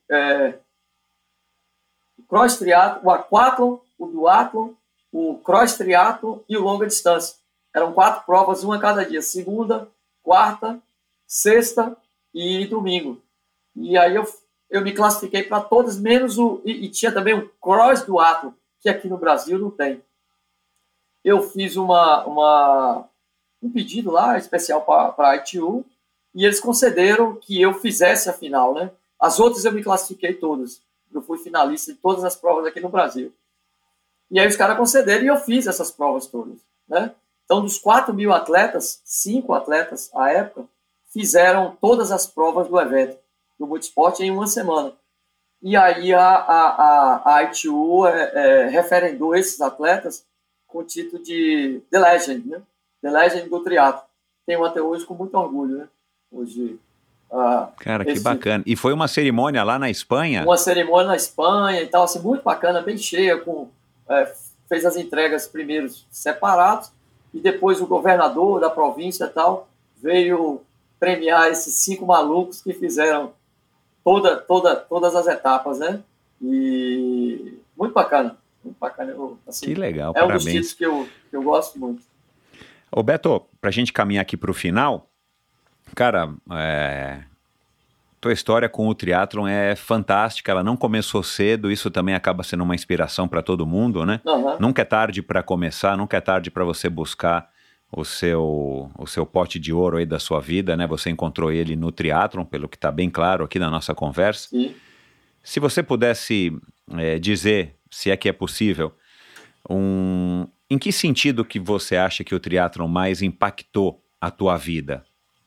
cross triatlo, o aquatlon, o duatlon, o cross triatlo e o longa distância. Eram 4 provas, uma a cada dia, segunda, quarta, sexta e domingo. E aí eu me classifiquei para todas, menos e tinha também o cross duatlo, que aqui no Brasil não tem. Eu fiz um pedido lá, especial para a ITU, e eles concederam que eu fizesse a final, né? As outras eu me classifiquei todas. Eu fui finalista de todas as provas aqui no Brasil. E aí os caras concederam e eu fiz essas provas todas. né? Então, dos 4.000 atletas, 5 atletas, à época, fizeram todas as provas do evento, do multisport, em uma semana. E aí a ITU referendou esses atletas com o título de The Legend, né? The Legend do triatlo. Tenho até hoje com muito orgulho, né? Hoje, cara, que bacana. E foi uma cerimônia lá na Espanha? Uma cerimônia na Espanha e tal, assim, muito bacana, bem cheia, fez as entregas primeiros separados, e depois o governador da província e tal veio premiar esses 5 malucos que fizeram todas as etapas, né? E muito bacana. Assim, que legal, é parabéns. Um dos títulos que eu gosto muito. Ô Beto, pra gente caminhar aqui pro final, cara, tua história com o triatlon é fantástica, ela não começou cedo, isso também acaba sendo uma inspiração para todo mundo, né? Uhum. Nunca é tarde para começar, nunca é tarde para você buscar o seu pote de ouro aí da sua vida, né? Você encontrou ele no triatlon, pelo que está bem claro aqui na nossa conversa. Sim. Se você pudesse dizer, se é que é possível, em que sentido que você acha que o triatlon mais impactou a tua vida?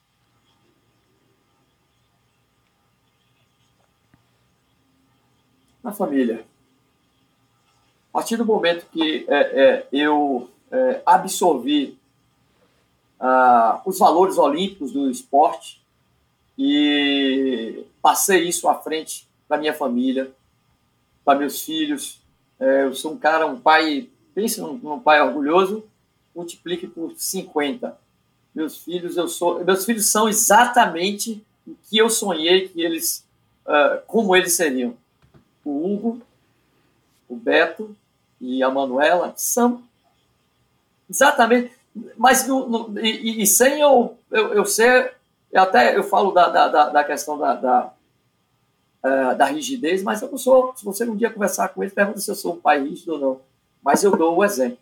Na família. A partir do momento que eu absorvi os valores olímpicos do esporte e passei isso à frente para minha família, para meus filhos. Eu sou um pai, pense num pai orgulhoso, multiplique por 50. Meus filhos são exatamente o que eu sonhei que eles, como eles seriam. O Hugo, o Beto e a Manuela são exatamente, mas e sem eu ser, até eu falo da questão da rigidez, mas eu não sou. Se você um dia conversar com ele, pergunta se eu sou um pai rígido ou não, mas eu dou o exemplo.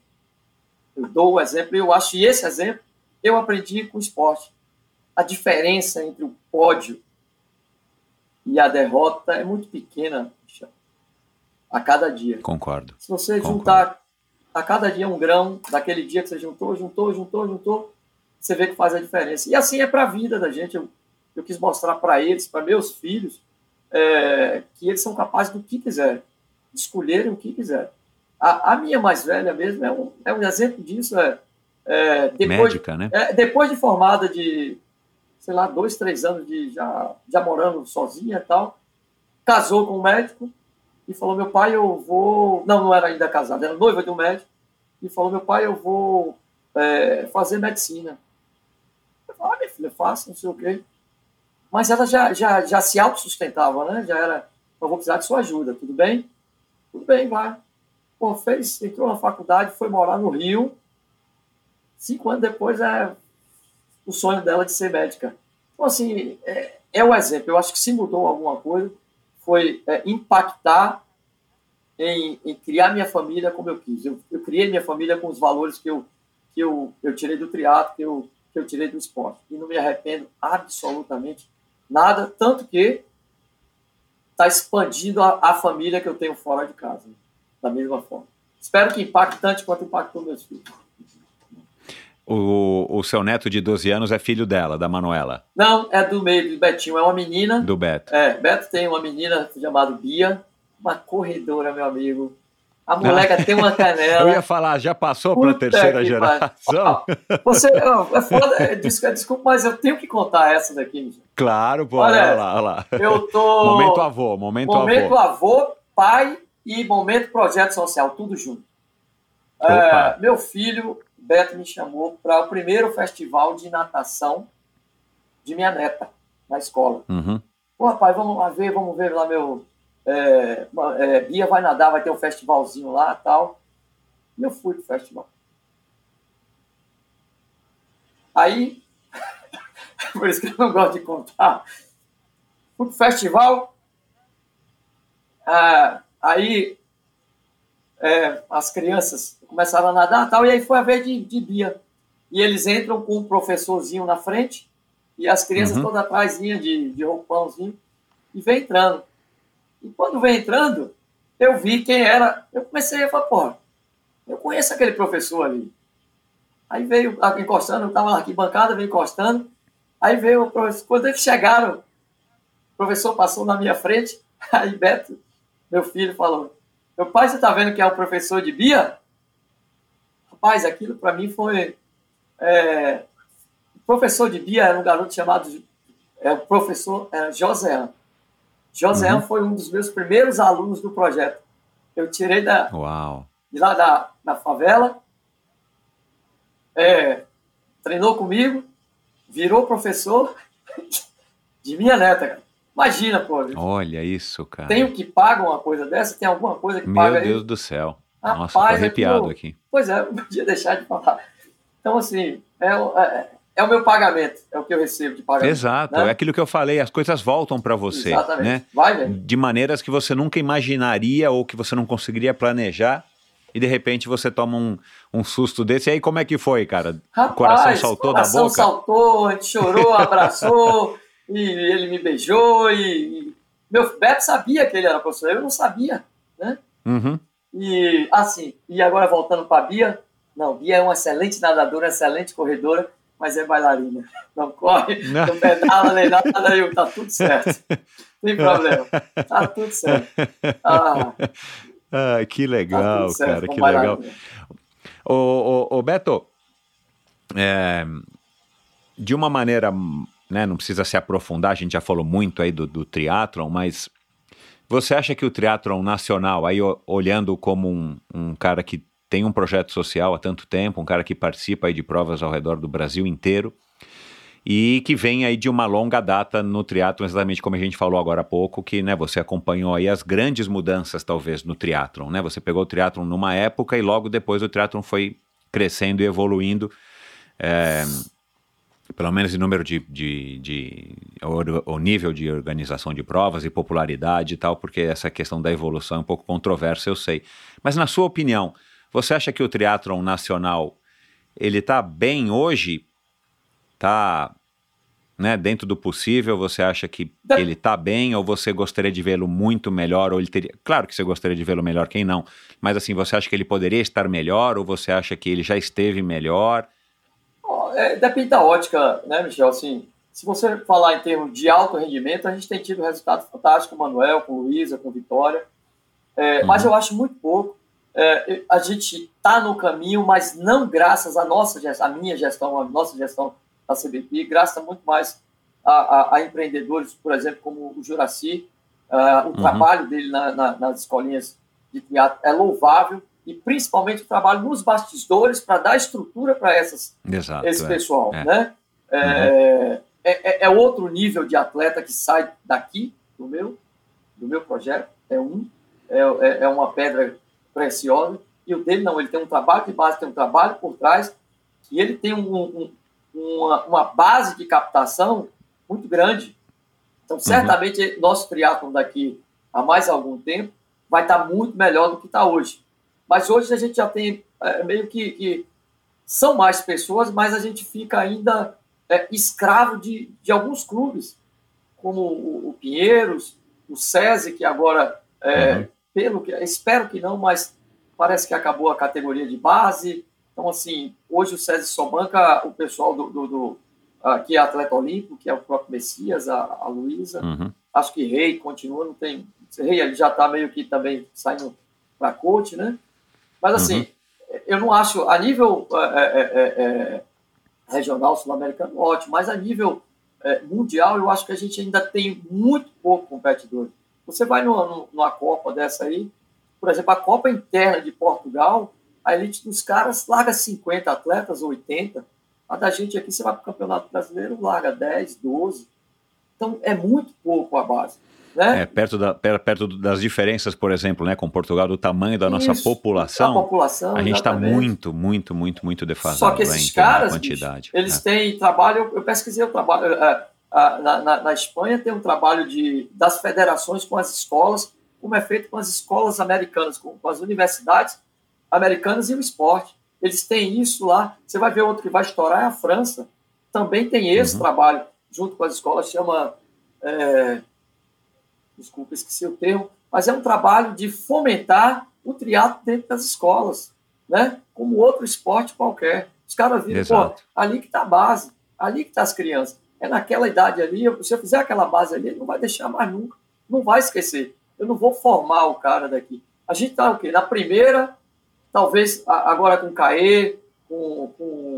E eu acho que esse exemplo eu aprendi com o esporte. A diferença entre o pódio e a derrota é muito pequena a cada dia. Concordo. Se você juntar a cada dia um grão, daquele dia que você juntou, você vê que faz a diferença. E assim é para a vida da gente. Eu quis mostrar para eles, para meus filhos, que eles são capazes do que quiserem, de escolherem o que quiserem. A minha mais velha mesmo é um exemplo disso. Médica, né? Depois de formada de, sei lá, 2, 3 anos de já morando sozinha e tal, casou com um médico e falou: meu pai, eu vou... Não era ainda casada, era noiva de um médico, e falou: meu pai, eu vou fazer medicina. Eu falei: minha filha, faça, não sei o quê. Mas ela já se autossustentava, né? Já era: eu vou precisar de sua ajuda, tudo bem? Tudo bem, vai. Pô, entrou na faculdade, foi morar no Rio. 5 anos depois o sonho dela de ser médica. Então, assim, é o exemplo. Eu acho que se mudou alguma coisa, foi impactar em criar minha família como eu quis. Eu criei minha família com os valores que eu tirei do triatlo, que eu tirei do esporte. E não me arrependo absolutamente nada, tanto que está expandindo a família que eu tenho fora de casa, né? Da mesma forma. Espero que impacte tanto quanto impactou meus filhos. O seu neto de 12 anos é filho dela, da Manuela? Não, é do meio, do Betinho. É uma menina. Do Beto. Beto tem uma menina chamada Bia, uma corredora, meu amigo. A moleca tem uma canela. Eu ia falar, já passou para a terceira geração? Você, é foda, desculpa, mas eu tenho que contar essa daqui, Michel. Claro, pô, olha lá. Eu tô... Momento avô, pai e momento projeto social, tudo junto. Meu filho, Beto, me chamou para o primeiro festival de natação de minha neta, na escola. Uhum. Pô, rapaz, vamos ver lá meu... Bia vai nadar, vai ter um festivalzinho lá e tal. E eu fui pro festival. Aí, por isso que eu não gosto de contar, fui pro festival, aí as crianças começaram a nadar e tal, e aí foi a vez de Bia. E eles entram com um professorzinho na frente e as crianças todas atrás de roupãozinho, e vem entrando. E quando vem entrando, eu vi quem era. Eu comecei a falar: porra, eu conheço aquele professor ali. Aí veio encostando, eu estava na arquibancada, veio encostando. Aí veio o professor. Quando eles chegaram, o professor passou na minha frente. Aí Beto, meu filho, falou: meu pai, você está vendo que é o professor de Bia? Rapaz, aquilo para mim foi... O professor de Bia era um garoto chamado... o professor Joséan. Joséan foi um dos meus primeiros alunos do projeto. Eu tirei de lá da favela, treinou comigo, virou professor de minha neta, cara. Imagina, pô. Olha isso, cara. Tem o que paga uma coisa dessa? Tem alguma coisa que paga? Meu Deus do céu. Rapaz, nossa, tô arrepiado aqui. Pois é, eu não podia deixar de falar. Então, assim, é o meu pagamento, é o que eu recebo de pagamento. Exato, né? É aquilo que eu falei, as coisas voltam para você. Exatamente. Né? Vai, velho. De maneiras que você nunca imaginaria ou que você não conseguiria planejar. E de repente você toma um susto desse. E aí como é que foi, cara? Rapaz, o coração saltou da boca? O coração saltou, a gente chorou, abraçou, e ele me beijou. Meu Beto sabia que ele era professor, eu não sabia, né? Uhum. E assim, e agora voltando para a Bia, não, Bia é uma excelente nadadora, excelente corredora, mas é bailarina. Não corre, não pedala nem nada, tá tudo certo. Não tem problema, tá tudo certo. Que legal, tá certo, cara, que legal. Ô Beto, de uma maneira, né, não precisa se aprofundar, a gente já falou muito aí do triatlon, mas você acha que o triatlon nacional, aí olhando como um cara que tem um projeto social há tanto tempo, um cara que participa aí de provas ao redor do Brasil inteiro e que vem aí de uma longa data no triatlon, exatamente como a gente falou agora há pouco, que, né, você acompanhou aí as grandes mudanças talvez no triatlon, né? Você pegou o triatlon numa época e logo depois o triatlon foi crescendo e evoluindo, pelo menos em número o nível de organização de provas e popularidade e tal, porque essa questão da evolução é um pouco controversa, eu sei. Mas na sua opinião, você acha que o triatlon nacional, ele está bem hoje? Está, né, dentro do possível? Você acha que ele está bem ou você gostaria de vê-lo muito melhor? Ou ele teria... Claro que você gostaria de vê-lo melhor, quem não? Mas assim, você acha que ele poderia estar melhor ou você acha que ele já esteve melhor? Depende da ótica, né, Michel? Assim, se você falar em termos de alto rendimento, a gente tem tido resultados fantásticos com o Manuel, com o Luísa, com o Vitória, mas eu acho muito pouco. A gente está no caminho, mas não graças à nossa gestão, à minha gestão, à nossa gestão da CBP, graças muito mais a empreendedores, por exemplo, como o Juraci. O trabalho dele nas escolinhas de teatro é louvável, e principalmente o trabalho nos bastidores para dar estrutura para esse pessoal. Né? É outro nível de atleta que sai daqui, do meu projeto, é uma pedra preciosa, e o dele não, ele tem um trabalho de base, tem um trabalho por trás, e ele tem uma base de captação muito grande. Então, certamente, nosso triatlon daqui a mais algum tempo vai estar muito melhor do que está hoje. Mas hoje a gente já tem meio que são mais pessoas, mas a gente fica ainda escravo de alguns clubes, como o Pinheiros, o SESI, que agora, espero que não, mas parece que acabou a categoria de base. Então, assim, hoje o SESI só banca o pessoal que é atleta olímpico, que é o próprio Messias, a Luísa. Acho que Rei continua, não tem... Rei ele já está meio que também saindo para coach, né? Mas, assim, eu não acho, a nível regional, sul-americano, ótimo, mas a nível mundial, eu acho que a gente ainda tem muito pouco competidor. Você vai numa Copa dessa aí, por exemplo, a Copa interna de Portugal, a elite dos caras larga 50 atletas, 80. A da gente aqui, você vai para o Campeonato Brasileiro, larga 10, 12. Então, é muito pouco a base. Né? Perto das diferenças, por exemplo, né, com Portugal, do tamanho da nossa população, a gente está muito, muito, muito, muito defasado. Só que esses caras, quantidade. Bicho, eles têm trabalho, eu pesquisei o trabalho, na Espanha tem um trabalho das federações com as escolas, como é feito com as escolas americanas, com as universidades americanas e o esporte. Eles têm isso lá. Você vai ver outro que vai estourar, é a França. Também tem esse trabalho, junto com as escolas, chama... desculpa, esqueci o termo, mas é um trabalho de fomentar o triatlo dentro das escolas, né? Como outro esporte qualquer. Os caras viram, pô, ali que está a base, ali que está as crianças. É naquela idade ali, se eu fizer aquela base ali, ele não vai deixar mais nunca, não vai esquecer. Eu não vou formar o cara daqui. A gente está o quê? Na primeira, talvez agora com o Caê, com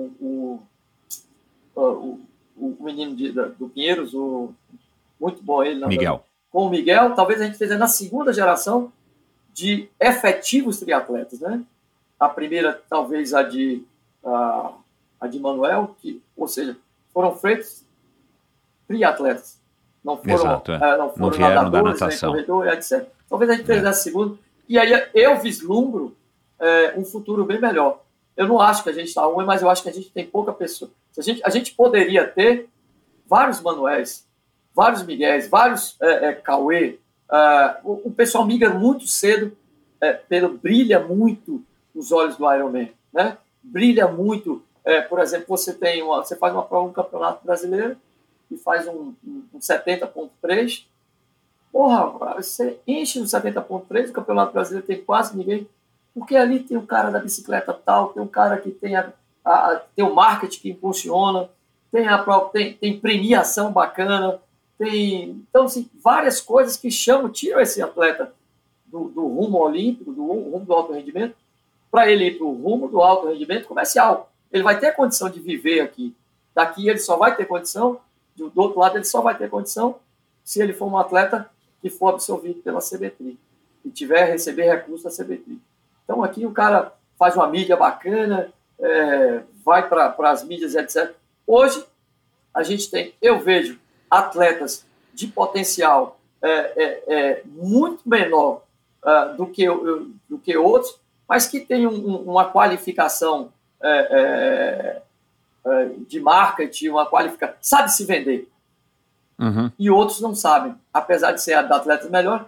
o menino do Pinheiros, muito bom ele. Miguel. Com o Miguel, talvez a gente esteja na segunda geração de efetivos triatletas, né? A primeira, talvez, a de Manuel, ou seja, foram feitos triatletas. Não foram, não vieram da natação. Corredor, etc. Talvez a gente esteja na segunda. E aí eu vislumbro um futuro bem melhor. Eu não acho que a gente está ruim, mas eu acho que a gente tem pouca pessoa. A gente poderia ter vários Manuéis, vários Miguéis, vários Cauê. O pessoal migra muito cedo, brilha muito os olhos do Ironman, né? Brilha muito. Por exemplo, você faz uma prova no Campeonato Brasileiro e faz um 70.3. Porra, você enche o 70.3, o Campeonato Brasileiro tem quase ninguém, porque ali tem o cara da bicicleta tal, tem um cara que tem o marketing que impulsiona, tem premiação bacana, então, assim, várias coisas que tiram esse atleta do rumo olímpico, do rumo do alto rendimento, para ele ir para o rumo do alto rendimento comercial. Ele vai ter condição de viver aqui. Daqui ele só vai ter condição, do outro lado ele só vai ter condição se ele for um atleta que for absorvido pela CBTRI e receber recursos da CBTRI. Então aqui o cara faz uma mídia bacana, vai para as mídias, etc. Hoje a gente eu vejo atletas de potencial muito menor do que outros, mas que tem uma qualificação de marketing, sabe se vender. Uhum. E outros não sabem. Apesar de ser atletas melhor,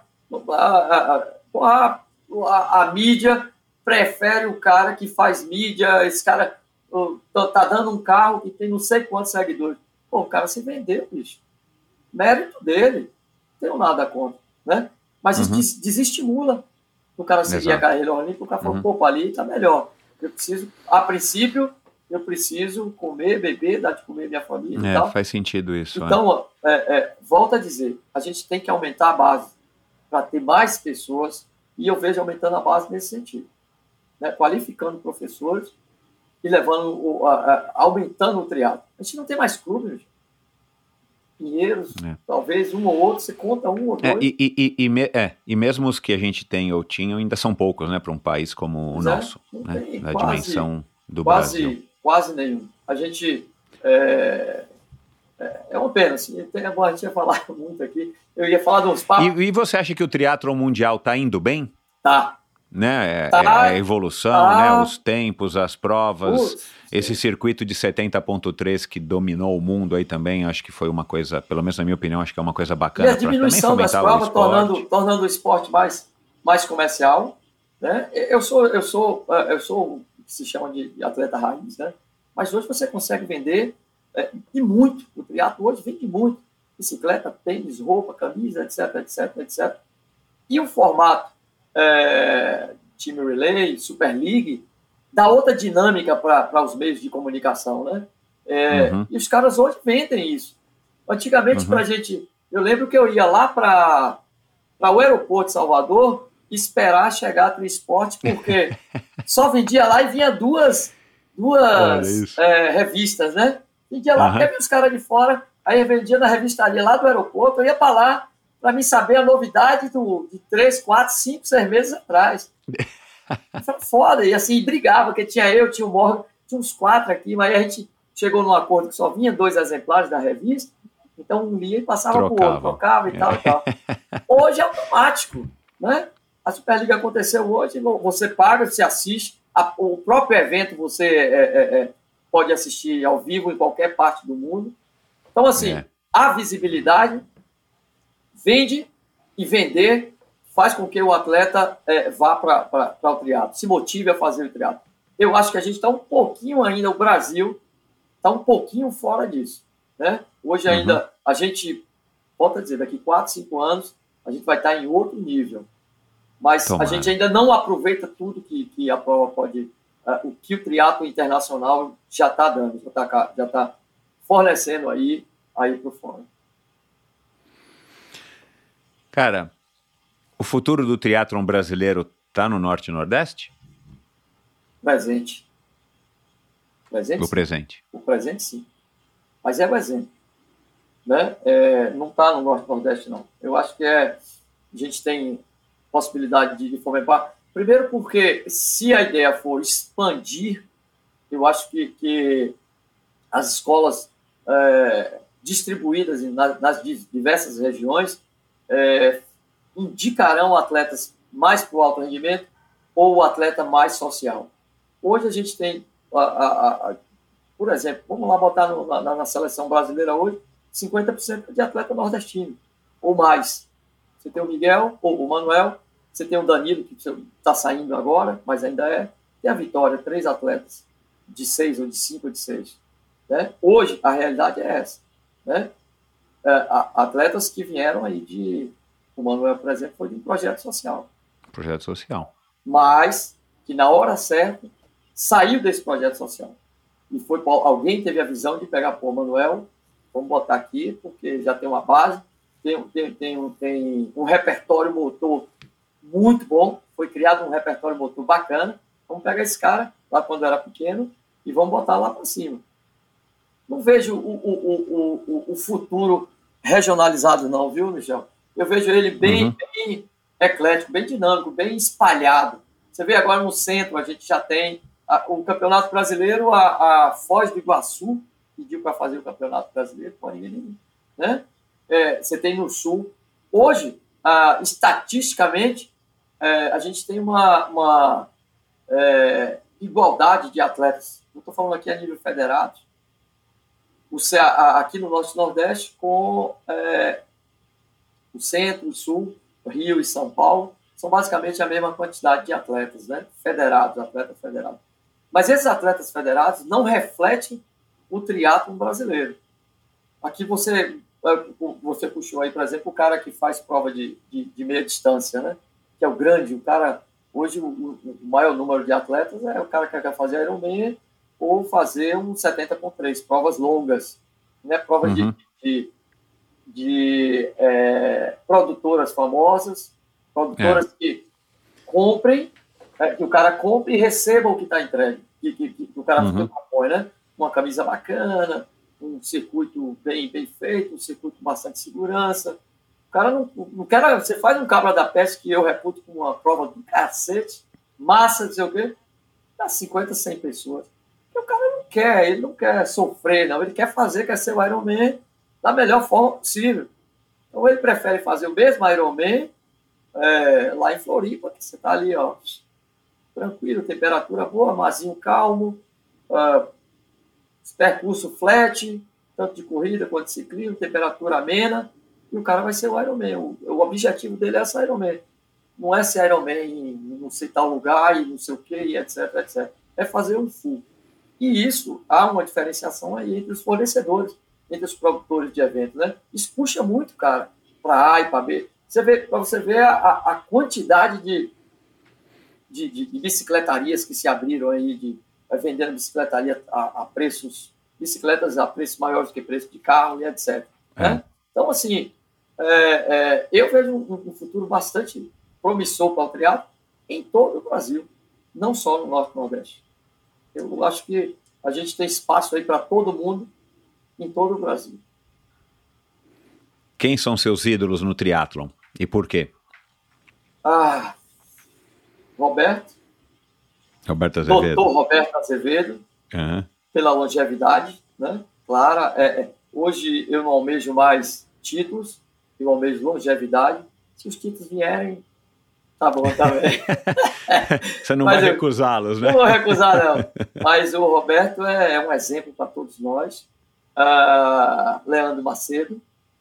a mídia prefere o cara que faz mídia. Esse cara tá dando um carro que tem não sei quantos seguidores. Pô, o cara se vendeu, bicho. Mérito dele. Não tenho nada contra, né? Mas desestimula o cara seguir a carreira olímpica. O cara fala, pô, ali tá melhor. A princípio, eu preciso comer, beber, dar de comer minha família e tal. Faz sentido isso. Então, volto a dizer, a gente tem que aumentar a base para ter mais pessoas, e eu vejo aumentando a base nesse sentido, né? Qualificando professores e aumentando o triatlo. A gente não tem mais clubes, Pinheiros, talvez um ou outro, você conta um ou dois. E mesmo os que a gente tem ou tinha ainda são poucos, né, para um país como o nosso, né, da dimensão do Brasil. Quase nenhum. A gente é uma pena, assim, a gente ia falar muito aqui, eu ia falar de uns papos. E você acha que o triatlon mundial está indo bem? Tá. Né? A evolução, né? Os tempos, as provas, esse circuito de 70.3 que dominou o mundo aí também, acho que foi uma coisa, pelo menos na minha opinião, acho que é uma coisa bacana. E a diminuição das provas, tornando o esporte mais comercial, né? Eu sou o que se chama de atleta raiz, né? Mas hoje você consegue vender e muito. O triatlo hoje vende muito. Bicicleta, tênis, roupa, camisa, etc, etc, etc. E o formato Team Relay, Super League, dá outra dinâmica para os meios de comunicação, né? E os caras hoje vendem isso. Antigamente, pra gente... Eu lembro que eu ia lá para o aeroporto de Salvador esperar chegar a Trisport, porque só vendia lá e vinha duas revistas, né? Vendia lá, porque havia os caras de fora, aí eu vendia na revistaria lá do aeroporto, eu ia para lá para me saber a novidade de 3, 4, 5, 6 meses atrás. Foi foda, e assim, brigava, porque tinha o Morgan, tinha uns 4 aqui, mas aí a gente chegou num acordo que só vinha 2 exemplares da revista, então um lia e passava pro outro, trocava e tal e tal. Hoje é automático, né? A Superliga aconteceu hoje, você paga, você assiste, o próprio evento você pode assistir ao vivo em qualquer parte do mundo. Então, assim, a visibilidade vende, e vender faz com que o atleta vá para o triatlo, se motive a fazer o triatlo. Eu acho que a gente está um pouquinho ainda, o Brasil está um pouquinho fora disso, né? Hoje ainda, a gente, volta a dizer, daqui 4, 5 anos, a gente vai estar em outro nível. Mas a gente ainda não aproveita tudo que a prova o que o triatlo internacional já está dando, já está fornecendo aí para o fora. Cara, o futuro do triatlon brasileiro está no Norte e Nordeste? Presente. O presente. O presente, sim. Mas é o exemplo. Né? Não está no Norte e Nordeste, não. Eu acho que a gente tem possibilidade de fomentar. Primeiro porque, se a ideia for expandir, eu acho que as escolas distribuídas nas diversas regiões indicarão atletas mais para o alto rendimento ou o atleta mais social. Hoje a gente tem, por exemplo, vamos lá botar na seleção brasileira hoje, 50% de atleta nordestino, ou mais. Você tem o Miguel, ou o Manuel, você tem o Danilo, que está saindo agora, mas ainda tem a Vitória, 3 atletas, de 6, ou de 5, ou de 6. Né? Hoje, a realidade é essa. Né? Atletas que vieram aí o Manuel, por exemplo, foi de um projeto social. Projeto social. Mas que na hora certa saiu desse projeto social. E alguém teve a visão de pegar, Manuel, vamos botar aqui, porque já tem uma base, tem um repertório motor muito bom, foi criado um repertório motor bacana, vamos pegar esse cara, lá quando era pequeno, e vamos botar lá para cima. Não vejo o futuro regionalizado não, viu, Michel? Eu vejo ele bem eclético, bem dinâmico, bem espalhado. Você vê agora no centro, a gente já tem o Campeonato Brasileiro, a Foz do Iguaçu pediu para fazer o Campeonato Brasileiro, porém, né? Você tem no Sul. Hoje, estatisticamente, a gente tem uma igualdade de atletas. Eu estou falando aqui a nível federado. Aqui no Norte e Nordeste, com o Centro, o Sul, Rio e São Paulo, são basicamente a mesma quantidade de atletas, né? Federados, atletas federados. Mas esses atletas federados não refletem o triatlon brasileiro. Aqui você puxou aí, por exemplo, o cara que faz prova de meia distância, né? Que é o grande, o cara... Hoje, o maior número de atletas é o cara que quer fazer Ironman ou fazer um 70.3, provas longas, né? Provas de produtoras famosas, produtoras que comprem, que o cara compre e receba o que está entregue, que o cara propõe, né? Uma camisa bacana, um circuito bem feito, um circuito com bastante segurança. O cara não quer... Você faz um cabra da pesca que eu reputo com uma prova do cacete, massa, não sei o quê, dá 50, 100 pessoas. Porque o cara ele não quer sofrer, não. Ele quer ser o Ironman da melhor forma possível. Então ele prefere fazer o mesmo Ironman lá em Floripa, que você está ali, ó, tranquilo, temperatura boa, marzinho calmo, percurso flat, tanto de corrida quanto de ciclismo, temperatura amena, e o cara vai ser o Ironman. O objetivo dele é ser Ironman. Não é ser Ironman em não sei tal lugar e não sei o que, e etc, etc. É fazer um full. E isso, há uma diferenciação aí entre os fornecedores, entre os produtores de eventos, né? Isso puxa muito, cara, para A e para B. Para você ver a quantidade de bicicletarias que se abriram aí, vendendo bicicletaria a preços, bicicletas a preços maiores que preço de carro e etc. Né? Então, assim, eu vejo um futuro bastante promissor para o triatlo em todo o Brasil, não só no Norte e Nordeste. Eu acho que a gente tem espaço aí para todo mundo em todo o Brasil. Quem são seus ídolos no triatlon e por quê? Roberto Azevedo. Doutor Roberto Azevedo, pela longevidade, né? Claro, hoje eu não almejo mais títulos, eu almejo longevidade. Se os títulos vierem, tá bom também. Você não vai recusá-los, né? Não vou recusar, não. Mas o Roberto é um exemplo para todos nós. Leandro Macedo,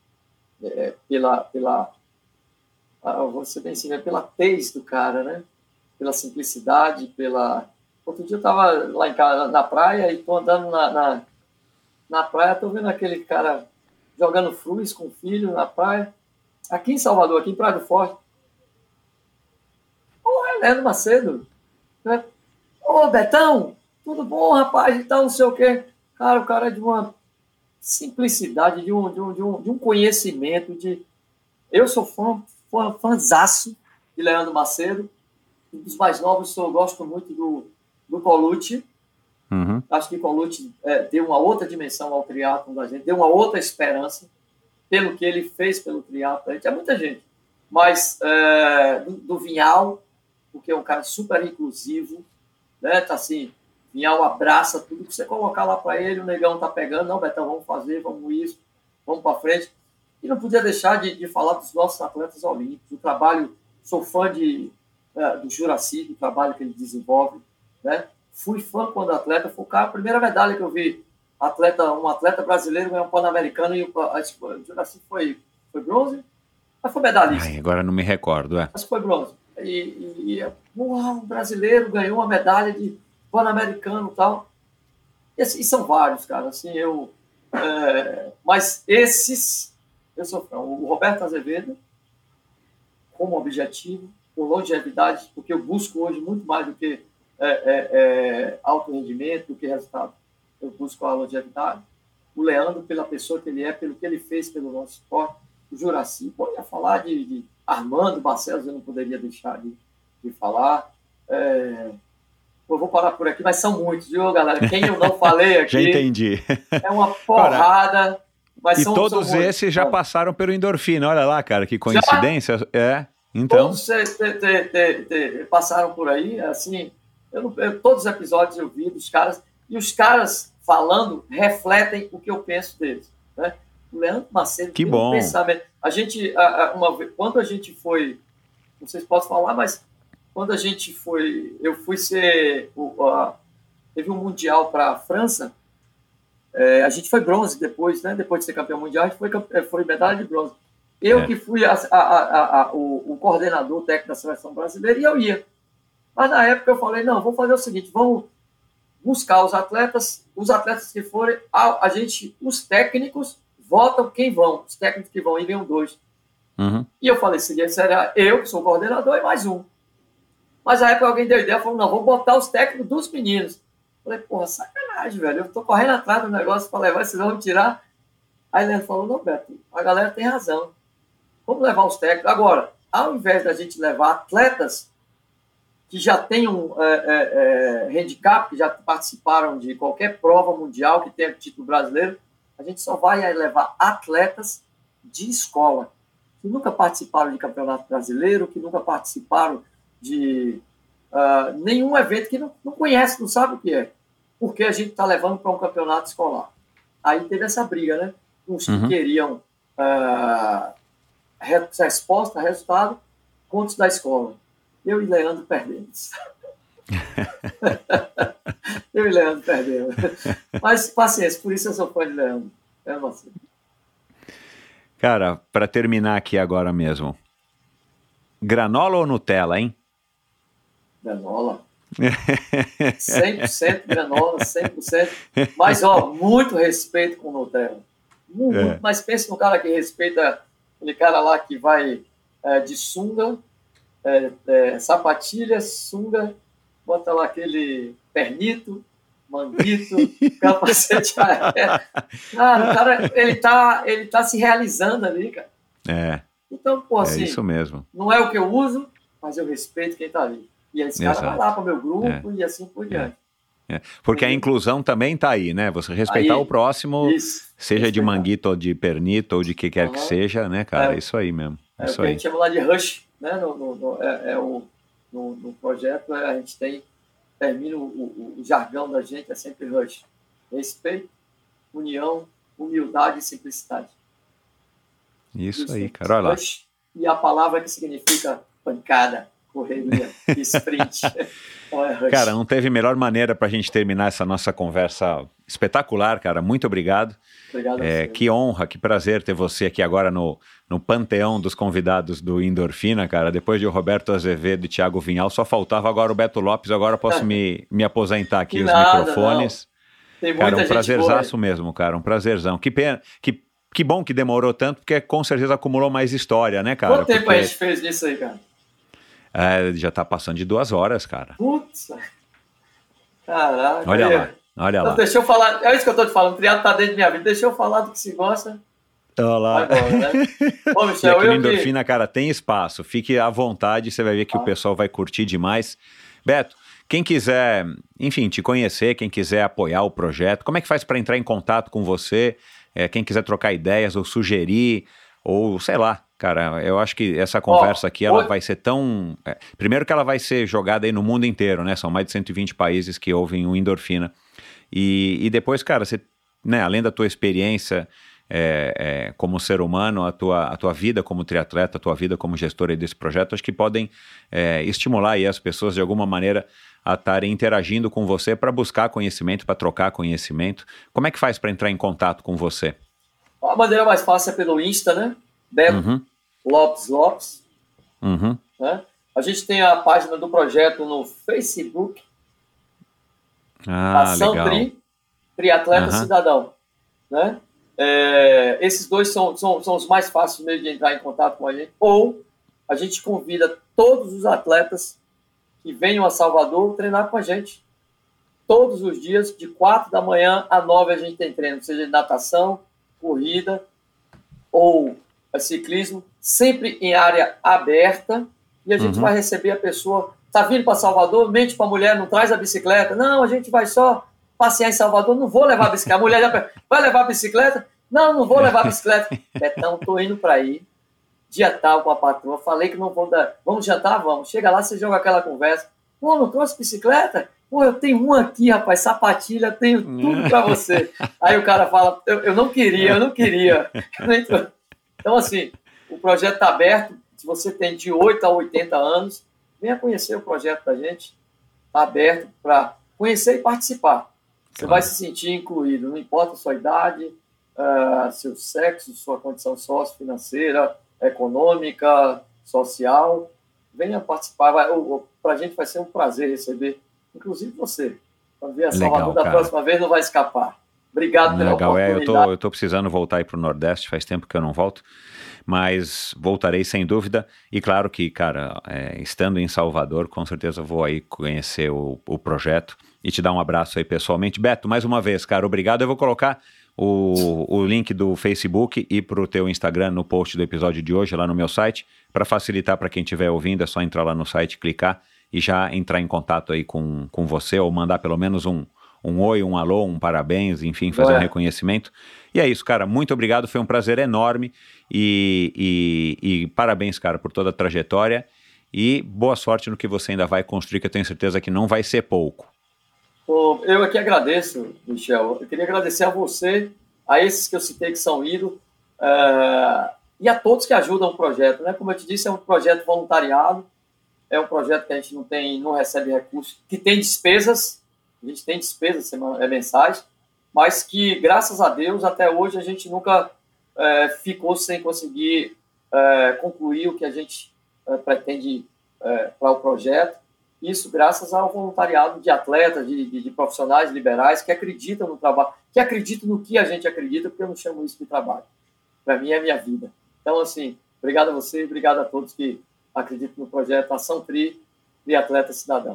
vou ser bem sincero, pela tez do cara, né? Pela simplicidade, Outro dia eu estava lá em casa, na praia, e estou andando na praia, estou vendo aquele cara jogando fruz com o filho na praia, aqui em Salvador, aqui em Praia do Forte. Leandro Macedo, né? Ô, Betão, tudo bom, rapaz? E tal, não sei o quê. Cara, o cara é de uma simplicidade, de um conhecimento. Eu sou fãzaço de Leandro Macedo. Um dos mais novos, eu gosto muito do Colucci. Uhum. Acho que Colucci deu uma outra dimensão ao triatlon da gente, deu uma outra esperança pelo que ele fez pelo triatlon. É muita gente. Mas do Vinhal, porque é um cara super inclusivo, né? Tá assim, Vinhal abraça tudo que você colocar lá para ele, o negão tá pegando, não, Betão, vamos fazer, vamos isso, vamos para frente. E não podia deixar de falar dos nossos atletas olímpicos, o trabalho, sou fã do Juraci, do trabalho que ele desenvolve, né? Fui fã quando atleta, foi a primeira medalha que eu vi, um atleta brasileiro ganhou um Pan-Americano e o Juraci foi bronze, mas foi medalhista. Ai, agora não me recordo, Mas foi bronze. Um brasileiro ganhou uma medalha de Pan-Americano e tal. E são vários, cara. Assim, mas esses, eu sou fã. O Roberto Azevedo, como objetivo, por longevidade, porque eu busco hoje muito mais do que alto rendimento, do que resultado. Eu busco a longevidade. O Leandro, pela pessoa que ele é, pelo que ele fez pelo nosso esporte. O Juraci, ia falar de Armando Barcelos, eu não poderia deixar de falar. Eu vou parar por aqui, mas são muitos, viu, galera? Quem eu não falei aqui... Já entendi. É uma porrada, mas e todos esses já passaram pelo Endorfina, olha lá, cara, que coincidência. Então... Todos passaram por aí, assim... todos os episódios eu vi dos caras, e os caras falando refletem o que eu penso deles, né? O Leandro Macedo que bom. Pensamento. A gente, quando a gente foi, não sei se posso falar, mas quando a gente foi, eu fui ser, teve um mundial para a França, a gente foi bronze depois, né? Depois de ser campeão mundial, a gente foi medalha de bronze. Eu que fui o coordenador técnico da seleção brasileira e eu ia. Mas na época eu falei, não, vamos fazer o seguinte, vamos buscar os atletas que forem, os técnicos votam quem vão, os técnicos que vão, e vêm 2. Uhum. E eu falei, será eu, que sou o coordenador, e mais um. Mas na época alguém deu ideia, falou, não, vamos botar os técnicos dos meninos. Eu falei, porra, sacanagem, velho, eu tô correndo atrás do negócio para levar, vocês vão tirar. Aí Leandro falou, não, Beto, a galera tem razão. Vamos levar os técnicos. Agora, ao invés da gente levar atletas que já tenham handicap, que já participaram de qualquer prova mundial, que tenha título brasileiro, a gente só vai levar atletas de escola, que nunca participaram de campeonato brasileiro, que nunca participaram de nenhum evento, que não conhece, não sabe o que é, porque a gente está levando para um campeonato escolar. Aí teve essa briga, né? Uns que queriam resposta, resultado, contos da escola. Eu e Leandro perdemos. Eu e Leandro perdemos. Mas paciência, por isso eu sou fã de Leandro. É você. Cara, para terminar aqui agora mesmo. Granola ou Nutella, hein? Granola. 100% granola, 100%. Mas, muito respeito com Nutella. Muito, mas pense no cara que respeita aquele cara lá que vai de sunga, sapatilha, sunga, bota lá aquele pernito, manguito, capacete aéreo. Cara, o cara, ele tá se realizando ali, cara. Então, pô, assim, isso mesmo. Não é o que eu uso, mas eu respeito quem tá ali. E esse cara vai lá para o meu grupo e assim por diante. Porque a inclusão também tá aí, né? Você respeitar o próximo, seja de manguito ou de pernito ou de que quer que seja, né, cara? Isso aí mesmo. Isso o que a gente chama lá de rush, né? No projeto a gente termina o jargão da gente, é sempre rush. Respeito, união, humildade e simplicidade. Isso aí, cara. Olha lá. Rush, e a palavra que significa pancada, correria, sprint. Cara, não teve melhor maneira pra gente terminar essa nossa conversa espetacular, cara. Muito obrigado. Obrigado a você. Que honra, que prazer ter você aqui agora no panteão dos convidados do Endorfina, cara. Depois de Roberto Azevedo e Thiago Vinhal, só faltava agora o Beto Lopes. Agora posso me aposentar aqui os microfones. Tem muita cara, um gente prazerzaço boa, mesmo, cara. Um prazerzão. Que pena, que bom que demorou tanto, porque com certeza acumulou mais história, né, cara? Quanto tempo a gente fez nisso aí, cara? Já tá passando de 2 horas, cara. Putz! Caraca. Olha lá, olha então, lá. deixa eu falar, é isso que eu tô te falando, triatlo tá dentro da minha vida, deixa eu falar do que se gosta. Olha lá. Agora, né? Bom, E Michel, aqui no eu que... Endorfina, cara, tem espaço. Fique à vontade, você vai ver que o pessoal vai curtir demais. Beto, quem quiser, enfim, te conhecer, quem quiser apoiar o projeto, como é que faz para entrar em contato com você? Quem quiser trocar ideias ou sugerir, ou sei lá, cara, eu acho que essa conversa aqui, ela vai ser tão... primeiro que ela vai ser jogada aí no mundo inteiro, né? São mais de 120 países que ouvem o Endorfina. E depois, cara, você, né, além da tua experiência como ser humano, a tua vida como triatleta, a tua vida como gestora desse projeto, acho que podem estimular aí as pessoas de alguma maneira a estarem interagindo com você para buscar conhecimento, para trocar conhecimento. Como é que faz para entrar em contato com você? A maneira mais fácil é pelo Insta, né? Beto Lopes. Né? A gente tem a página do projeto no Facebook. Ação legal. Triatleta Cidadão. Né? Esses dois são os mais fáceis mesmo de entrar em contato com a gente. Ou a gente convida todos os atletas que venham a Salvador treinar com a gente. Todos os dias, de 4 da manhã a 9 a gente tem treino, seja de natação, corrida ou ciclismo, sempre em área aberta, e a gente vai receber a pessoa, tá vindo para Salvador, mente para a mulher, não traz a bicicleta, não, a gente vai só passear em Salvador, não vou levar a bicicleta, a mulher já vai levar a bicicleta? Não vou levar a bicicleta. Betão, tô indo para aí, dia tal com a patroa, falei que não vou dar, vamos jantar? Vamos. Chega lá, você joga aquela conversa, pô, não trouxe bicicleta? Pô, eu tenho uma aqui, rapaz, sapatilha, tenho tudo para você. Aí o cara fala, eu não queria. Então, assim, o projeto está aberto, se você tem de 8 a 80 anos, venha conhecer o projeto da gente, está aberto para conhecer e participar. Você vai se sentir incluído, não importa a sua idade, seu sexo, sua condição sociofinanceira, econômica, social, venha participar. Para a gente vai ser um prazer receber, inclusive você. Quando vier a Salvador da próxima vez, não vai escapar. Obrigado pela oportunidade. Eu tô precisando voltar aí para o Nordeste, faz tempo que eu não volto, mas voltarei sem dúvida. E claro que, cara, estando em Salvador, com certeza vou aí conhecer o projeto e te dar um abraço aí pessoalmente. Beto, mais uma vez, cara, obrigado. Eu vou colocar o link do Facebook e pro teu Instagram no post do episódio de hoje, lá no meu site, para facilitar para quem estiver ouvindo, é só entrar lá no site, clicar e já entrar em contato aí com você, ou mandar pelo menos um oi, um alô, um parabéns, enfim, fazer um reconhecimento. E é isso, cara, muito obrigado, foi um prazer enorme e parabéns, cara, por toda a trajetória e boa sorte no que você ainda vai construir, que eu tenho certeza que não vai ser pouco. Eu aqui agradeço, Michel. Eu queria agradecer a você, a esses que eu citei que são ídolos, e a todos que ajudam o projeto. Né? Como eu te disse, é um projeto voluntariado, é um projeto que a gente não recebe recursos, que tem despesas, a gente tem despesas mensais, mas que, graças a Deus, até hoje a gente nunca ficou sem conseguir concluir o que a gente pretende para o projeto. Isso graças ao voluntariado de atletas, de profissionais liberais que acreditam no trabalho, que acreditam no que a gente acredita, porque eu não chamo isso de trabalho. Para mim é minha vida. Então, assim, obrigado a você, obrigado a todos que acreditam no projeto Ação Triatleta Cidadão.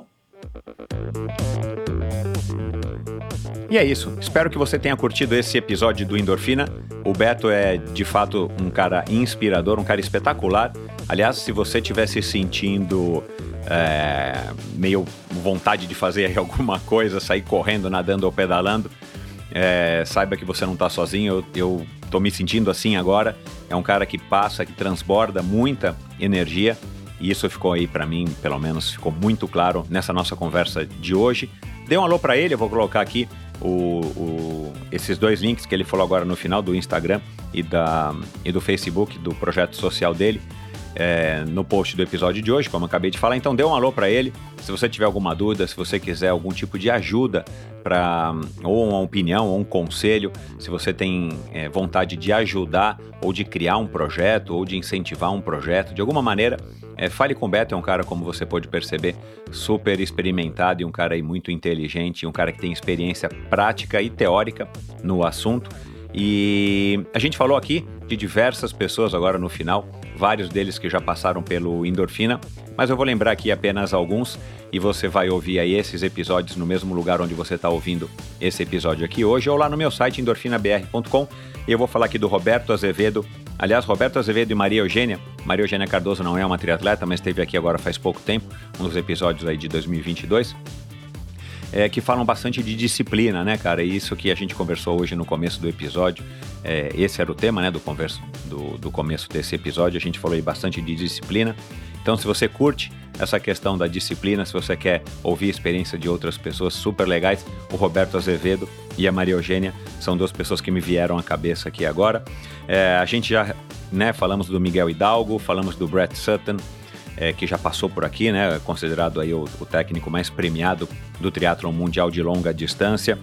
E é isso, espero que você tenha curtido esse episódio do Endorfina. O Beto é, de fato, um cara inspirador, um cara espetacular. Aliás, se você estiver se sentindo meio vontade de fazer alguma coisa, sair correndo, nadando ou pedalando, saiba que você não está sozinho. Eu estou me sentindo assim agora. É um cara que passa, que transborda muita energia, e isso ficou aí para mim, pelo menos ficou muito claro nessa nossa conversa de hoje. Dê um alô para ele, eu vou colocar aqui esses dois links que ele falou agora no final, do Instagram e do Facebook, do projeto social dele, no post do episódio de hoje, como eu acabei de falar. Então dê um alô para ele, se você tiver alguma dúvida, se você quiser algum tipo de ajuda, ou uma opinião, ou um conselho, se você tem vontade de ajudar, ou de criar um projeto, ou de incentivar um projeto, de alguma maneira, fale com o Beto. É um cara, como você pode perceber, super experimentado, e um cara aí muito inteligente, um cara que tem experiência prática e teórica no assunto. E a gente falou aqui de diversas pessoas agora no final, vários deles que já passaram pelo Endorfina, mas eu vou lembrar aqui apenas alguns e você vai ouvir aí esses episódios no mesmo lugar onde você está ouvindo esse episódio aqui hoje, ou lá no meu site, endorfinabr.com. Eu vou falar aqui do Roberto Azevedo. Aliás, Roberto Azevedo e Maria Eugênia Cardoso não é uma triatleta, mas esteve aqui agora faz pouco tempo, um dos episódios aí de 2022, que falam bastante de disciplina, né, cara? E isso que a gente conversou hoje no começo do episódio, esse era o tema, né, do começo desse episódio, a gente falou aí bastante de disciplina. Então, se você curte essa questão da disciplina, se você quer ouvir a experiência de outras pessoas super legais, o Roberto Azevedo e a Maria Eugênia são duas pessoas que me vieram à cabeça aqui agora. A gente já, né, falamos do Miguel Hidalgo, falamos do Brett Sutton, que já passou por aqui, né, considerado aí o técnico mais premiado do triatlon mundial de longa distância.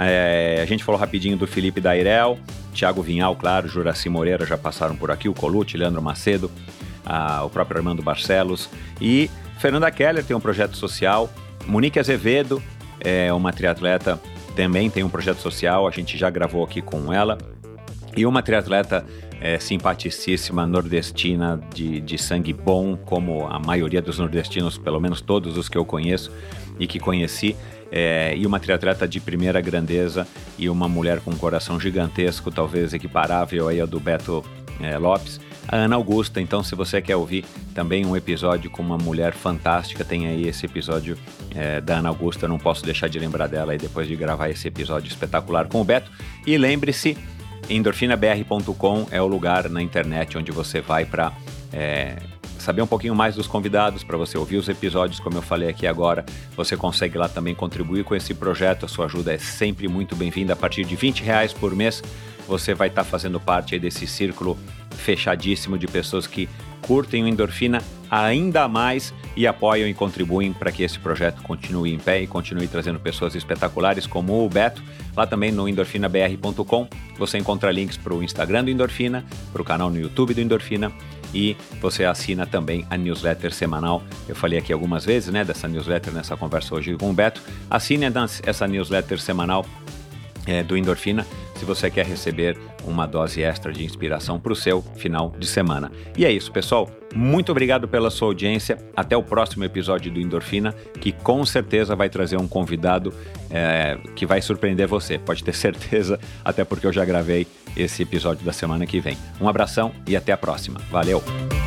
A gente falou rapidinho do Felipe Dairel, Thiago Vinhal, claro, Juraci Moreira já passaram por aqui, o Colucci, Leandro Macedo, o próprio Armando Barcelos e Fernanda Keller tem um projeto social, Monique Azevedo é uma triatleta, também tem um projeto social, a gente já gravou aqui com ela, e uma triatleta simpaticíssima, nordestina, de sangue bom, como a maioria dos nordestinos, pelo menos todos os que eu conheço e que conheci, e uma triatleta de primeira grandeza e uma mulher com um coração gigantesco, talvez equiparável aí ao do Beto Lopes, a Ana Augusta. Então, se você quer ouvir também um episódio com uma mulher fantástica, tem aí esse episódio da Ana Augusta, não posso deixar de lembrar dela aí depois de gravar esse episódio espetacular com o Beto. E lembre-se, endorfinabr.com é o lugar na internet onde você vai para saber um pouquinho mais dos convidados, para você ouvir os episódios, como eu falei aqui agora. Você consegue lá também contribuir com esse projeto, a sua ajuda é sempre muito bem-vinda. A partir de R$20 por mês, você vai estar fazendo parte aí desse círculo fechadíssimo de pessoas que curtem o Endorfina ainda mais e apoiam e contribuem para que esse projeto continue em pé e continue trazendo pessoas espetaculares como o Beto. Lá também no endorfinabr.com você encontra links para o Instagram do Endorfina, para o canal no YouTube do Endorfina e você assina também a newsletter semanal. Eu falei aqui algumas vezes, né, dessa newsletter nessa conversa hoje com o Beto. Assine essa newsletter semanal do Endorfina, se você quer receber uma dose extra de inspiração para o seu final de semana. E é isso, pessoal. Muito obrigado pela sua audiência. Até o próximo episódio do Endorfina, que com certeza vai trazer um convidado que vai surpreender você. Pode ter certeza, até porque eu já gravei esse episódio da semana que vem. Um abração e até a próxima. Valeu!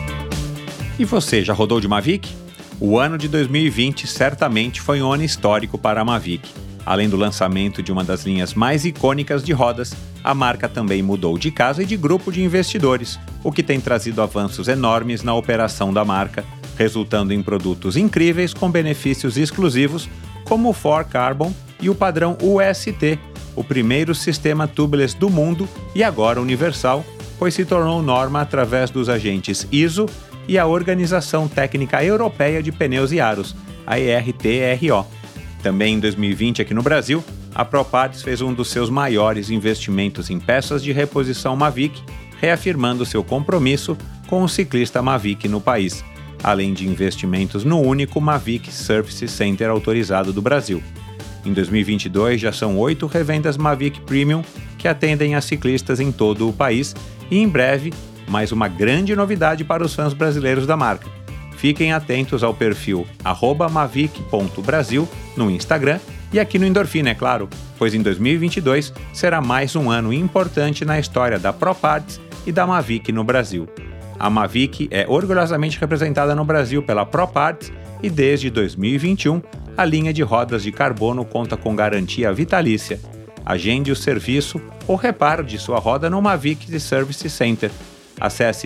E você, já rodou de Mavic? O ano de 2020 certamente foi um ano histórico para a Mavic. Além do lançamento de uma das linhas mais icônicas de rodas, a marca também mudou de casa e de grupo de investidores, o que tem trazido avanços enormes na operação da marca, resultando em produtos incríveis com benefícios exclusivos, como o 4Carbon e o padrão UST, o primeiro sistema tubeless do mundo e agora universal, pois se tornou norma através dos agentes ISO e a Organização Técnica Europeia de Pneus e Aros, a ERTRO. Também em 2020, aqui no Brasil, a ProParts fez um dos seus maiores investimentos em peças de reposição Mavic, reafirmando seu compromisso com o ciclista Mavic no país, além de investimentos no único Mavic Service Center autorizado do Brasil. Em 2022, já são 8 revendas Mavic Premium que atendem a ciclistas em todo o país e, em breve, mais uma grande novidade para os fãs brasileiros da marca. Fiquem atentos ao perfil @mavic.brasil no Instagram e aqui no Endorfina, é claro, pois em 2022 será mais um ano importante na história da ProParts e da Mavic no Brasil. A Mavic é orgulhosamente representada no Brasil pela ProParts e desde 2021 a linha de rodas de carbono conta com garantia vitalícia. Agende o serviço ou reparo de sua roda no Mavic Service Center. Acesse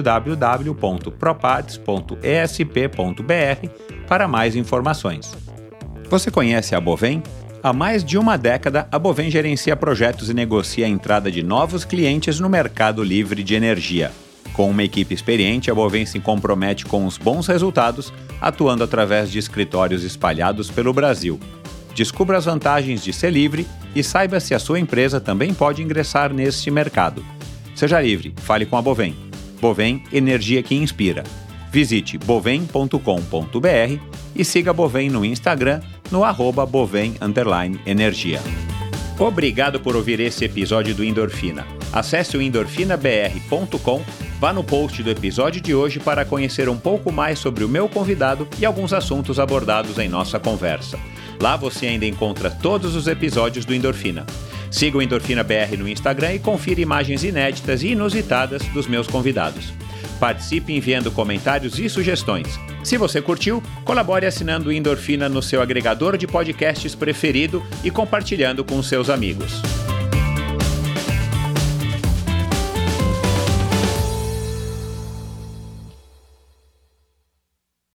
www.proparts.esp.br para mais informações. Você conhece a Bovem? Há mais de uma década, a Bovem gerencia projetos e negocia a entrada de novos clientes no mercado livre de energia. Com uma equipe experiente, a Bovem se compromete com os bons resultados, atuando através de escritórios espalhados pelo Brasil. Descubra as vantagens de ser livre e saiba se a sua empresa também pode ingressar neste mercado. Seja livre, fale com a Bovem. Bovem, energia que inspira. Visite bovem.com.br e siga a Bovem no Instagram no @bovem_energia. Obrigado por ouvir esse episódio do Endorfina. Acesse o endorfinabr.com, Vá no post do episódio de hoje para conhecer um pouco mais sobre o meu convidado e alguns assuntos abordados em nossa conversa. Lá você ainda encontra todos os episódios do Endorfina. Siga o Endorfina BR no Instagram e confira imagens inéditas e inusitadas dos meus convidados. Participe enviando comentários e sugestões. Se você curtiu, colabore assinando o Endorfina no seu agregador de podcasts preferido e compartilhando com seus amigos.